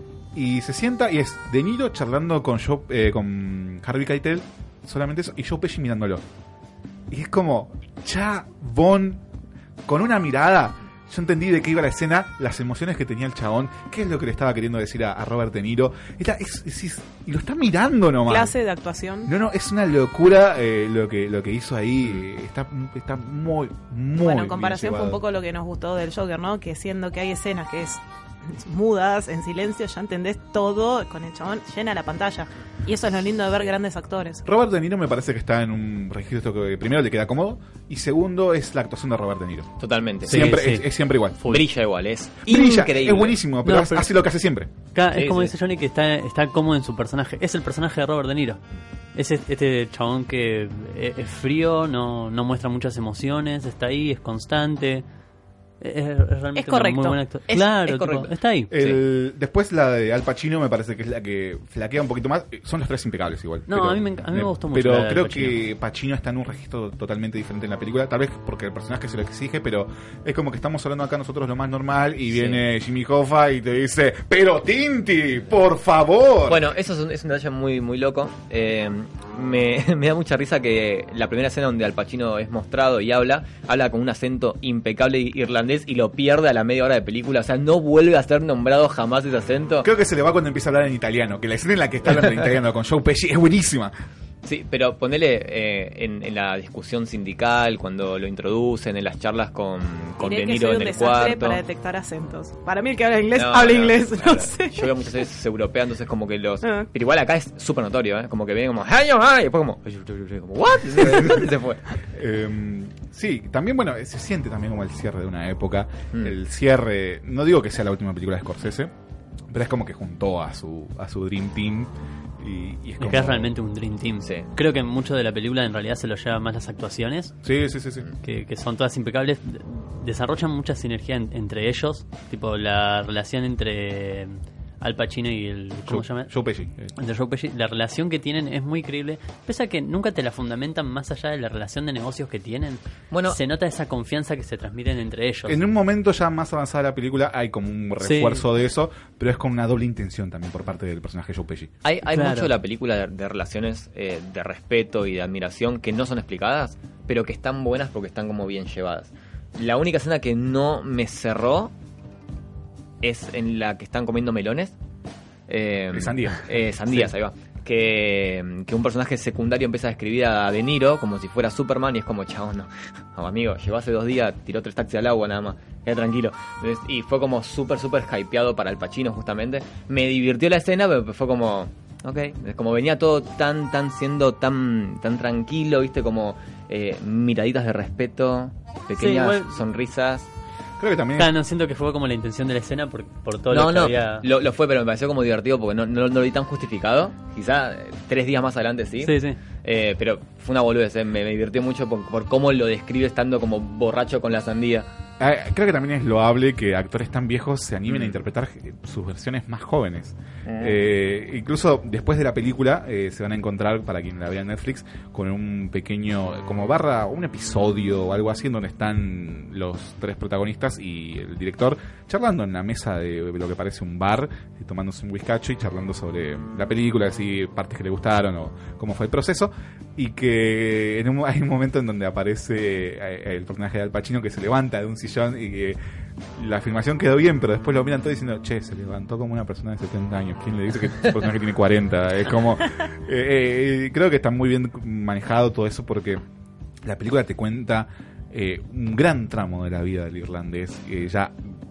Speaker 7: y se sienta y es De Niro charlando con, Joe, eh, con Harvey Keitel, solamente eso, y Joe Pesci mirándolo. Y es como, chabón, con una mirada. Yo entendí de qué iba la escena, las emociones que tenía el chabón, qué es lo que le estaba queriendo decir a, a Robert De Niro. Era, es, es- es- y lo está mirando nomás.
Speaker 8: Clase de actuación.
Speaker 7: No, no, es una locura eh, lo que lo que hizo ahí. eh, está, está muy, muy
Speaker 8: Bueno, en
Speaker 7: bien
Speaker 8: comparación fue un
Speaker 7: llevado.
Speaker 8: poco lo que nos gustó del Joker, ¿no? Que siendo que hay escenas que es mudas, en silencio, ya entendés todo, con el chabón llena la pantalla. Y eso es lo lindo de ver grandes actores.
Speaker 7: Robert De Niro me parece que está en un registro que primero le queda cómodo y segundo es la actuación de Robert De Niro.
Speaker 10: Totalmente.
Speaker 7: Siempre,
Speaker 9: Sí,
Speaker 7: Es,
Speaker 9: sí.
Speaker 7: es siempre igual.
Speaker 10: Brilla igual, es
Speaker 7: Brilla,
Speaker 10: increíble.
Speaker 7: es buenísimo, pero,
Speaker 9: No,
Speaker 7: hace-
Speaker 9: pero-
Speaker 7: hace lo que hace siempre.
Speaker 9: Acá
Speaker 10: Sí,
Speaker 9: es como
Speaker 10: sí.
Speaker 9: dice Johnny, que está, está cómodo en su personaje. Es el personaje de Robert De Niro. Es este chabón que es frío, no, no muestra muchas emociones, está ahí, es constante. Es, es realmente
Speaker 8: es correcto.
Speaker 9: Una muy buena actor.
Speaker 8: Es,
Speaker 9: claro,
Speaker 8: es correcto.
Speaker 9: Tipo, está ahí.
Speaker 7: El, sí. Después la de Al Pacino me parece que es la que flaquea un poquito más. Son los tres impecables igual.
Speaker 9: No,
Speaker 7: pero,
Speaker 9: a mí, me, a mí me gustó mucho.
Speaker 7: Pero
Speaker 9: la de
Speaker 7: creo
Speaker 9: Pacino.
Speaker 7: que Pacino está en un registro totalmente diferente en la película. Tal vez porque el personaje se lo exige, pero es como que estamos hablando acá nosotros lo más normal y sí. viene Jimmy Hoffa y te dice, pero Tinti, por favor.
Speaker 10: Bueno, eso es un, es un detalle muy, muy loco. Eh, me, me da mucha risa que la primera escena donde Al Pacino es mostrado y habla, habla con un acento impecable irlandés y lo pierde a la media hora de película. O sea, no vuelve a ser nombrado jamás ese acento.
Speaker 7: Creo que se le va cuando empieza a hablar en italiano, que la escena en la que está hablando en italiano con Joe Pesci es buenísima.
Speaker 10: Sí, pero ponele eh, en, en la discusión sindical, cuando lo introducen, en las charlas con, con De Niro en el cuarto.
Speaker 8: Para detectar acentos. Para mí el que habla inglés,
Speaker 10: no,
Speaker 8: habla
Speaker 10: no,
Speaker 8: inglés, no,
Speaker 10: claro.
Speaker 8: sé.
Speaker 10: Yo veo muchas veces europea, entonces como que los...
Speaker 8: Ah.
Speaker 10: Pero igual acá es súper notorio, ¿eh? Como que viene como... ¡Ay, ay! Y después como... como ¿what? Y se fue.
Speaker 7: Um, sí, también, bueno, se siente también como el cierre de una época. Mm. El cierre... No digo que sea la última película de Scorsese, pero es como que juntó a su, a su Dream Team. Y, y es, como...
Speaker 9: es que es realmente un Dream Team.
Speaker 10: Sí.
Speaker 9: Creo que mucho de la película en realidad se lo lleva más las actuaciones.
Speaker 7: Sí, sí, sí, sí.
Speaker 9: Que, que son todas impecables. Desarrollan mucha sinergia en, entre ellos. Tipo la relación entre Al Pacino y el... ¿Cómo
Speaker 7: Joe,
Speaker 9: se llama?
Speaker 7: Joe Pesci.
Speaker 9: Entre Joe Pesci. La relación que tienen es muy creíble. Pese a que nunca te la fundamentan más allá de la relación de negocios que tienen.
Speaker 10: Bueno,
Speaker 9: se nota esa confianza que se transmiten entre ellos.
Speaker 7: En un momento ya más avanzada la película hay como un refuerzo sí. de eso, pero es con una doble intención también por parte del personaje Joe Pesci.
Speaker 10: Hay, hay
Speaker 9: claro.
Speaker 10: mucho de la película de, de relaciones eh, de respeto y de admiración que no son explicadas, pero que están buenas porque están como bien llevadas. La única escena que no me cerró es en la que están comiendo melones. Eh,
Speaker 7: sandías.
Speaker 10: Eh, sandías, sí. Ahí va. Que, que un personaje secundario empieza a escribir a De Niro como si fuera Superman y es como, chabón, no, no amigo, llegó hace dos días, tiró tres taxis al agua nada más, queda tranquilo. Entonces, y fue como súper, súper hypeado para Al Pacino justamente. Me divirtió la escena, pero fue como, ok, como venía todo tan, tan siendo tan, tan tranquilo, viste, como eh, miraditas de respeto, pequeñas sí, igual... sonrisas.
Speaker 7: Creo que también...
Speaker 9: Claro, no siento que fue como la intención de la escena por, por todo
Speaker 10: no,
Speaker 9: lo que
Speaker 10: no,
Speaker 9: había...
Speaker 10: lo, lo fue, pero me pareció como divertido porque no, no, no lo vi tan justificado. Quizá eh, tres días más adelante sí.
Speaker 9: Sí, sí.
Speaker 10: Eh, pero fue una boludez, eh. me, me divirtió mucho por, por cómo lo describe estando como borracho con la sandía.
Speaker 7: Eh, creo que también es loable que actores tan viejos se animen
Speaker 10: Mm.
Speaker 7: a interpretar sus versiones más jóvenes. Mm. Eh, incluso después de la película eh, se van a encontrar, para quien la vea en Netflix, con un pequeño, como barra, un episodio o algo así, en donde están los tres protagonistas y el director charlando en la mesa de lo que parece un bar, tomándose un whiskacho y charlando sobre la película, así partes que le gustaron o cómo fue el proceso. Y que en un, hay un momento en donde aparece el personaje de Al Pacino que se levanta de un sillón y que la filmación quedó bien, pero después lo miran todo diciendo, che, se levantó como una persona de setenta años. ¿Quién le dice que el personaje tiene cuarenta? Es como... Eh, eh, creo que está muy bien manejado todo eso porque la película te cuenta eh, un gran tramo de la vida del irlandés, eh, ya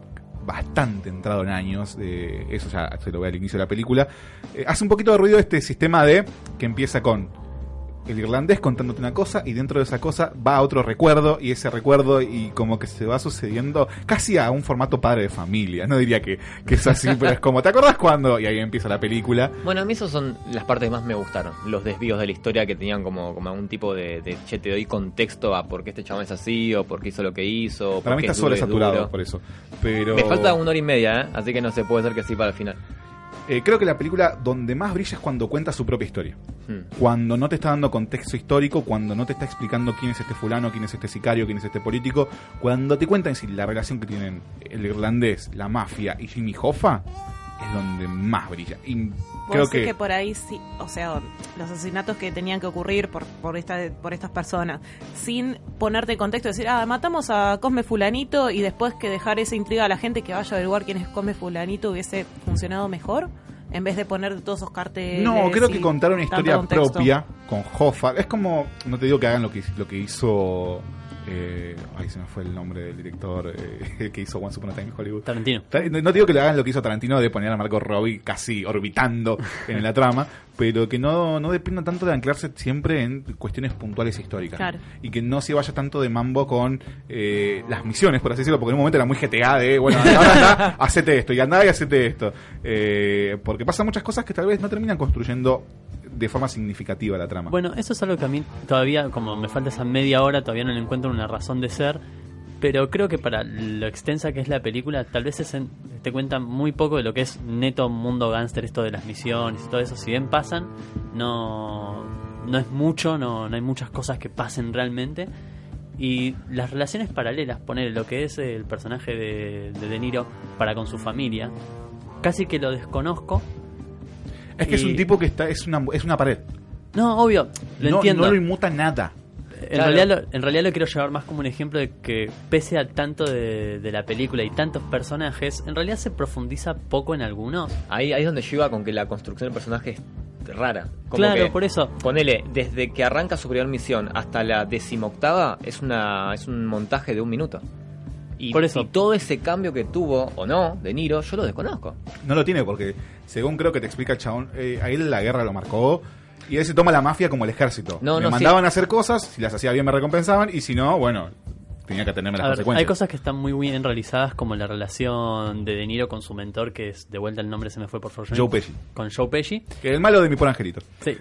Speaker 7: bastante entrado en años, eh, eso ya se lo ve al inicio de la película. Eh, hace un poquito de ruido este sistema de que empieza con el irlandés contándote una cosa y dentro de esa cosa va a otro recuerdo y ese recuerdo y como que se va sucediendo casi a un formato padre de familia. No diría que, que es así, pero es como, ¿te acordás cuando? Y ahí empieza la película.
Speaker 10: Bueno, a mí esas son las partes que más me gustaron. Los desvíos de la historia que tenían como, como algún tipo de, de, che, te doy contexto a por qué este chabón es así o por qué hizo lo que hizo.
Speaker 7: Para mí está sobresaturado por eso. Pero...
Speaker 10: Me falta una hora y media, ¿eh? Así que no se puede ser que sí para el final.
Speaker 7: Eh, creo que la película donde más brilla es cuando cuenta su propia historia.
Speaker 10: Hmm.
Speaker 7: Cuando no te está dando contexto histórico, cuando no te está explicando quién es este fulano, quién es este sicario, quién es este político, cuando te cuentan si la relación que tienen el irlandés, la mafia y Jimmy Hoffa es donde más brilla. Y creo que...
Speaker 8: que por ahí sí, o sea, los asesinatos que tenían que ocurrir por por esta por estas personas, sin ponerte en contexto, decir, ah, matamos a Cosme Fulanito y después que dejar esa intriga a la gente que vaya a averiguar quién es Cosme Fulanito hubiese funcionado mejor, en vez de poner todos esos carteles.
Speaker 7: No, creo que contar una historia
Speaker 8: contexto.
Speaker 7: propia con Hoffa, es como, no te digo que hagan lo que, lo que hizo... Eh, ay, se me fue el nombre del director eh, el que hizo Once Upon a Time in Hollywood.
Speaker 9: Tarantino.
Speaker 7: No, no digo que le hagan lo que hizo Tarantino de poner a Margot Robbie casi orbitando en la trama, pero que no, no dependa tanto de anclarse siempre en cuestiones puntuales históricas.
Speaker 8: Claro.
Speaker 7: Y que no se vaya tanto de mambo con eh, las misiones, por así decirlo, porque en un momento era muy G T A de, bueno, ahora anda, hacete esto, y andá y hacete esto. Eh, porque pasan muchas cosas que tal vez no terminan construyendo de forma significativa la trama.
Speaker 9: Bueno, eso es algo que a mí todavía, como me falta esa media hora, todavía no le encuentro una razón de ser. Pero creo que para lo extensa que es la película, tal vez se te cuenta muy poco de lo que es neto mundo gángster, esto de las misiones y todo eso. Si bien pasan, no, no es mucho, no, no hay muchas cosas que pasen realmente. Y las relaciones paralelas, poner lo que es el personaje de, de De Niro para con su familia, casi que lo desconozco.
Speaker 7: Es que
Speaker 9: y...
Speaker 7: es un tipo que está es una, es una pared.
Speaker 9: No, obvio, lo
Speaker 7: no,
Speaker 9: entiendo.
Speaker 7: No lo inmuta nada.
Speaker 9: En, claro. realidad lo, en realidad lo quiero llevar más como un ejemplo de que pese a tanto de, de la película y tantos personajes, en realidad se profundiza poco en algunos.
Speaker 10: Ahí, ahí es donde yo iba con que la construcción del personaje es rara. Como
Speaker 9: claro,
Speaker 10: que,
Speaker 9: por eso.
Speaker 10: Ponele, desde que arranca su primera misión hasta la decimoctava es una es un montaje de un minuto. Y,
Speaker 9: por eso.
Speaker 10: y todo ese cambio que tuvo, o no, De Niro, yo lo desconozco.
Speaker 7: No lo tiene porque, según creo que te explica el chabón, eh, a él la guerra lo marcó. Y él se toma la mafia como el ejército.
Speaker 10: No,
Speaker 7: me
Speaker 10: no,
Speaker 7: mandaban
Speaker 10: sí.
Speaker 7: a hacer cosas, si las hacía bien me recompensaban, y si no, bueno, tenía que atenerme a las
Speaker 9: a ver,
Speaker 7: consecuencias.
Speaker 9: Hay cosas que están muy bien realizadas, como la relación de De Niro con su mentor, que es, de vuelta el nombre se me fue por favor.
Speaker 7: Joe Pesci.
Speaker 9: Con Joe Pesci.
Speaker 7: Que es el malo de Mi Pobre Angelito.
Speaker 9: Sí.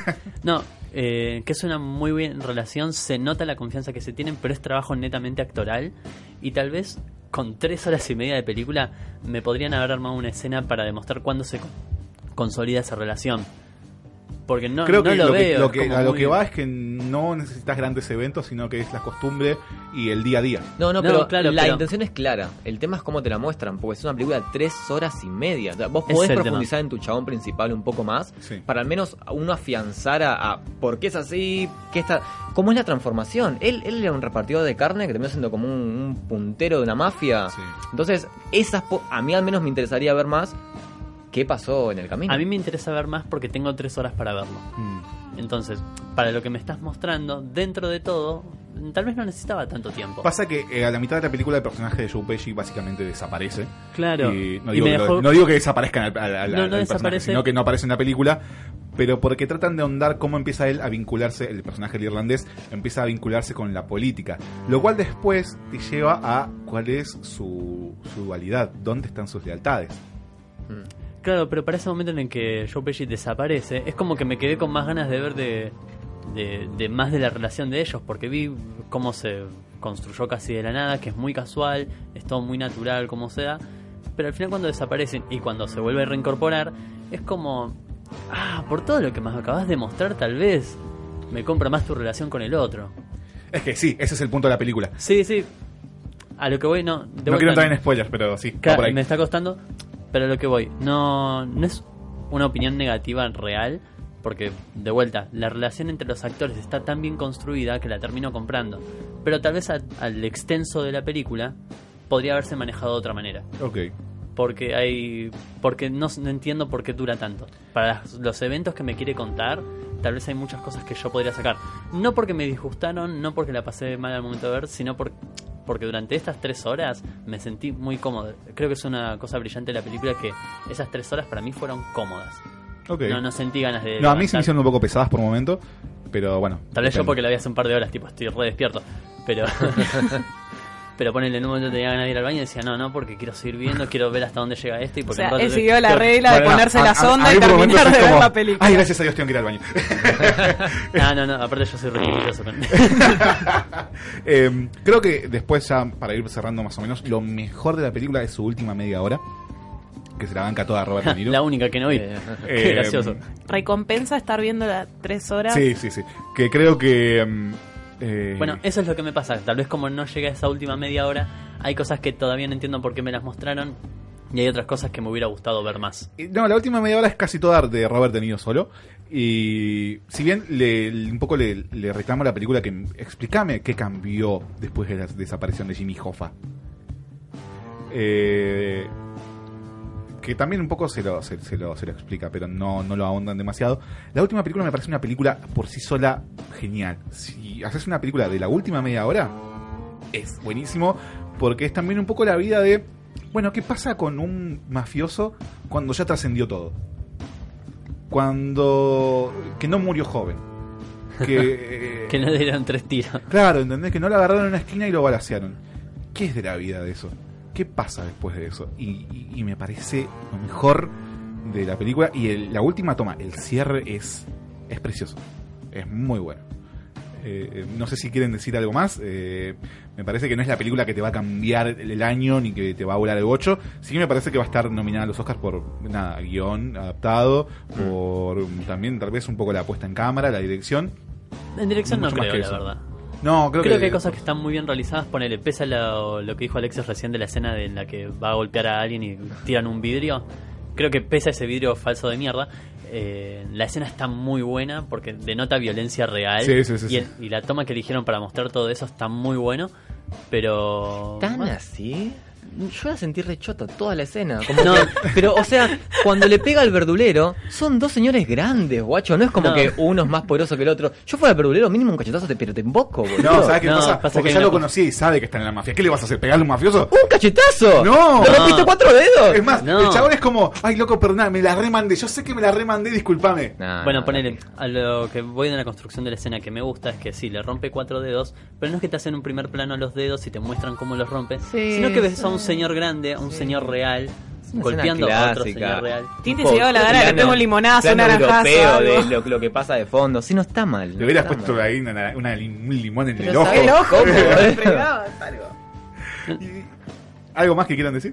Speaker 9: No, eh, que es una muy buena relación, se nota la confianza que se tienen, pero es trabajo netamente actoral. Y tal vez con tres horas y media de película me podrían haber armado una escena para demostrar cuándo se consolida esa relación. Porque no,
Speaker 7: Creo
Speaker 9: no
Speaker 7: que
Speaker 9: lo,
Speaker 7: lo
Speaker 9: veo.
Speaker 7: Que, lo que, a lo
Speaker 9: muy...
Speaker 7: que va es que no necesitas grandes eventos, sino que es la costumbre y el día a día.
Speaker 10: No, no,
Speaker 9: no
Speaker 10: pero
Speaker 9: claro,
Speaker 10: la
Speaker 9: pero...
Speaker 10: intención es clara. El tema es cómo te la muestran, porque es una película de tres horas y media. O sea, vos
Speaker 9: Es
Speaker 10: podés
Speaker 9: el
Speaker 10: profundizar
Speaker 9: tema.
Speaker 10: en tu chabón principal un poco más,
Speaker 7: sí.
Speaker 10: para al menos uno afianzar a, a por qué es así, qué está, cómo es la transformación. Él, él era un repartidor de carne que terminó siendo como un, un puntero de una mafia.
Speaker 7: Sí.
Speaker 10: Entonces, esas po- a mí al menos me interesaría ver más qué pasó en el camino.
Speaker 9: A mí me interesa ver más porque tengo tres horas para verlo.
Speaker 7: Mm.
Speaker 9: Entonces, para lo que me estás mostrando, dentro de todo, tal vez no necesitaba tanto tiempo.
Speaker 7: Pasa que eh, a la mitad de la película el personaje de Joe Pesci básicamente desaparece.
Speaker 9: Claro.
Speaker 7: Y no,
Speaker 9: Y
Speaker 7: digo
Speaker 9: me
Speaker 7: que
Speaker 9: dejó...
Speaker 7: lo, no digo que desaparezcan al, al, al,
Speaker 9: no, no
Speaker 7: al personaje,
Speaker 9: desaparece.
Speaker 7: sino que no aparece en la película, pero porque tratan de ahondar cómo empieza él a vincularse, el personaje del irlandés empieza a vincularse con la política, lo cual después te lleva a cuál es su, su dualidad, dónde están sus lealtades.
Speaker 10: Mm.
Speaker 9: Claro, pero para ese momento en el que Joe Pesci desaparece, es como que me quedé con más ganas de ver de, de, de más de la relación de ellos, porque vi cómo se construyó casi de la nada, que es muy casual, es todo muy natural, como sea, pero al final cuando desaparecen y cuando se vuelve a reincorporar, es como, ah, por todo lo que me acabas de mostrar, tal vez me compra más tu relación con el otro.
Speaker 7: Es que sí, ese es el punto de la película.
Speaker 9: Sí, sí. A lo que voy, no.
Speaker 7: No quiero entrar en spoilers, pero sí, va por ahí.
Speaker 9: Me está costando. Pero a lo que voy, no, no es una opinión negativa real, porque de vuelta, la relación entre los actores está tan bien construida que la termino comprando. Pero tal vez a, al extenso de la película podría haberse manejado de otra manera.
Speaker 7: Ok.
Speaker 9: Porque hay, porque no, no entiendo por qué dura tanto. Para los eventos que me quiere contar, tal vez hay muchas cosas que yo podría sacar. No porque me disgustaron, no porque la pasé mal al momento de ver, sino por, porque durante estas tres horas me sentí muy cómodo. Creo que es una cosa brillante de la película que esas tres horas para mí fueron cómodas.
Speaker 7: Okay.
Speaker 9: No, no sentí ganas de...
Speaker 7: No, a mí se me hicieron un poco pesadas por un momento, pero bueno.
Speaker 9: Tal vez
Speaker 7: depende.
Speaker 9: yo porque la vi hace un par de horas, tipo, estoy re despierto. Pero... Pero ponele, en un momento tenía ganas de ir al baño y decía, no, no, porque quiero seguir viendo, quiero ver hasta dónde llega esto. Y porque
Speaker 8: o sea,
Speaker 9: un rato
Speaker 8: él
Speaker 9: te-
Speaker 8: siguió la
Speaker 9: Pero-
Speaker 8: regla de
Speaker 9: Bueno,
Speaker 8: ponerse
Speaker 9: a-
Speaker 8: la
Speaker 9: a-
Speaker 8: sonda
Speaker 9: a-
Speaker 8: y
Speaker 9: a- por momentos
Speaker 8: terminar de
Speaker 9: es
Speaker 8: ver
Speaker 7: como,
Speaker 8: la película.
Speaker 7: Ay, gracias a Dios tengo que ir al baño.
Speaker 9: Ah, no, no, aparte yo soy requisitoso con...
Speaker 7: eh, creo que después ya, para ir cerrando más o menos, lo mejor de la película es su última media hora, que se la banca toda Robert De Niro.
Speaker 9: La única que no vi.
Speaker 7: Eh,
Speaker 9: Qué gracioso.
Speaker 8: Recompensa estar viendo las tres horas.
Speaker 7: Sí, sí, sí. Que creo que... mm, eh,
Speaker 9: Bueno, eso es lo que me pasa. Tal vez como no llegué a esa última media hora, hay cosas que todavía no entiendo por qué me las mostraron y hay otras cosas que me hubiera gustado ver más.
Speaker 7: No, la última media hora es casi toda de Robert De Niro solo. Y si bien le, le- un poco le, le reclamo a la película que explícame qué cambió después de la desaparición de Jimmy Hoffa. Eh, que también un poco se lo, se, se lo, se lo explica, pero no, no lo ahondan demasiado. La última película me parece una película por sí sola genial. Si haces una película de la última media hora, es buenísimo, porque es también un poco la vida de... Bueno, ¿qué pasa con un mafioso cuando ya trascendió todo? Cuando... que no murió joven. Que,
Speaker 9: Que no le dieron tres tiros.
Speaker 7: Claro, ¿entendés? Que no lo agarraron en una esquina y lo balacearon. ¿Qué es de la vida de eso? ¿Qué pasa después de eso? Y, y, y me parece lo mejor de la película. Y el- la última toma, el cierre es es precioso. Es muy bueno. Eh, no sé si quieren decir algo más. Eh, me parece que no es la película que te va a cambiar el año ni que te va a volar el bocho. Sí me parece que va a estar nominada a los Oscars por nada, guión adaptado, mm. por también tal vez un poco la puesta en cámara, la dirección.
Speaker 9: En dirección no, no creo, la
Speaker 7: eso.
Speaker 9: verdad.
Speaker 7: No, creo,
Speaker 9: creo
Speaker 7: que,
Speaker 9: que hay cosas que están muy bien realizadas. Ponele, pesa lo, lo que dijo Alexis recién de la escena de, en la que va a golpear a alguien y tiran un vidrio. Creo que pesa ese vidrio falso de mierda. Eh, la escena está muy buena porque denota violencia real.
Speaker 7: Sí, sí, sí,
Speaker 9: y, el,
Speaker 7: sí.
Speaker 9: y la toma que eligieron para mostrar todo eso está muy bueno. Pero...
Speaker 10: ¿Tan
Speaker 9: bueno,
Speaker 10: así? Yo la sentí rechota toda la escena. Como no. que, pero, o sea, cuando le pega al verdulero, son dos señores grandes, guacho. No es como no. que uno es más poderoso que el otro. Yo fuera al verdulero, mínimo un cachetazo, te, pero te emboco, boludo.
Speaker 7: No, ¿sabes qué
Speaker 9: no,
Speaker 7: pasa?
Speaker 9: pasa
Speaker 7: Porque
Speaker 9: que
Speaker 7: ya
Speaker 9: no.
Speaker 7: lo conocía y sabe que está en la mafia. ¿Qué le vas a hacer? ¿Pegarle a un mafioso?
Speaker 10: ¡Un cachetazo!
Speaker 7: ¡No!
Speaker 10: ¡Le rompiste
Speaker 9: no.
Speaker 10: cuatro dedos!
Speaker 7: Es más,
Speaker 9: No.
Speaker 7: el chabón es como, ay, loco, perdón, me la remandé. Yo sé que me la remandé, discúlpame.
Speaker 10: Nah,
Speaker 9: bueno, ponele, a lo que voy de la construcción de la escena que me gusta es que sí, le rompe cuatro dedos, pero no es que te hacen un primer plano a los dedos y te muestran cómo los rompe,
Speaker 8: Sí,
Speaker 9: sino que ves
Speaker 8: sí.
Speaker 9: a un señor grande, a un
Speaker 8: Sí.
Speaker 9: señor real,
Speaker 10: una
Speaker 9: golpeando
Speaker 10: escena
Speaker 9: a otro
Speaker 10: clásica.
Speaker 9: señor real.
Speaker 8: Tinte se lleva la gana, le pego un limonazo, un
Speaker 10: plano
Speaker 8: naranjazo.
Speaker 10: europeo
Speaker 8: algo.
Speaker 10: de lo, lo que pasa de fondo. Sí, no está mal.
Speaker 7: Le
Speaker 10: no
Speaker 7: hubieras
Speaker 10: está
Speaker 7: puesto
Speaker 10: mal.
Speaker 7: ahí una, una, un limón en
Speaker 10: Pero
Speaker 7: el ojo.
Speaker 10: ¿sabés
Speaker 8: El ojo,
Speaker 10: cómo?
Speaker 8: me fregabas algo.
Speaker 7: Y- ¿Algo más que quieran decir?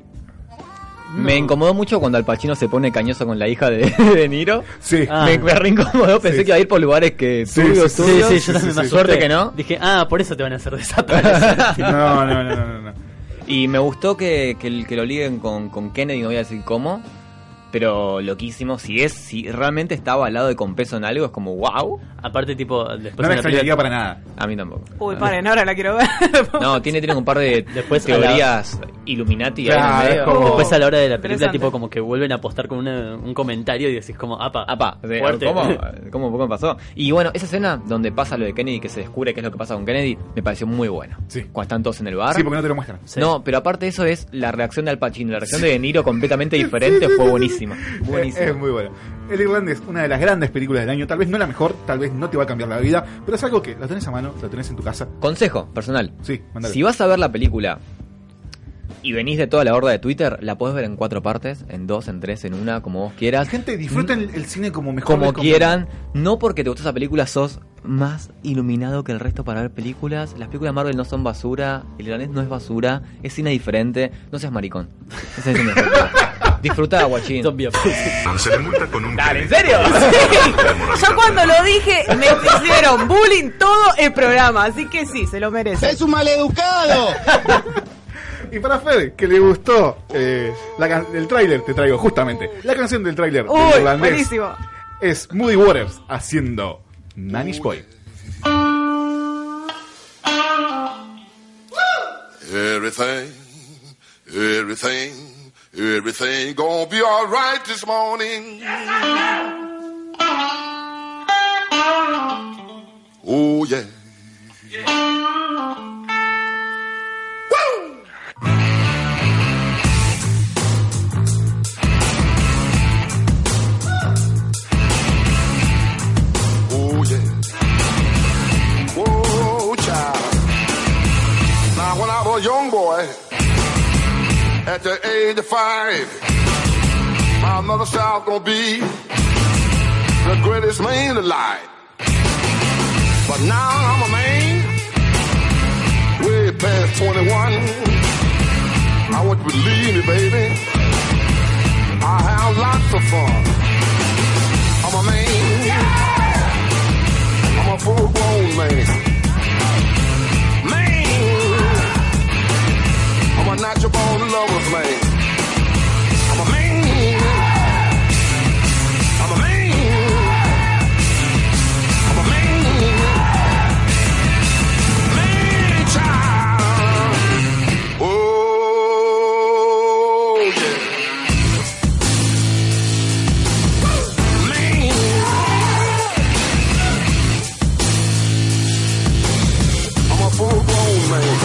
Speaker 10: Me incomodó mucho cuando Al Pacino se pone cañoso con la hija de, de Niro.
Speaker 7: Sí.
Speaker 9: Ah.
Speaker 10: Me, me re incomodó, pensé
Speaker 7: Sí.
Speaker 10: que iba a ir por lugares que
Speaker 7: Sí,
Speaker 10: turbios,
Speaker 7: sí, sí,
Speaker 10: turbios.
Speaker 9: Sí, sí, yo también me
Speaker 10: sí.
Speaker 9: asusté.
Speaker 10: Suerte que no.
Speaker 9: Dije, ah, por eso te van a hacer desaparecer.
Speaker 7: No, no, no, no, no.
Speaker 10: Y me gustó que, que, que lo liguen con, con Kennedy, no voy a decir cómo. Pero loquísimo, si es si realmente está avalado de con peso en algo, es como wow.
Speaker 9: Aparte, tipo, después
Speaker 7: No
Speaker 9: en
Speaker 7: me
Speaker 9: la
Speaker 7: extrañaría
Speaker 9: película-
Speaker 7: para nada.
Speaker 10: A mí tampoco.
Speaker 8: Uy, paren, ahora la quiero ver.
Speaker 10: No, tiene, tiene un par de
Speaker 9: Después a
Speaker 10: teorías Illuminati
Speaker 7: Claro,
Speaker 10: ahí en el
Speaker 7: es
Speaker 10: medio.
Speaker 7: como-
Speaker 9: Después a la hora de la película,
Speaker 8: Interesante.
Speaker 9: tipo, como que vuelven a apostar con una- un comentario y decís como, apa,
Speaker 10: Apa, de-
Speaker 9: fuerte.
Speaker 10: ¿cómo? ¿Cómo, ¿Cómo pasó? Y bueno, esa escena donde pasa lo de Kennedy, que se descubre qué es lo que pasa con Kennedy, me pareció muy buena.
Speaker 7: Sí.
Speaker 10: Cuando están todos en el bar.
Speaker 7: Sí, porque no te lo muestran.
Speaker 9: Sí.
Speaker 10: No, pero aparte de eso es la reacción de Al Pacino. La reacción de De Niro completamente diferente fue buenísima. Buenísima.
Speaker 7: Es, es muy bueno. El Irlandés, una de las grandes películas del año. Tal vez no la mejor, tal vez no te va a cambiar la vida, pero es algo que la tenés a mano, la tenés en tu casa.
Speaker 10: Consejo personal.
Speaker 7: Sí, mandale.
Speaker 10: Si vas a ver la película y venís de toda la horda de Twitter, la podés ver en cuatro partes, en dos, en tres, en una, como vos quieras.
Speaker 7: Gente, disfruten el, el cine como mejor
Speaker 10: Como
Speaker 7: les convenga.
Speaker 10: quieran, no porque te gustó esa película sos más iluminado que el resto para ver películas. Las películas de Marvel no son basura, el irlandés no es basura, es cine diferente, no seas maricón. Ese es el mejor. Disfrutá, guachín.
Speaker 11: Se le multa con un
Speaker 10: Dale, ¿en serio?
Speaker 8: Yo cuando lo dije, me hicieron bullying todo el programa, así que sí, se lo merece.
Speaker 12: ¡Es un maleducado!
Speaker 7: Y para Fede, que le gustó eh, la can- el tráiler, te traigo justamente la canción del tráiler del
Speaker 8: Uy,
Speaker 7: Irlandés.
Speaker 8: buenísimo.
Speaker 7: Es Moody Waters haciendo Manish Boy.
Speaker 17: Everything, everything, everything gonna be alright this morning. Oh yeah. Woo! Oh yeah. Whoa, child. Now when I was a young boy, at the age of five, my mother said I was gonna be the greatest man alive. But now I'm a man, way past twenty-one. I want you to believe me, baby. I have lots of fun. I'm a man. I'm a full-grown man. Man. I'm a natural born lover's man. I'm a man. I'm a man. I'm a man. Man child. Oh yeah. Man. I'm a full-grown man.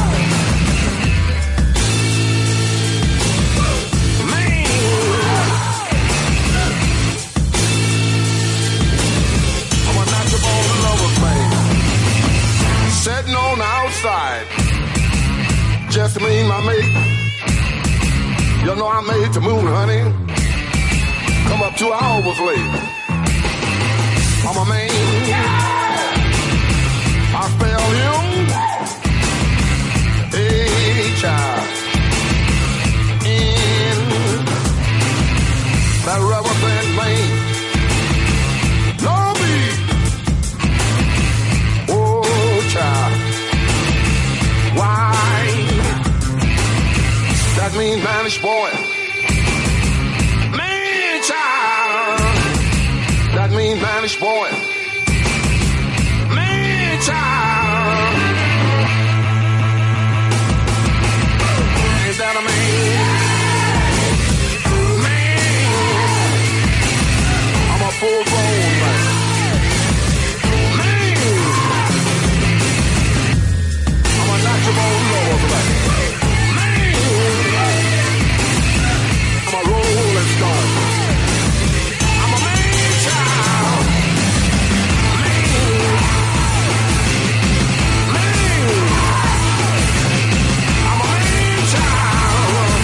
Speaker 17: Sitting on the outside, just me and my mate. You know I made the moon, honey. Come up two hours late. I'm a man. I spell you. Hey, child. In that rubber band plane. Lobby. Oh, child. Why? That means Spanish boy. Man, child. That means Spanish boy. Man, child. Is that a man? Man. I'm a full grown man. Man. I'm a natural lord man. I'm a rolling stone. I'm a man child. Man. Man. I'm a man child.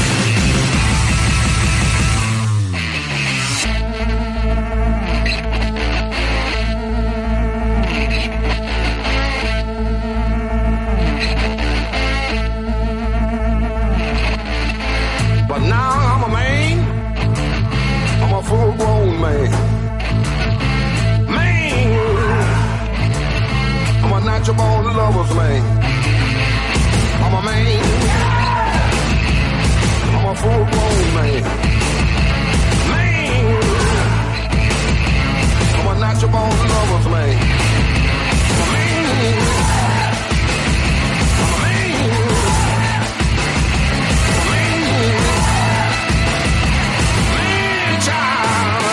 Speaker 17: But now I'm a man. I'm a full-grown man. Man, I'm a natural lover's man. I'm a man. I'm a full-grown man. Man, I'm a natural lover's man. I'm a man. I'm a man. I'm a man. Man, child.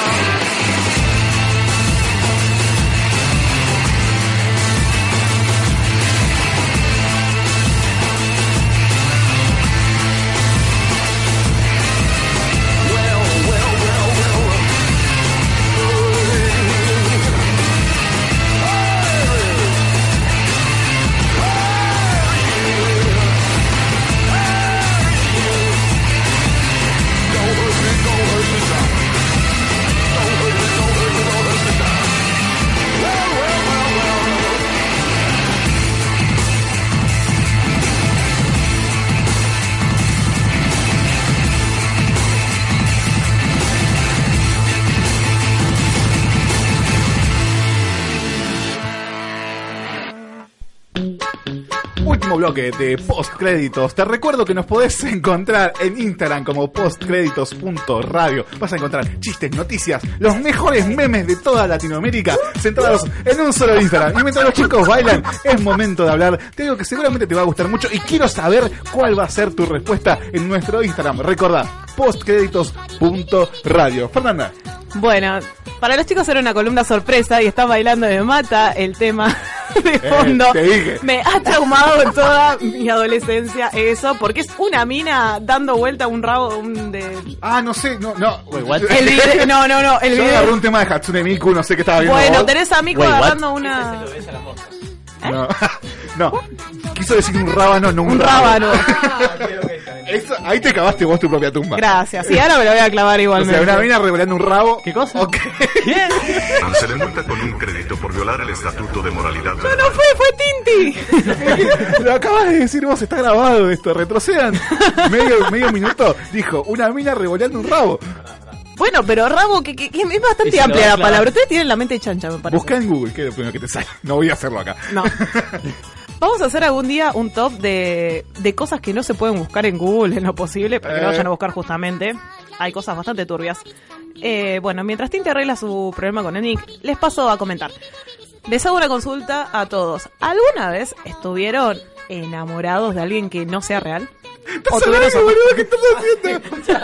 Speaker 7: Último bloque de postcréditos. Te recuerdo que nos podés encontrar en Instagram como postcréditos punto radio. Vas a encontrar chistes, noticias, los mejores memes de toda Latinoamérica centrados en un solo Instagram. Y mientras los chicos bailan, es momento de hablar de algo que seguramente te va a gustar mucho y quiero saber cuál va a ser tu respuesta en nuestro Instagram. Recordá, postcréditos punto radio. Fernanda.
Speaker 8: Bueno, para los chicos era una columna sorpresa y están bailando de mata el tema de fondo.
Speaker 7: Eh, te dije.
Speaker 8: Me ha traumado en toda mi adolescencia eso, porque es una mina dando vuelta un rabo un de...
Speaker 7: Ah, no sé, no, no. Wait, what?
Speaker 8: El video, no, no, no, el
Speaker 7: Yo
Speaker 8: video.
Speaker 7: agarré un tema de Hatsune Miku, no sé qué estaba viendo.
Speaker 8: Bueno,
Speaker 7: vos.
Speaker 8: tenés a Miku
Speaker 7: Wait,
Speaker 8: agarrando
Speaker 7: what?
Speaker 8: una...
Speaker 7: No, no, quiso decir un rábano, no un,
Speaker 8: Un
Speaker 7: rábano.
Speaker 8: rábano.
Speaker 7: Eso, ahí te cavaste vos tu propia tumba.
Speaker 8: Gracias, y ahora me lo voy a clavar
Speaker 7: O
Speaker 8: igualmente.
Speaker 7: sea, una mina revelando un rabo.
Speaker 9: ¿Qué cosa?
Speaker 7: Ok.
Speaker 8: ¿Quién?
Speaker 11: Se le multa con un crédito por violar el estatuto de moralidad
Speaker 8: No,
Speaker 11: verbal.
Speaker 8: no fue, fue Tinti.
Speaker 7: Lo acabas de decir vos, está grabado esto. Retrocedan medio, medio minuto. Dijo, una mina revoleando un rabo.
Speaker 8: Bueno, pero rabo, que, que, que es bastante
Speaker 7: Y se lo
Speaker 8: amplia
Speaker 7: va a
Speaker 8: la
Speaker 7: clavar.
Speaker 8: palabra. Ustedes tienen la mente chancha, me parece.
Speaker 7: Busca en Google, que es lo primero que te sale. No voy a hacerlo acá.
Speaker 8: No. Vamos a hacer algún día un top de, de cosas que no se pueden buscar en Google en lo posible, para que
Speaker 7: Eh.
Speaker 8: no vayan a buscar justamente. Hay cosas bastante turbias. Eh, bueno, mientras Tinti arregla su problema con el Nick, les paso a comentar. Les hago una consulta a todos. ¿Alguna vez estuvieron enamorados de alguien que no sea real? ¿O tuvieron
Speaker 7: Ay,
Speaker 8: su-
Speaker 7: boludo, ¿qué estás haciendo?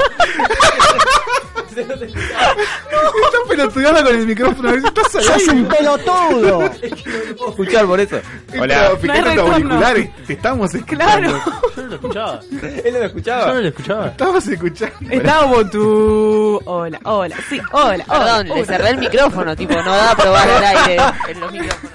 Speaker 7: Estás pelotudeando con el micrófono. Estás al aire.
Speaker 10: pelotudo! No puedo escuchar por eso.
Speaker 7: Hola,
Speaker 8: No
Speaker 7: fíjate
Speaker 8: hay
Speaker 7: tu
Speaker 8: retorno.
Speaker 7: auricular y te estamos escuchando.
Speaker 8: Claro.
Speaker 9: Yo no lo escuchaba.
Speaker 10: Él no me escuchaba.
Speaker 9: Yo no lo escuchaba.
Speaker 7: Estamos escuchando.
Speaker 8: Estábamos tú. Hola, hola, sí, hola, hola.
Speaker 20: Perdón, le
Speaker 8: hola.
Speaker 20: cerré el micrófono, tipo, no da a probar el aire en los micrófonos.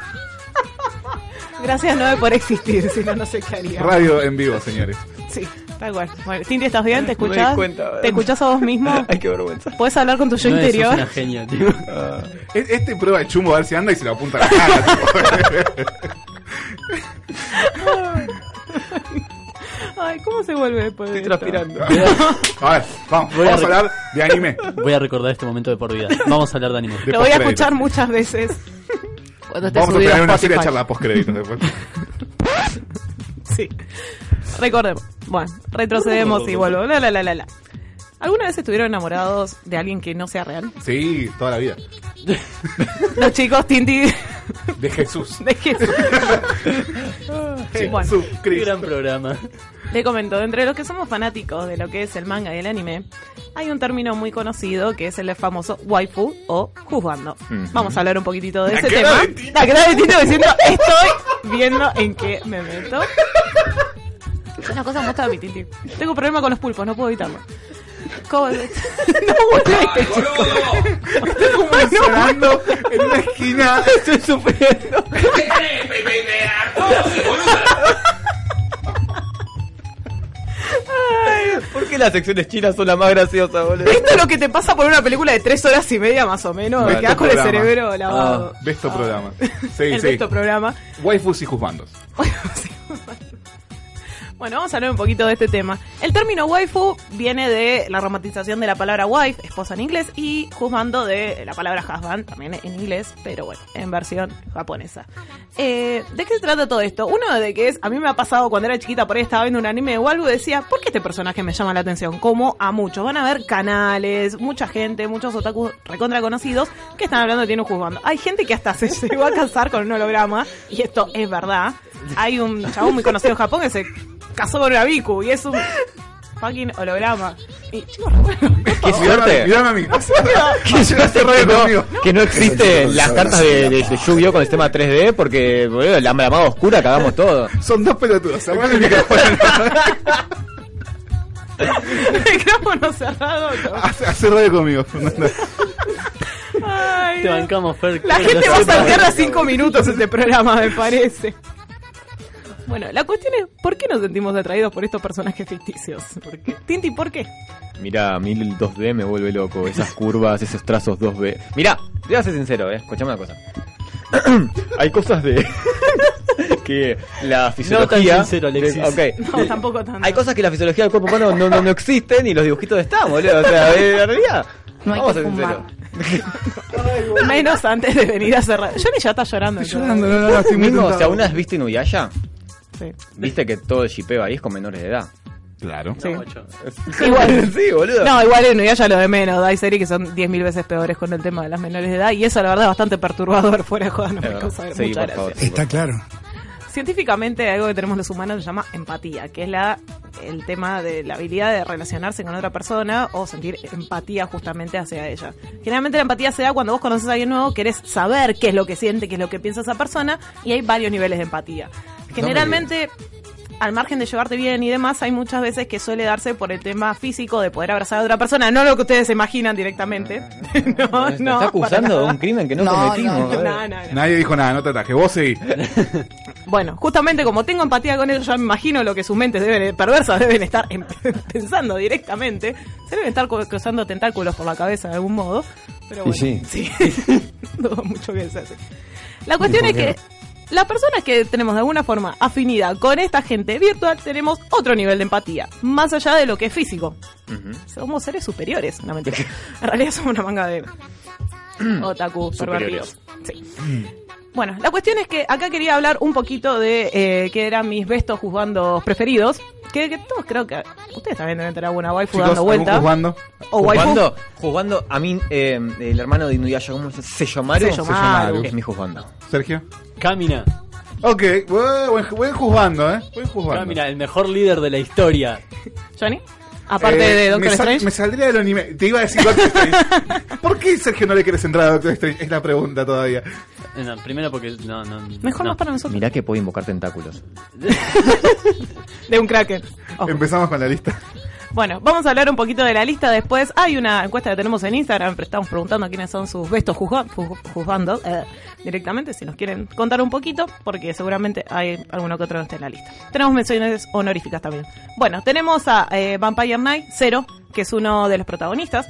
Speaker 8: Gracias, Noé, por existir, si no, no sé qué haría.
Speaker 7: Radio en vivo, señores.
Speaker 8: Sí. Tal cual. Bueno, Tinti, ¿estás bien? ¿Te
Speaker 10: No me
Speaker 8: escuchás?
Speaker 10: di cuenta.
Speaker 8: ¿Te escuchás a vos mismo?
Speaker 10: Ay, qué vergüenza.
Speaker 8: ¿Puedes hablar con tu yo
Speaker 9: No, eso
Speaker 8: interior?
Speaker 9: es una genia, tío.
Speaker 10: Ah.
Speaker 7: Este prueba de chumbo a ver si anda y se lo apunta a la cara. Tipo.
Speaker 8: Ay, ¿cómo se vuelve después de
Speaker 10: Estoy
Speaker 8: esto?
Speaker 10: transpirando.
Speaker 7: A ver, vamos,
Speaker 9: Voy a
Speaker 7: vamos a
Speaker 9: rec-
Speaker 7: hablar de anime.
Speaker 9: Voy a recordar este momento de por vida. Vamos a hablar de anime.
Speaker 7: De
Speaker 8: Lo voy a
Speaker 7: postcréditos.
Speaker 8: escuchar muchas veces. Cuando esté
Speaker 7: Vamos a
Speaker 8: subido
Speaker 7: tener
Speaker 8: a
Speaker 7: una serie de
Speaker 8: Spotify.
Speaker 7: charla post créditos después.
Speaker 8: Sí. Recordemos. Bueno, retrocedemos y vuelvo. La, la, la, la, la. ¿Alguna vez estuvieron enamorados de alguien que no sea real?
Speaker 7: Sí, toda la vida.
Speaker 8: Los chicos, Tinti.
Speaker 7: De Jesús.
Speaker 8: De Jesús.
Speaker 7: Sí,
Speaker 8: Bueno.
Speaker 7: su
Speaker 9: Qué
Speaker 7: Cristo.
Speaker 9: gran programa.
Speaker 8: Le comento, entre los que somos fanáticos de lo que es el manga y el anime, hay un término muy conocido que es el famoso waifu o juzgando.
Speaker 10: Ujú.
Speaker 8: Vamos a hablar un poquitito de
Speaker 7: La
Speaker 8: ese
Speaker 7: cara
Speaker 8: tema.
Speaker 7: de Tito.
Speaker 8: La cara de Tito diciendo, estoy viendo en qué me meto. Es una cosa muestra de mi Tinti. Tengo problema con los pulpos, no puedo evitarlo. ¿Cómo? No vuelve este chico.
Speaker 7: Estoy convulsionando en una esquina.
Speaker 10: Estoy sufriendo. ¿Por qué las secciones chinas son las más graciosas, boludo?
Speaker 8: Esto es lo que te pasa por una película de tres horas y media más o menos.
Speaker 7: Besto
Speaker 8: Me quedás con el
Speaker 7: programa.
Speaker 8: cerebro lavado.
Speaker 7: Ah, Besto programa. Sí,
Speaker 8: el
Speaker 7: sí.
Speaker 8: Besto programa.
Speaker 7: Waifus y juzbandos.
Speaker 8: Bueno, vamos a hablar un poquito de este tema. El término waifu viene de la romantización de la palabra wife, esposa en inglés, y juzgando de la palabra husband, también en inglés, pero bueno, en versión japonesa. Eh, ¿De qué se trata todo esto? Uno de que es, a mí me ha pasado cuando era chiquita, por ahí estaba viendo un anime o algo y decía, ¿por qué este personaje me llama la atención? Como a muchos. Van a ver canales, mucha gente, muchos otakus recontra conocidos que están hablando de tiene un juzgando. Hay gente que hasta se llegó a casar con un holograma, y esto es verdad. Hay un chabón muy conocido en Japón que se casó con una Biku y es un fucking holograma. Y chicos, bueno,
Speaker 10: Qué suerte.
Speaker 7: Mírame a mí.
Speaker 10: Qué suerte que no,
Speaker 7: conmigo.
Speaker 10: que no existen las cartas de, de, de Yu-Gi-Oh con el sistema tres D porque, boludo, la, la maga oscura cagamos todo.
Speaker 7: Son dos pelotudos. Cerrame el micrófono.
Speaker 8: micrófono cerrado. No.
Speaker 7: Hace, hace radio conmigo.
Speaker 8: Ay,
Speaker 9: Te
Speaker 8: no.
Speaker 9: bancamos, Fer.
Speaker 8: La
Speaker 9: que
Speaker 8: gente
Speaker 9: lo
Speaker 8: va a
Speaker 9: sepa.
Speaker 8: saltear a cinco minutos este programa, me parece. Bueno, la cuestión es, ¿por qué nos sentimos atraídos por estos personajes ficticios? ¿Por qué? Tinti, ¿por qué?
Speaker 10: Mira, a mí el dos D me vuelve loco. Esas curvas, esos trazos dos B. Mira, te voy a ser sincero, eh. Escuchame una cosa. Hay cosas de... que la fisiología...
Speaker 9: No tan sincero, Alexis.
Speaker 10: de- ok.
Speaker 8: No,
Speaker 10: De-
Speaker 8: tampoco tanto.
Speaker 10: Hay cosas que la fisiología del cuerpo humano no, no, no existen y los dibujitos están, boludo. O sea, eh, en realidad...
Speaker 1: No hay
Speaker 10: vamos
Speaker 1: que
Speaker 10: a ser
Speaker 1: fumar.
Speaker 10: sinceros.
Speaker 8: Menos antes de venir a cerrar. Johnny ya está llorando.
Speaker 7: Estoy llorando, no, no, no, estoy muy
Speaker 10: Mismo,
Speaker 7: tentado.
Speaker 10: si alguna vez viste Inuyasha,
Speaker 8: Sí.
Speaker 10: viste que todo el shipeo ahí es con menores de edad.
Speaker 7: Claro.
Speaker 8: Sí.
Speaker 9: No, macho.
Speaker 8: Igual.
Speaker 10: Sí, boludo.
Speaker 8: No, igual en ya lo de menos. Hay series que son diez mil veces peores con el tema de las menores de edad. Y eso, la verdad, es bastante perturbador. Fuera de joda, no me
Speaker 10: Eh,
Speaker 8: causa
Speaker 10: sí,
Speaker 8: mucha
Speaker 10: por favor,
Speaker 8: gracia.
Speaker 10: sí,
Speaker 12: Está claro.
Speaker 8: Científicamente, algo que tenemos los humanos se llama empatía, que es la el tema de la habilidad de relacionarse con otra persona o sentir empatía justamente hacia ella. Generalmente la empatía se da cuando vos conoces a alguien nuevo, querés saber qué es lo que siente, qué es lo que piensa esa persona, y hay varios niveles de empatía. Generalmente, al margen de llevarte bien y demás, hay muchas veces que suele darse por el tema físico de poder abrazar a otra persona, no lo que ustedes se imaginan directamente. no,
Speaker 10: ¿Me
Speaker 8: no,
Speaker 10: está acusando
Speaker 8: para
Speaker 10: de
Speaker 8: nada.
Speaker 10: un crimen que no,
Speaker 12: No,
Speaker 10: cometimos?
Speaker 12: no, no.
Speaker 8: No, no, no.
Speaker 7: Nadie dijo nada, no te atajes. Vos seguís.
Speaker 8: Bueno, justamente como tengo empatía con ellos, ya me imagino lo que sus mentes deben, perversas deben estar em- pensando directamente. Se deben estar co- cruzando tentáculos por la cabeza de algún modo. Pero bueno,
Speaker 10: Y
Speaker 8: sí. Dudo mucho que sea así. La cuestión es que las personas que tenemos de alguna forma afinidad con esta gente virtual tenemos otro nivel de empatía, más allá de lo que es físico.
Speaker 10: Ujú.
Speaker 8: Somos seres superiores, no mentira. En realidad somos una manga de otaku pervertidos. Sí. Bueno, la cuestión es que acá quería hablar un poquito de eh, qué eran mis bestos juzgandos preferidos. Que, que todos creo que ustedes también deben tener alguna waifu
Speaker 7: Chicos,
Speaker 8: dando
Speaker 7: ¿algún
Speaker 8: vuelta.
Speaker 7: juzgando?
Speaker 8: O waifu.
Speaker 10: Jugando, jugando, a mí, eh, el hermano de Inuyasha, ¿cómo se llama? Seyomaru.
Speaker 8: Seyomaru.
Speaker 10: Es mi jugando.
Speaker 7: Sergio.
Speaker 9: Camina.
Speaker 7: Ok, buen, buen, buen juzgando, ¿eh? Buen juzgando.
Speaker 9: Camina, el mejor líder de la historia.
Speaker 8: Johnny, aparte
Speaker 7: Eh,
Speaker 8: de Doctor
Speaker 7: me, sal-
Speaker 8: Strange.
Speaker 7: me saldría del anime. Te iba a decir Doctor Strange. ¿Por qué, Sergio, no le quieres entrar a Doctor Strange? Es la pregunta todavía.
Speaker 9: No, primero porque no, no.
Speaker 8: Mejor
Speaker 9: no.
Speaker 8: más para nosotros.
Speaker 10: Mirá que puedo invocar tentáculos.
Speaker 8: De un Kraken. Ojo.
Speaker 7: Empezamos con la lista.
Speaker 8: Bueno, vamos a hablar un poquito de la lista después. Hay una encuesta que tenemos en Instagram, pero estamos preguntando quiénes son sus bestos juzga- ju- juzgando eh, directamente, si nos quieren contar un poquito, porque seguramente hay alguno que otro que esté en la lista. Tenemos menciones honoríficas también. Bueno, tenemos a eh, Vampire Knight, Zero, que es uno de los protagonistas.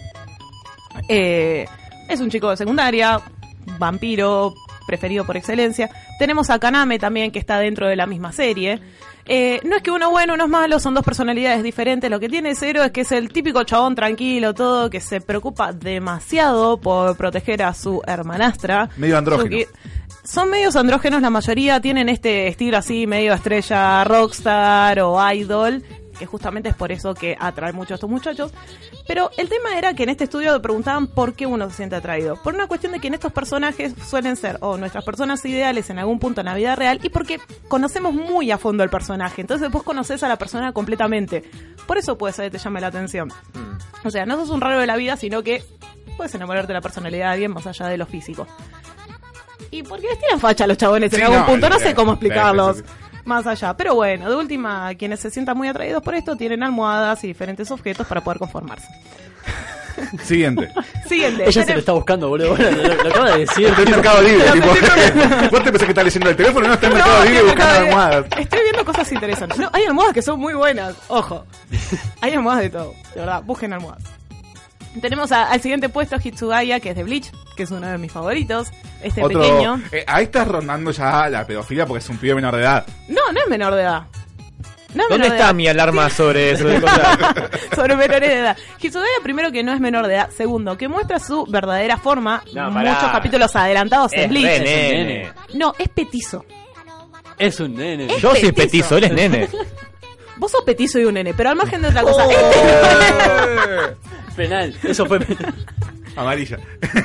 Speaker 8: Eh, es un chico de secundaria, vampiro preferido por excelencia. Tenemos a Kaname también, que está dentro de la misma serie. Eh, no es que uno bueno, uno es malo, son dos personalidades diferentes. Lo que tiene Zero es que es el típico chabón tranquilo, todo, que se preocupa demasiado por proteger a su hermanastra.
Speaker 7: Medio andrógeno.
Speaker 8: Suki. Son medios andrógenos, la mayoría tienen este estilo así, medio estrella rockstar o idol, que justamente es por eso que atrae mucho a estos muchachos. Pero el tema era que en este estudio preguntaban por qué uno se siente atraído. Por una cuestión de que en estos personajes suelen ser o nuestras personas ideales en algún punto en la vida real, y porque conocemos muy a fondo el personaje. Entonces vos conocés a la persona completamente. Por eso puede ser que te llame la atención. O sea, no sos un raro de la vida, sino que puedes enamorarte de la personalidad de alguien más allá de lo físico. Y porque les tiran facha a los chabones en
Speaker 7: Sí,
Speaker 8: algún
Speaker 7: no,
Speaker 8: punto, no
Speaker 7: eh,
Speaker 8: sé cómo explicarlos.
Speaker 7: eh, sí, sí.
Speaker 8: Más allá, pero bueno, de última, quienes se sientan muy atraídos por esto tienen almohadas y diferentes objetos para poder conformarse.
Speaker 7: Siguiente.
Speaker 8: Siguiente.
Speaker 9: Ella se
Speaker 8: Tenemos-
Speaker 9: lo está buscando, boludo. Bueno, lo, lo acaba de decir.
Speaker 7: Está en Mercado Libre, tipo. Vos te pensás que está leyendo el teléfono, no está en
Speaker 8: No,
Speaker 7: Mercado
Speaker 8: que
Speaker 7: Libre
Speaker 8: me
Speaker 7: buscando
Speaker 8: acaba de-
Speaker 7: almohadas.
Speaker 8: Estoy viendo cosas interesantes. No, hay almohadas que son muy buenas, ojo. Hay almohadas de todo, de verdad, busquen almohadas. Tenemos a- al siguiente puesto Hitsugaya, que es de Bleach, que es uno de mis favoritos. Este
Speaker 7: Otro-
Speaker 8: pequeño.
Speaker 7: eh, ahí estás rondando ya la pedofilia porque es un pibe menor de edad.
Speaker 8: No, no es menor de edad. No es
Speaker 10: ¿Dónde
Speaker 8: menor de
Speaker 10: está
Speaker 8: edad.
Speaker 10: mi alarma sobre, sobre cosas?
Speaker 8: Sobre menores de edad. Hitsugaya, primero, que no es menor de edad. Segundo, que muestra su verdadera forma.
Speaker 10: No, pará.
Speaker 8: Muchos capítulos adelantados en
Speaker 10: Es
Speaker 8: Bleach.
Speaker 10: re nene.
Speaker 8: No, es petizo.
Speaker 9: Es un nene.
Speaker 8: Es
Speaker 10: Yo soy
Speaker 8: petizo.
Speaker 10: petizo, él es nene.
Speaker 8: Vos sos petizo y un nene, pero al margen de otra
Speaker 10: Oh.
Speaker 8: cosa. Este-
Speaker 9: Penal. Eso fue penal.
Speaker 7: Amarilla.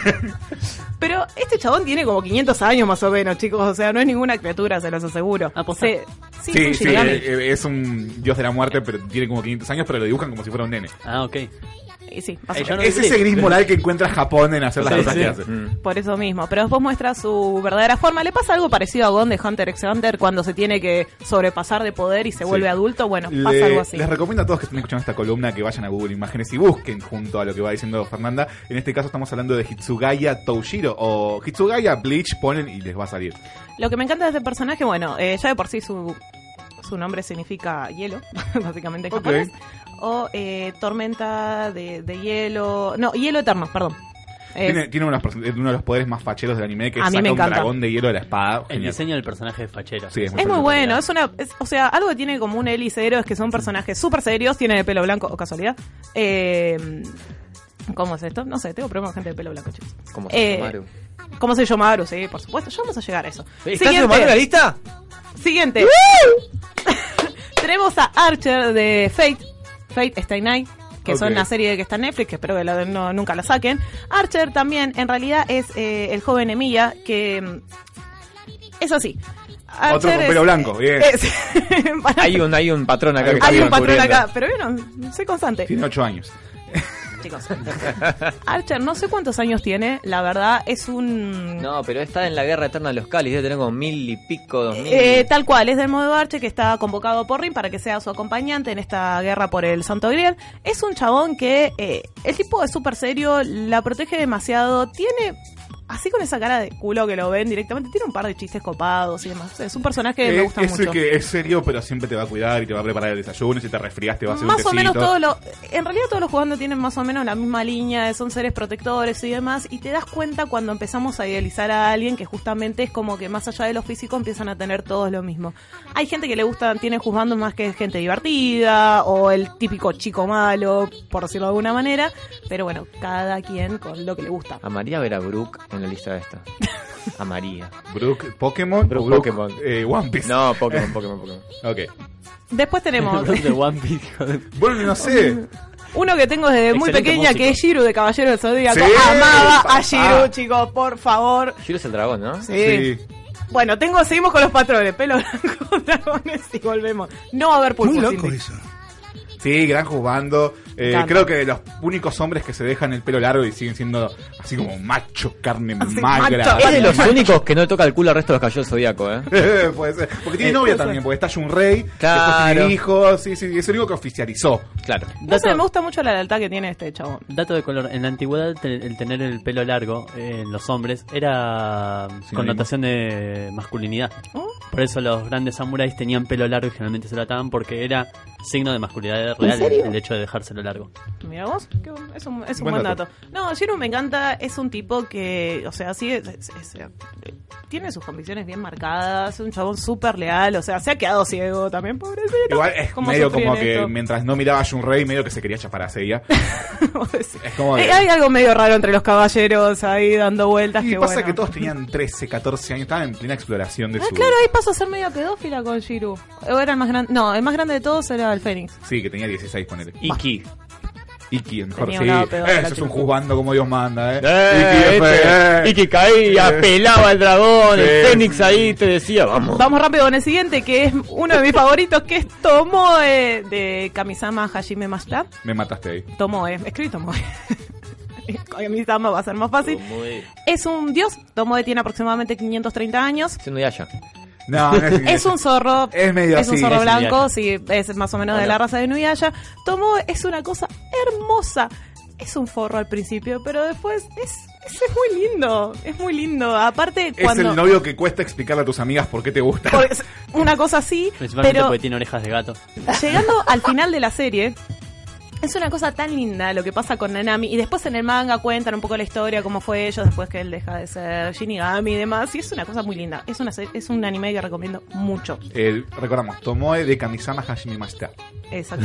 Speaker 8: Pero este chabón tiene como quinientos años más o menos, chicos. O sea, no es ninguna criatura, se los aseguro. Se- sí,
Speaker 7: Sí,
Speaker 8: es un
Speaker 7: sí,
Speaker 8: Shinigami.
Speaker 7: eh, eh, es un dios de la muerte, pero tiene como quinientos años, pero lo dibujan como si fuera un nene.
Speaker 9: Ah, ok.
Speaker 8: Y sí, más o
Speaker 9: Eh, yo
Speaker 8: menos.
Speaker 9: no
Speaker 7: Es ese gris moral que encuentra Japón en hacer las
Speaker 9: Sí,
Speaker 7: cosas
Speaker 9: sí.
Speaker 7: que hace.
Speaker 8: Por eso mismo. Pero después muestra su verdadera forma. Le pasa algo parecido a Gon de Hunter x Hunter cuando se tiene que sobrepasar de poder y se vuelve
Speaker 7: Sí.
Speaker 8: adulto. Bueno,
Speaker 7: Le-
Speaker 8: pasa algo así.
Speaker 7: Les recomiendo a todos que estén escuchando esta columna que vayan a Google Imágenes y busquen junto a lo que va diciendo Fernanda. En este caso estamos hablando de Hitsugaya Toshiro o Hitsugaya Bleach, ponen y les va a salir.
Speaker 8: Lo que me encanta de este personaje, bueno, eh, ya de por sí su, su nombre significa hielo, básicamente en
Speaker 7: Ok.
Speaker 8: japonés. O eh, tormenta de, de hielo. No, hielo eterno, perdón. Es-
Speaker 7: Tiene, tiene uno, de los, pers- uno de los poderes más facheros del anime que
Speaker 8: A mí
Speaker 7: saca
Speaker 8: me
Speaker 7: un
Speaker 8: encanta.
Speaker 7: dragón de hielo de la espada.
Speaker 9: El
Speaker 7: Genial.
Speaker 9: diseño del personaje es fachero.
Speaker 7: Sí, es muy
Speaker 8: Es muy
Speaker 7: fachoso.
Speaker 8: bueno, es una, es- o sea, algo que tiene como un hélice héroe es que son personajes súper serios, tienen el pelo blanco, o casualidad. Eh, ¿Cómo es esto? No sé, tengo problemas con gente de pelo blanco, chicos.
Speaker 10: Como
Speaker 8: Eh,
Speaker 10: Maru.
Speaker 8: ¿Cómo se llama Maru? Sí, por supuesto, ya vamos a llegar a eso.
Speaker 10: ¿Estás sumando la lista?
Speaker 8: Siguiente. Tenemos a Archer de Fate, Fate Stay Night, que son
Speaker 7: Ok.
Speaker 8: una serie que está en Netflix, que espero que la- no- nunca la saquen. Archer también, en realidad, es eh, el joven Emilia, que mm, es así. Archer
Speaker 7: Otro con
Speaker 8: es-
Speaker 7: pelo blanco, bien.
Speaker 8: es-
Speaker 10: Hay un, hay un patrón acá que está
Speaker 8: Hay un
Speaker 10: bien
Speaker 8: patrón
Speaker 10: cubriendo.
Speaker 8: acá, pero vieron, soy constante.
Speaker 7: Tiene ocho años.
Speaker 8: Chicos. Archer, no sé cuántos años tiene, la verdad, es un...
Speaker 10: No, pero está en la guerra eterna de los Cáliz, debe tener como mil y pico, dos mil.
Speaker 8: Eh, tal cual, es del modo Archer que está convocado por Rin para que sea su acompañante en esta guerra por el Santo Grial. Es un chabón que eh, el tipo es súper serio, la protege demasiado, tiene... Así con esa cara de culo que lo ven directamente, tiene un par de chistes copados y demás. Es un personaje que me
Speaker 7: Eh,
Speaker 8: gusta
Speaker 7: es
Speaker 8: mucho.
Speaker 7: el que es serio, pero siempre te va a cuidar y te va a preparar el desayuno. Y si te resfrias, te va a hacer
Speaker 8: Más
Speaker 7: un
Speaker 8: o menos
Speaker 7: tecito.
Speaker 8: todo lo... En realidad todos los jugadores tienen más o menos la misma línea, son seres protectores y demás, y te das cuenta cuando empezamos a idealizar a alguien que justamente es como que más allá de lo físico empiezan a tener todos lo mismo. Hay gente que le gusta, tiene juzgando más que gente divertida, o el típico chico malo, por decirlo de alguna manera, pero bueno, cada quien con lo que le gusta.
Speaker 10: A María ver a Brooke en la lista esta. A María.
Speaker 7: Brooke, Pokémon.
Speaker 10: Brooke,
Speaker 7: o Brooke,
Speaker 10: Pokémon.
Speaker 7: eh, One Piece.
Speaker 10: No, Pokémon, Pokémon, Pokémon.
Speaker 7: Ok.
Speaker 8: Después tenemos...
Speaker 9: de One Piece, hijo de-
Speaker 7: Bueno, no sé.
Speaker 8: Uno que tengo desde muy
Speaker 9: Excelente
Speaker 8: pequeña,
Speaker 9: músico.
Speaker 8: que es Shiru de Caballero del Zodíaco.
Speaker 7: Sí,
Speaker 8: Amaba
Speaker 7: papá.
Speaker 8: a Shiru, chicos, por favor.
Speaker 10: Shiro es el dragón, ¿no?
Speaker 8: Sí.
Speaker 7: Sí.
Speaker 8: Bueno, tengo, seguimos con los patrones. Pelo blanco, dragones y volvemos. No va a haber pulpo.
Speaker 12: Muy loco
Speaker 8: Cindy.
Speaker 12: eso.
Speaker 7: Sí, gran jugando. Eh,
Speaker 8: Encanta.
Speaker 7: creo que los únicos hombres que se dejan el pelo largo y siguen siendo así como macho, carne
Speaker 10: Así,
Speaker 7: magra.
Speaker 10: macho. Es de los
Speaker 7: Macho.
Speaker 10: únicos que no le toca el culo al resto de los caballeros zodíaco, ¿eh?
Speaker 7: Puede ser. Porque tiene
Speaker 10: Eh,
Speaker 7: novia
Speaker 10: puede
Speaker 7: también,
Speaker 10: ser.
Speaker 7: porque está Jun Rey,
Speaker 10: Claro.
Speaker 7: después tiene hijos, sí, sí, es el único que oficializó.
Speaker 10: Claro.
Speaker 8: No sé, me gusta mucho la lealtad que tiene este chabón.
Speaker 9: Dato de color, en la antigüedad te- el tener el pelo largo eh, en los hombres era
Speaker 7: Sinónimo.
Speaker 9: connotación de masculinidad. Por eso los grandes samuráis tenían pelo largo y generalmente se lo ataban porque era signo de masculinidad real
Speaker 8: serio?
Speaker 9: el hecho de dejárselo largo.
Speaker 8: Mira vos, qué bu- es un, es un
Speaker 9: Buen
Speaker 8: buen
Speaker 9: dato.
Speaker 8: dato. No, Shiro me encanta, es un tipo que, o sea, sí, es- es- es- eh, tiene sus convicciones bien marcadas, es un chabón súper leal, o sea, se ha quedado ciego también, pobrecito.
Speaker 7: Igual es
Speaker 8: ¿Cómo
Speaker 7: medio
Speaker 8: sufrí
Speaker 7: como
Speaker 8: en
Speaker 7: que
Speaker 8: esto?
Speaker 7: mientras no miraba a Jun Rey, medio que se quería chapar a Seiya. Es como
Speaker 8: Eh,
Speaker 7: que...
Speaker 8: hay algo medio raro entre los caballeros ahí dando vueltas.
Speaker 7: Y
Speaker 8: que
Speaker 7: pasa
Speaker 8: bueno.
Speaker 7: que todos tenían trece, catorce años, estaban en plena exploración de
Speaker 8: Ah,
Speaker 7: su...
Speaker 8: claro, ahí pasó a ser media pedófila con Shiro. O era el más grande. No, el más grande de todos era el Fénix.
Speaker 7: Sí, que tenía dieciséis, ponele.
Speaker 10: Iki.
Speaker 7: Iki, mejor
Speaker 8: Tenía
Speaker 7: sí.
Speaker 8: un lado pedófilo,
Speaker 7: Eso es un
Speaker 8: chico.
Speaker 7: juzgando como Dios manda, eh.
Speaker 10: Eh,
Speaker 7: Iki,
Speaker 10: este,
Speaker 7: eh.
Speaker 10: Iki caía,
Speaker 7: Eh.
Speaker 10: pelaba el dragón, el
Speaker 7: Sí,
Speaker 10: Fénix
Speaker 7: sí,
Speaker 10: ahí te decía, vamos.
Speaker 8: Vamos rápido con el siguiente, que es uno de mis favoritos, que es Tomoe de Kamisama Hajime Mashita.
Speaker 7: Me mataste ahí.
Speaker 8: Tomoe, escribí Tomoe. Kamisama va a ser más fácil. Es un dios. Tomoe tiene aproximadamente quinientos treinta años.
Speaker 10: Es un Yaya.
Speaker 7: No, no es,
Speaker 8: Es un zorro.
Speaker 7: Es medio
Speaker 8: Es un
Speaker 7: así.
Speaker 8: zorro
Speaker 7: Es
Speaker 8: blanco,
Speaker 7: Inuyasha.
Speaker 8: sí, es más o menos de
Speaker 7: Bueno.
Speaker 8: la raza de Inuyasha. Tomoe es una cosa hermosa. Es un forro al principio, pero después es, es, es muy lindo. Es muy lindo. Aparte,
Speaker 7: Es
Speaker 8: cuando.
Speaker 7: el novio que cuesta explicarle a tus amigas por qué te gusta.
Speaker 8: Pues, una cosa así,
Speaker 9: Principalmente
Speaker 8: pero
Speaker 9: porque tiene orejas de gato.
Speaker 8: llegando al final de la serie, es una cosa tan linda lo que pasa con Nanami. Y después en el manga cuentan un poco la historia, cómo fue ellos después que él deja de ser Shinigami y demás. Y es una cosa muy linda. Es, una, se- es un anime que recomiendo mucho.
Speaker 7: El, recordamos, Tomoe de Kamisama Hajime Mashita.
Speaker 8: Exacto.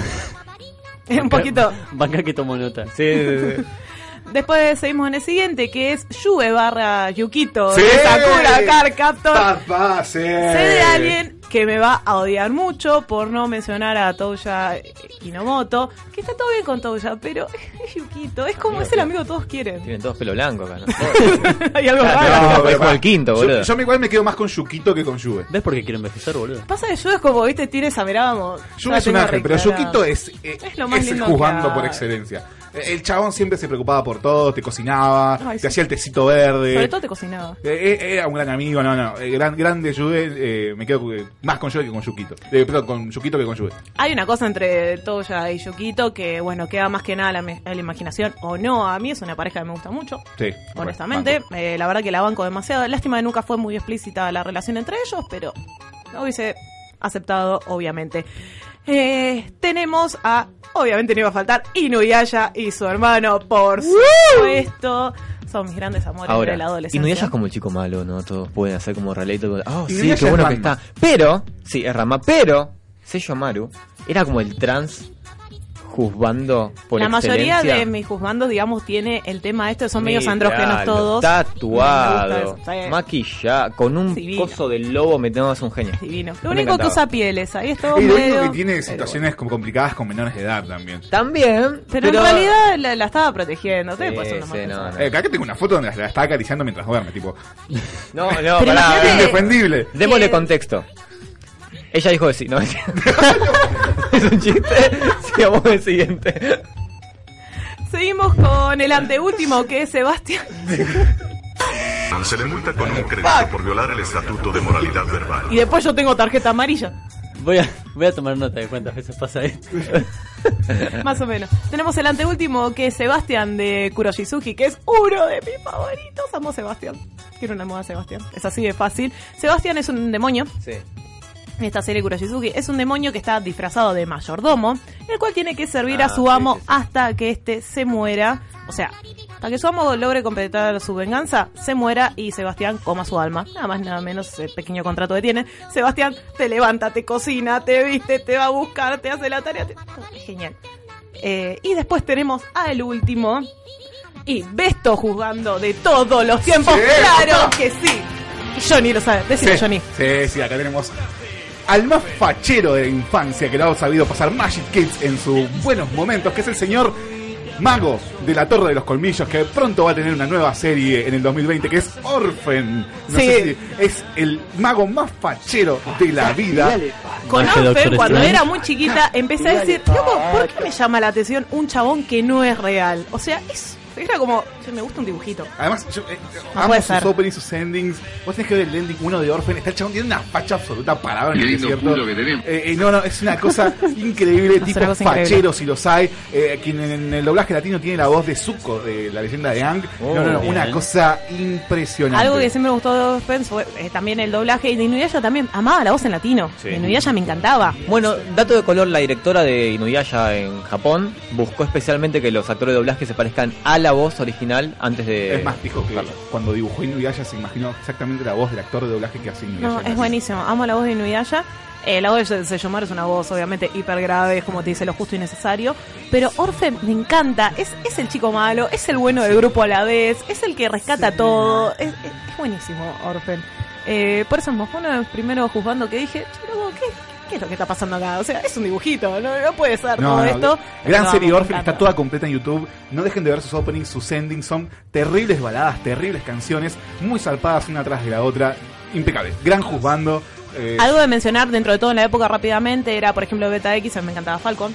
Speaker 8: Es un poquito.
Speaker 9: Banca que tomó nota.
Speaker 10: Sí, sí, sí.
Speaker 8: Después seguimos en el siguiente, que es Yue barra Yukito
Speaker 7: ¡Sí!
Speaker 8: de Sakura Card Captor.
Speaker 7: Papá, sí.
Speaker 8: Sé de alguien que me va a odiar mucho por no mencionar a Touya Kinomoto, que está todo bien con Touya, pero es Yukito, es como es el amigo que todos quieren.
Speaker 10: Tienen todos pelo blanco acá, ¿no?
Speaker 8: Hay algo
Speaker 10: No,
Speaker 8: raro.
Speaker 10: pero es como el quinto,
Speaker 7: Yo,
Speaker 10: boludo.
Speaker 7: yo me igual me quedo más con Yukito que con Yue.
Speaker 9: ¿Ves por qué quiero envejecer, boludo?
Speaker 8: Pasa que Yue es como, viste, tiene esa mirada como...
Speaker 7: Yue
Speaker 8: la
Speaker 7: es un
Speaker 8: tengo
Speaker 7: ángel, pero
Speaker 8: reclara.
Speaker 7: Yukito es, eh,
Speaker 8: Es lo más
Speaker 7: es el
Speaker 8: lindo que
Speaker 7: juzgando
Speaker 8: hay.
Speaker 7: por excelencia. Eh, El chabón siempre se preocupaba por todo, te cocinaba,
Speaker 8: Ay,
Speaker 7: te
Speaker 8: sí.
Speaker 7: hacía el tecito verde.
Speaker 8: Sobre todo te cocinaba.
Speaker 7: Eh, eh, Era un gran amigo, no, no. eh, Gran, grande Yue, eh, me quedo eh, más con Yue que con Yukito. Eh, perdón, con Yukito que con Yue.
Speaker 8: Hay una cosa entre Touya y Yukito que, bueno, queda más que nada a la, me- a la imaginación o no. A mí es una pareja que me gusta mucho.
Speaker 7: Sí.
Speaker 8: Honestamente, eh, la verdad que la banco demasiado. Lástima que nunca fue muy explícita la relación entre ellos, pero lo hubiese aceptado, obviamente. Eh, tenemos a, obviamente no iba a faltar, Inuyasha y su hermano, por supuesto. Son mis grandes amores
Speaker 10: Ahora,
Speaker 8: de la adolescencia.
Speaker 10: Inuyasha es como el chico malo, ¿no? Todos pueden hacer como relatable. Ah, sí,
Speaker 7: Inuyasha
Speaker 10: qué bueno
Speaker 7: es
Speaker 10: que
Speaker 7: Ranma.
Speaker 10: está. Pero, sí, es Rama, pero Seiyo Amaru era como el trans juzgando por
Speaker 8: La mayoría
Speaker 10: excelencia.
Speaker 8: de mis juzgandos, digamos, tiene el tema este, son medios
Speaker 10: Míralo,
Speaker 8: andrógenos todos.
Speaker 10: Tatuado,
Speaker 8: Me gusta eso, sí.
Speaker 10: maquillado, con un
Speaker 8: Divino.
Speaker 10: coso del lobo metiéndose un genio.
Speaker 8: Divino. Lo
Speaker 10: Me
Speaker 8: único que
Speaker 10: encantaba.
Speaker 8: usa pieles, ahí es todo
Speaker 7: Y lo único
Speaker 8: medio...
Speaker 7: que tiene situaciones como complicadas con menores de edad también.
Speaker 10: También,
Speaker 8: Pero, en realidad la, la estaba protegiendo. Ustedes
Speaker 10: Sí,
Speaker 8: pueden ser una
Speaker 10: sí,
Speaker 8: más
Speaker 10: no,
Speaker 8: persona.
Speaker 7: Eh, acá que tengo una foto donde la está acariciando mientras duerme, tipo.
Speaker 10: No, no,
Speaker 8: Pero
Speaker 10: pará.
Speaker 8: imagínate-
Speaker 7: Indefendible.
Speaker 10: Démosle
Speaker 8: que-
Speaker 10: contexto. Ella dijo que sí, ¿no? Es un chiste. Sigamos el siguiente.
Speaker 8: Seguimos con el anteúltimo, que es Sebastián.
Speaker 11: Se le multa con un crédito por violar el estatuto de moralidad verbal.
Speaker 8: Y después yo tengo tarjeta amarilla.
Speaker 9: Voy a, voy a tomar nota de cuántas veces pasa esto.
Speaker 8: Más o menos. Tenemos el anteúltimo, que es Sebastián de Kuroshizuki, que es uno de mis favoritos. Amo a Sebastián. Quiero una moda Sebastián. Es así de fácil. Sebastián es un demonio.
Speaker 10: Sí.
Speaker 8: Esta serie Kuroshizuki es un demonio que está disfrazado de mayordomo, el cual tiene que servir a
Speaker 10: Ah,
Speaker 8: su
Speaker 10: sí,
Speaker 8: amo
Speaker 10: sí, sí.
Speaker 8: hasta que éste se muera. O sea, hasta que su amo logre completar su venganza, se muera y Sebastián coma su alma. Nada más, nada menos, el pequeño contrato que tiene. Sebastián te levanta, te cocina, te viste, te va a buscar, te hace la tarea. Te... Es genial. Eh, y después tenemos al último. Y Besto juzgando de todos los tiempos.
Speaker 7: Sí,
Speaker 8: ¡Claro
Speaker 7: papá.
Speaker 8: que sí! Y Johnny lo sabe. Decime,
Speaker 7: Sí,
Speaker 8: Johnny.
Speaker 7: sí, sí, acá tenemos al más fachero de la infancia que lo ha sabido pasar Magic Kids en sus buenos momentos, que es el señor mago de la Torre de los Colmillos, que pronto va a tener una nueva serie en el dos mil veinte, que es Orphan. No
Speaker 8: Sí.
Speaker 7: sé si es el mago más fachero de la vida.
Speaker 8: Con
Speaker 7: Magia
Speaker 8: Orphan,
Speaker 7: Doctor
Speaker 8: cuando
Speaker 7: Strange.
Speaker 8: era muy chiquita, empecé a decir, loco, ¿por qué me llama la atención un chabón que no es real? O sea, es, era como, che, me gusta un dibujito.
Speaker 7: Además, yo eh,
Speaker 8: No
Speaker 7: amo
Speaker 8: puede
Speaker 7: sus
Speaker 8: ser.
Speaker 7: openings, sus endings. Vos tenés que ver el ending uno de Orphan. Está el chabón, tiene una facha absoluta parado en
Speaker 11: Qué
Speaker 7: el
Speaker 11: lindo
Speaker 7: desierto.
Speaker 11: culo que tenemos.
Speaker 7: Eh, eh, no, no, es una cosa increíble.
Speaker 8: Es
Speaker 7: Tipo
Speaker 8: una cosa increíble.
Speaker 7: facheros, si los hay. Eh, quien en el doblaje latino tiene la voz de Zuko, de la leyenda de Aang.
Speaker 10: Oh,
Speaker 7: no, no, no,
Speaker 10: bien.
Speaker 7: una cosa impresionante.
Speaker 8: Algo que siempre me gustó de Orphan fue eh, también el doblaje. Y de Inuyasha también amaba la voz en latino.
Speaker 10: Sí.
Speaker 8: De Inuyasha me encantaba.
Speaker 10: Bueno, dato de color, la directora de Inuyasha en Japón buscó especialmente que los actores de doblaje se parezcan a la voz original antes de...
Speaker 7: Es más, dijo que cuando dibujó Inuyasha se imaginó exactamente la voz del actor de doblaje que hace Inuyasha.
Speaker 8: No, es buenísimo. Amo la voz de Inuyasha. Eh, la voz de Seyomar es una voz obviamente hiper grave, es como te dice lo justo y necesario. Pero Orphan me encanta. Es, es el chico malo, es el bueno del grupo a la vez, es el que rescata todo. Es, es, es buenísimo Orphan. Eh, por eso fue uno de los primeros juzgando que dije, che, loco, ¿qué, ¿qué es lo que está pasando acá? O sea, es un dibujito, no, no puede ser
Speaker 7: No,
Speaker 8: todo
Speaker 7: no,
Speaker 8: esto.
Speaker 7: Gran
Speaker 8: Pero
Speaker 7: serie
Speaker 8: vamos,
Speaker 7: Orphan,
Speaker 8: me
Speaker 7: está
Speaker 8: encanta.
Speaker 7: toda completa en YouTube. No dejen de ver sus openings, sus endings. Son terribles baladas, terribles canciones, muy zarpadas una tras de la otra. Impecable. Gran juzgando. Eh,
Speaker 8: Algo de mencionar dentro de todo en la época rápidamente era, por ejemplo, Beta X, a mí me encantaba Falcon.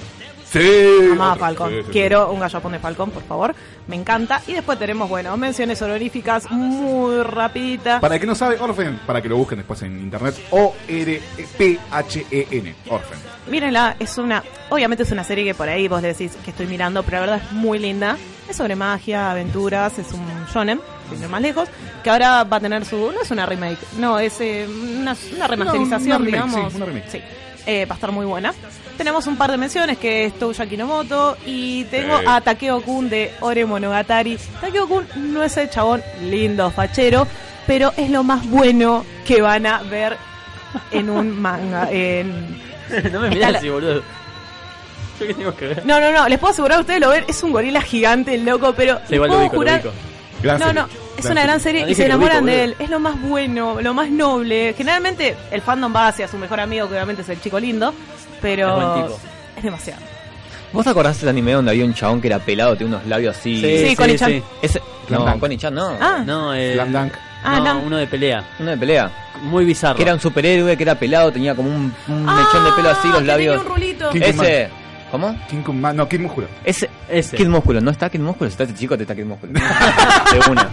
Speaker 7: Sí.
Speaker 8: Amaba
Speaker 7: otro,
Speaker 8: Falcon.
Speaker 7: sí, sí, sí.
Speaker 8: Quiero un gallapón de Falcon, por favor. Me encanta. Y después tenemos, bueno, menciones honoríficas muy rapiditas.
Speaker 7: Para el que no sabe, Orphan, para que lo busquen después en internet, O R P H E N, Orphan.
Speaker 8: Mírenla, es una... Obviamente es una serie que por ahí vos decís que estoy mirando, pero la verdad es muy linda. Es sobre magia, aventuras, es un shonen, sin ir más lejos, que ahora va a tener su... No es una remake, no, es eh, una, una remasterización,
Speaker 7: Una- una remake,
Speaker 8: digamos.
Speaker 7: sí, una remake.
Speaker 8: Sí. Eh, va a estar muy buena. Tenemos un par de menciones, que es Touya Kinomoto, y tengo
Speaker 7: Sí.
Speaker 8: a Takeo-kun de Ore Monogatari. Takeo-kun no es el chabón lindo, fachero, pero es lo más bueno que van a ver en un manga. En...
Speaker 9: No me
Speaker 8: Está
Speaker 9: mirás
Speaker 8: la-
Speaker 9: así, boludo. ¿Yo qué tengo que ver?
Speaker 8: No, no, no, les puedo asegurar, ustedes lo ven, es un gorila gigante, loco, pero
Speaker 9: Sí,
Speaker 8: les
Speaker 9: igual lo
Speaker 8: puedo
Speaker 9: ubico, lo
Speaker 8: jurar...
Speaker 9: ubico.
Speaker 7: Gran
Speaker 8: No,
Speaker 7: serie.
Speaker 8: no, es una gran serie
Speaker 9: No,
Speaker 8: y
Speaker 9: dije
Speaker 8: se
Speaker 9: que lo
Speaker 8: enamoran
Speaker 9: ubico,
Speaker 8: de
Speaker 9: boludo.
Speaker 8: él. Es lo más bueno, lo más noble. Generalmente el fandom va hacia su mejor amigo, que obviamente es el chico lindo, pero
Speaker 9: Es buen tipo.
Speaker 8: es demasiado.
Speaker 10: ¿Vos te acordás del anime donde había un chabón que era pelado, tenía unos labios así?
Speaker 8: Sí, Sí, Connie-chan. sí.
Speaker 10: Ese...
Speaker 7: Slam
Speaker 10: No,
Speaker 7: Dunk.
Speaker 10: Connie-chan no.
Speaker 8: Ah,
Speaker 9: No, eh,
Speaker 7: Slam Dunk.
Speaker 8: Ah,
Speaker 9: no,
Speaker 8: no.
Speaker 9: uno de pelea.
Speaker 10: Uno de pelea.
Speaker 9: Muy bizarro.
Speaker 10: Que era un superhéroe, que era pelado, tenía como un, un
Speaker 8: Ah,
Speaker 10: mechón de pelo así, los
Speaker 8: que
Speaker 10: labios.
Speaker 8: tenía un rulito.
Speaker 7: King
Speaker 10: Ese. ¿Cómo?
Speaker 7: King Kong Man- no, Kid Músculo.
Speaker 10: Ese.
Speaker 9: Ese.
Speaker 10: Kid Músculo. ¿No está Kid Músculo? Si está este chico, te está Kid Músculo. De una.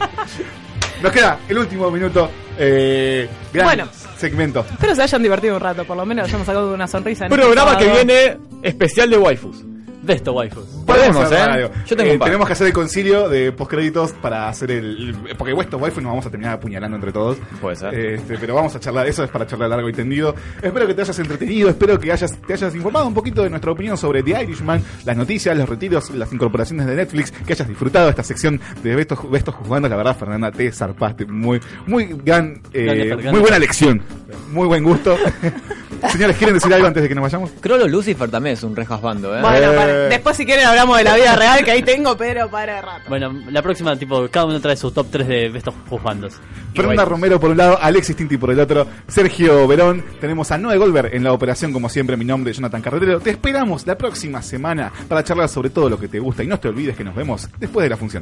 Speaker 7: Nos queda el último minuto. Eh, gran
Speaker 8: Bueno.
Speaker 7: segmento.
Speaker 8: Espero se hayan divertido un rato, por lo menos hayamos sacado una sonrisa. en este
Speaker 10: Programa que
Speaker 8: sábado.
Speaker 10: viene especial de waifus.
Speaker 9: Besto waifus.
Speaker 10: Podemos,
Speaker 7: hacer
Speaker 10: ¿eh?
Speaker 7: algo.
Speaker 10: Yo tengo
Speaker 7: Eh,
Speaker 10: un par.
Speaker 7: Tenemos que hacer el concilio de postcréditos para hacer el. el- porque estos waifu nos vamos a terminar apuñalando entre todos.
Speaker 10: Puede ser.
Speaker 7: Este, pero vamos a charlar, eso es para charlar largo y tendido. Espero que te hayas entretenido, espero que hayas, te hayas informado un poquito de nuestra opinión sobre The Irishman, las noticias, los retiros, las incorporaciones de Netflix, que hayas disfrutado de esta sección de Bestos, Bestos jugando. La verdad, Fernanda, te zarpaste. Muy, muy gran, eh,
Speaker 9: Grande, Fer, grande.
Speaker 7: muy buena lección. Muy buen gusto. Señores, ¿quieren decir algo antes de que nos vayamos?
Speaker 10: Crollo Lucifer también es un rejasbando, ¿eh?
Speaker 8: Bueno,
Speaker 7: Eh.
Speaker 8: para- después si quieren hablamos de la vida real, que ahí tengo, pero para de rato.
Speaker 9: Bueno, la próxima, tipo, cada uno trae su top tres de estos juzgandos.
Speaker 7: Fernanda Romero por un lado, Alexis Tinti por el otro, Sergio Verón, tenemos a Noé Goldberg en la operación, como siempre, mi nombre es Jonathan Carretero. Te esperamos la próxima semana para charlar sobre todo lo que te gusta y no te olvides que nos vemos después de la función.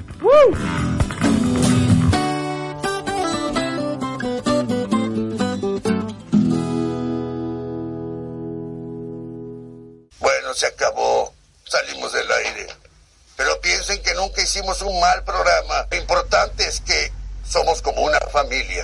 Speaker 21: Bueno, se acabó. Salimos del aire. Pero piensen que nunca hicimos un mal programa. Lo importante es que somos como una familia.